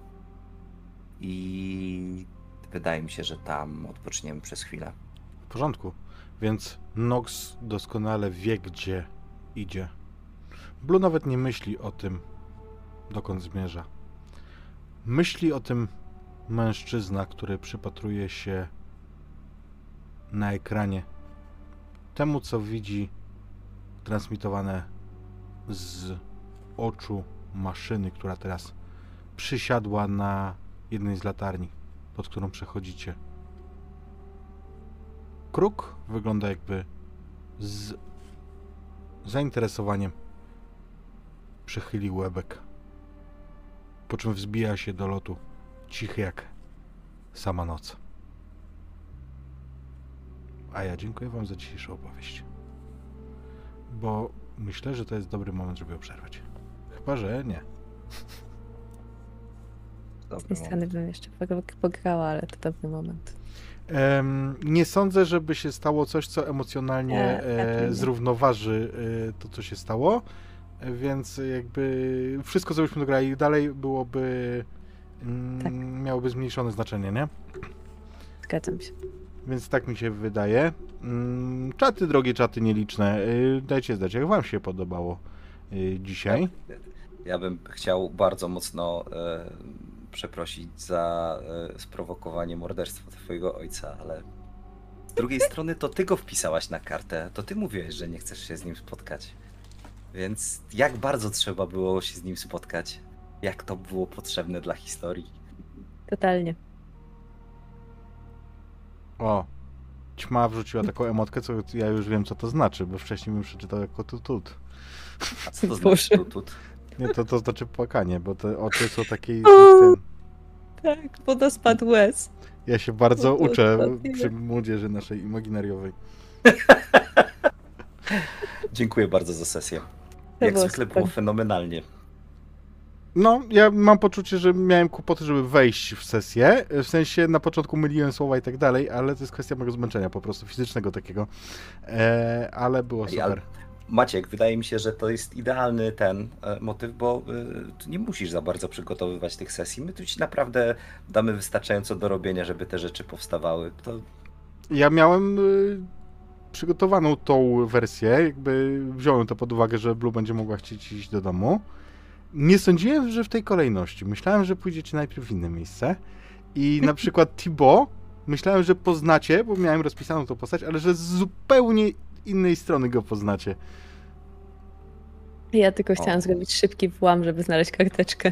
I wydaje mi się, że tam odpoczniemy przez chwilę. W porządku. Więc Nox doskonale wie, gdzie idzie. Blue nawet nie myśli o tym, dokąd zmierza. Myśli o tym mężczyzna, który przypatruje się na ekranie temu, co widzi transmitowane z oczu maszyny, która teraz przysiadła na jednej z latarni, pod którą przechodzicie. Kruk wygląda, jakby z zainteresowaniem przechylił łebek, po czym wzbija się do lotu, cichy jak sama noc. A ja dziękuję wam za dzisiejszą opowieść, bo myślę, że to jest dobry moment, żeby ją przerwać. Chyba że nie. Z tej strony bym jeszcze pograła, ale to dobry moment. Um, nie sądzę, żeby się stało coś, co emocjonalnie e, e, zrównoważy e, to, co się stało, e, więc jakby wszystko, co byśmy dograli dalej, byłoby mm, tak. miałoby zmniejszone znaczenie, nie? Zgadzam się. Więc tak mi się wydaje. Mm, czaty, drogie czaty nieliczne, e, dajcie znać, jak wam się podobało e, dzisiaj. Ja bym chciał bardzo mocno e, przeprosić za e, sprowokowanie morderstwa twojego ojca, ale z drugiej strony to ty go wpisałaś na kartę, to ty mówiłeś, że nie chcesz się z nim spotkać. Więc jak bardzo trzeba było się z nim spotkać? Jak to było potrzebne dla historii? Totalnie. O, ćma wrzuciła taką emotkę, co ja już wiem, co to znaczy, bo wcześniej bym przeczytał jako tutut. A co to znaczy tutut? Nie, to, to znaczy płakanie, bo te oczy są takie... O! Tak, wodospad łez. Ja się bardzo Wodospad, uczę nie. przy młodzieży naszej imaginariowej. Dziękuję bardzo za sesję. To Jak było zwykle super. było fenomenalnie. No, ja mam poczucie, że miałem kłopoty, żeby wejść w sesję. W sensie na początku myliłem słowa i tak dalej, ale to jest kwestia mojego zmęczenia po prostu, fizycznego takiego. E, ale było Ej, ale super. Maciek, wydaje mi się, że to jest idealny ten e, motyw, bo e, ty nie musisz za bardzo przygotowywać tych sesji. My tu ci naprawdę damy wystarczająco do robienia, żeby te rzeczy powstawały. To Ja miałem y, przygotowaną tą wersję, jakby wziąłem to pod uwagę, że Blue będzie mogła chcieć iść do domu. Nie sądziłem, że w tej kolejności. Myślałem, że pójdziecie najpierw w inne miejsce i na przykład Thibaut myślałem, że poznacie, bo miałem rozpisaną tą postać, ale że z zupełnie innej strony go poznacie. Ja tylko O. chciałam zrobić szybki włam, żeby znaleźć karteczkę.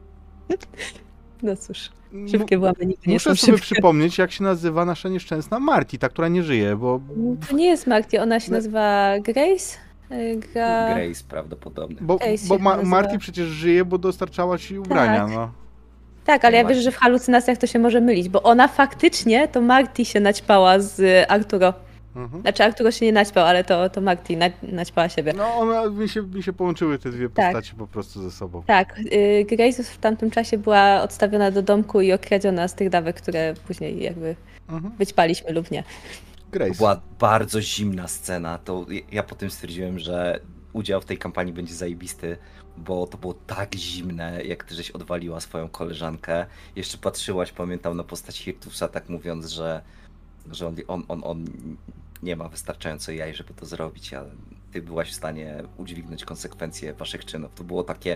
No cóż, szybkie włamy nigdy nie Muszę są sobie szybkie. przypomnieć, jak się nazywa nasza nieszczęsna Marty, ta, która nie żyje, bo To nie jest Marty, ona się No. nazywa Grace. Y, Gra... Grace prawdopodobnie. Bo, Ej, się bo Ma- nazywa. Marty przecież żyje, bo dostarczała ci ubrania, Tak. no. Tak, ale ja Marty. wierzę, że w halucynacjach to się może mylić, bo ona faktycznie, to Marty się naćpała z Arturo. Mhm. Znaczy Arturo się nie naćpał, ale to, to Marty na, naćpała siebie. No, ona, mi, się, mi się połączyły te dwie Tak. postacie po prostu ze sobą. Tak, y, Grace w tamtym czasie była odstawiona do domku i okradziona z tych dawek, które później jakby Mhm. wyćpaliśmy lub nie. To Grace. była bardzo zimna scena. To ja potem stwierdziłem, że udział w tej kampanii będzie zajebisty, bo to było tak zimne, jak ty żeś odwaliła swoją koleżankę. Jeszcze patrzyłaś, pamiętam, na postać Hirtusa, tak mówiąc, że, że on, on, on, on nie ma wystarczająco jaj, żeby to zrobić, a ty byłaś w stanie udźwignąć konsekwencje waszych czynów. To było takie...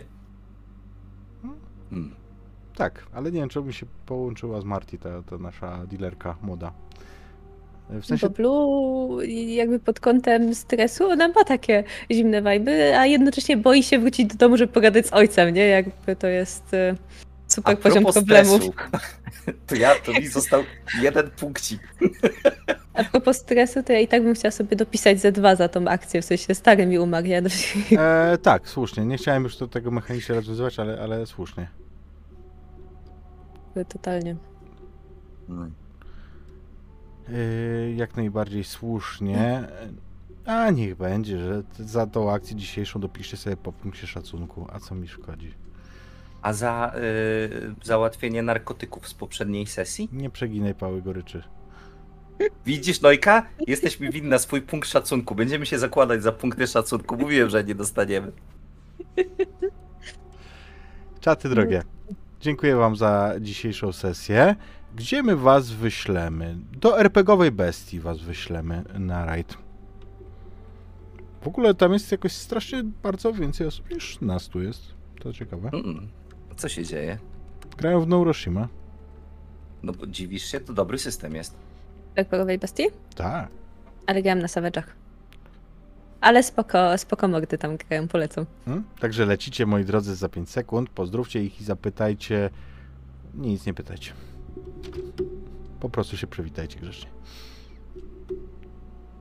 Hmm. Tak, ale nie wiem, czemu mi się połączyła z Marty, ta, ta nasza dealerka młoda. W sensie... Bo Blue jakby pod kątem stresu, ona ma takie zimne wajby, a jednocześnie boi się wrócić do domu, żeby pogadać z ojcem, nie? Jakby to jest y, super A poziom propos problemów. stresu, to ja, to mi został jeden punkcik. A propos stresu, to ja i tak bym chciała sobie dopisać ze dwa za tą akcję, w sensie stary mi umarł. Ja E, tak, słusznie. Nie chciałem już do tego mechanicznie rozwiązywać, ale, ale słusznie. totalnie. No. Yy, jak najbardziej słusznie. A niech będzie, że za tą akcję dzisiejszą dopiszcie sobie po punkcie szacunku. A co mi szkodzi? A za y, załatwienie narkotyków z poprzedniej sesji? Nie przeginaj pały goryczy. Widzisz, Nojka? Jesteś mi winna swój punkt szacunku. Będziemy się zakładać za punkty szacunku. Mówiłem, że nie dostaniemy. Czaty drogie, dziękuję wam za dzisiejszą sesję. Gdzie my was wyślemy? Do er pe gie owej bestii was wyślemy na rajd. W ogóle tam jest jakoś strasznie bardzo więcej osób niż nas tu jest. To ciekawe. Mm, co się dzieje? Grają w Neuroshima. No bo dziwisz się, to dobry system jest. Berberowej bestii? Tak. Ale grałam na Savage'ach. Ale spoko, spoko mordy tam grają, polecam. Hmm? Także lecicie, moi drodzy, za pięć sekund. Pozdrówcie ich i zapytajcie. Nic nie pytajcie. Po prostu się przywitajcie grzecznie.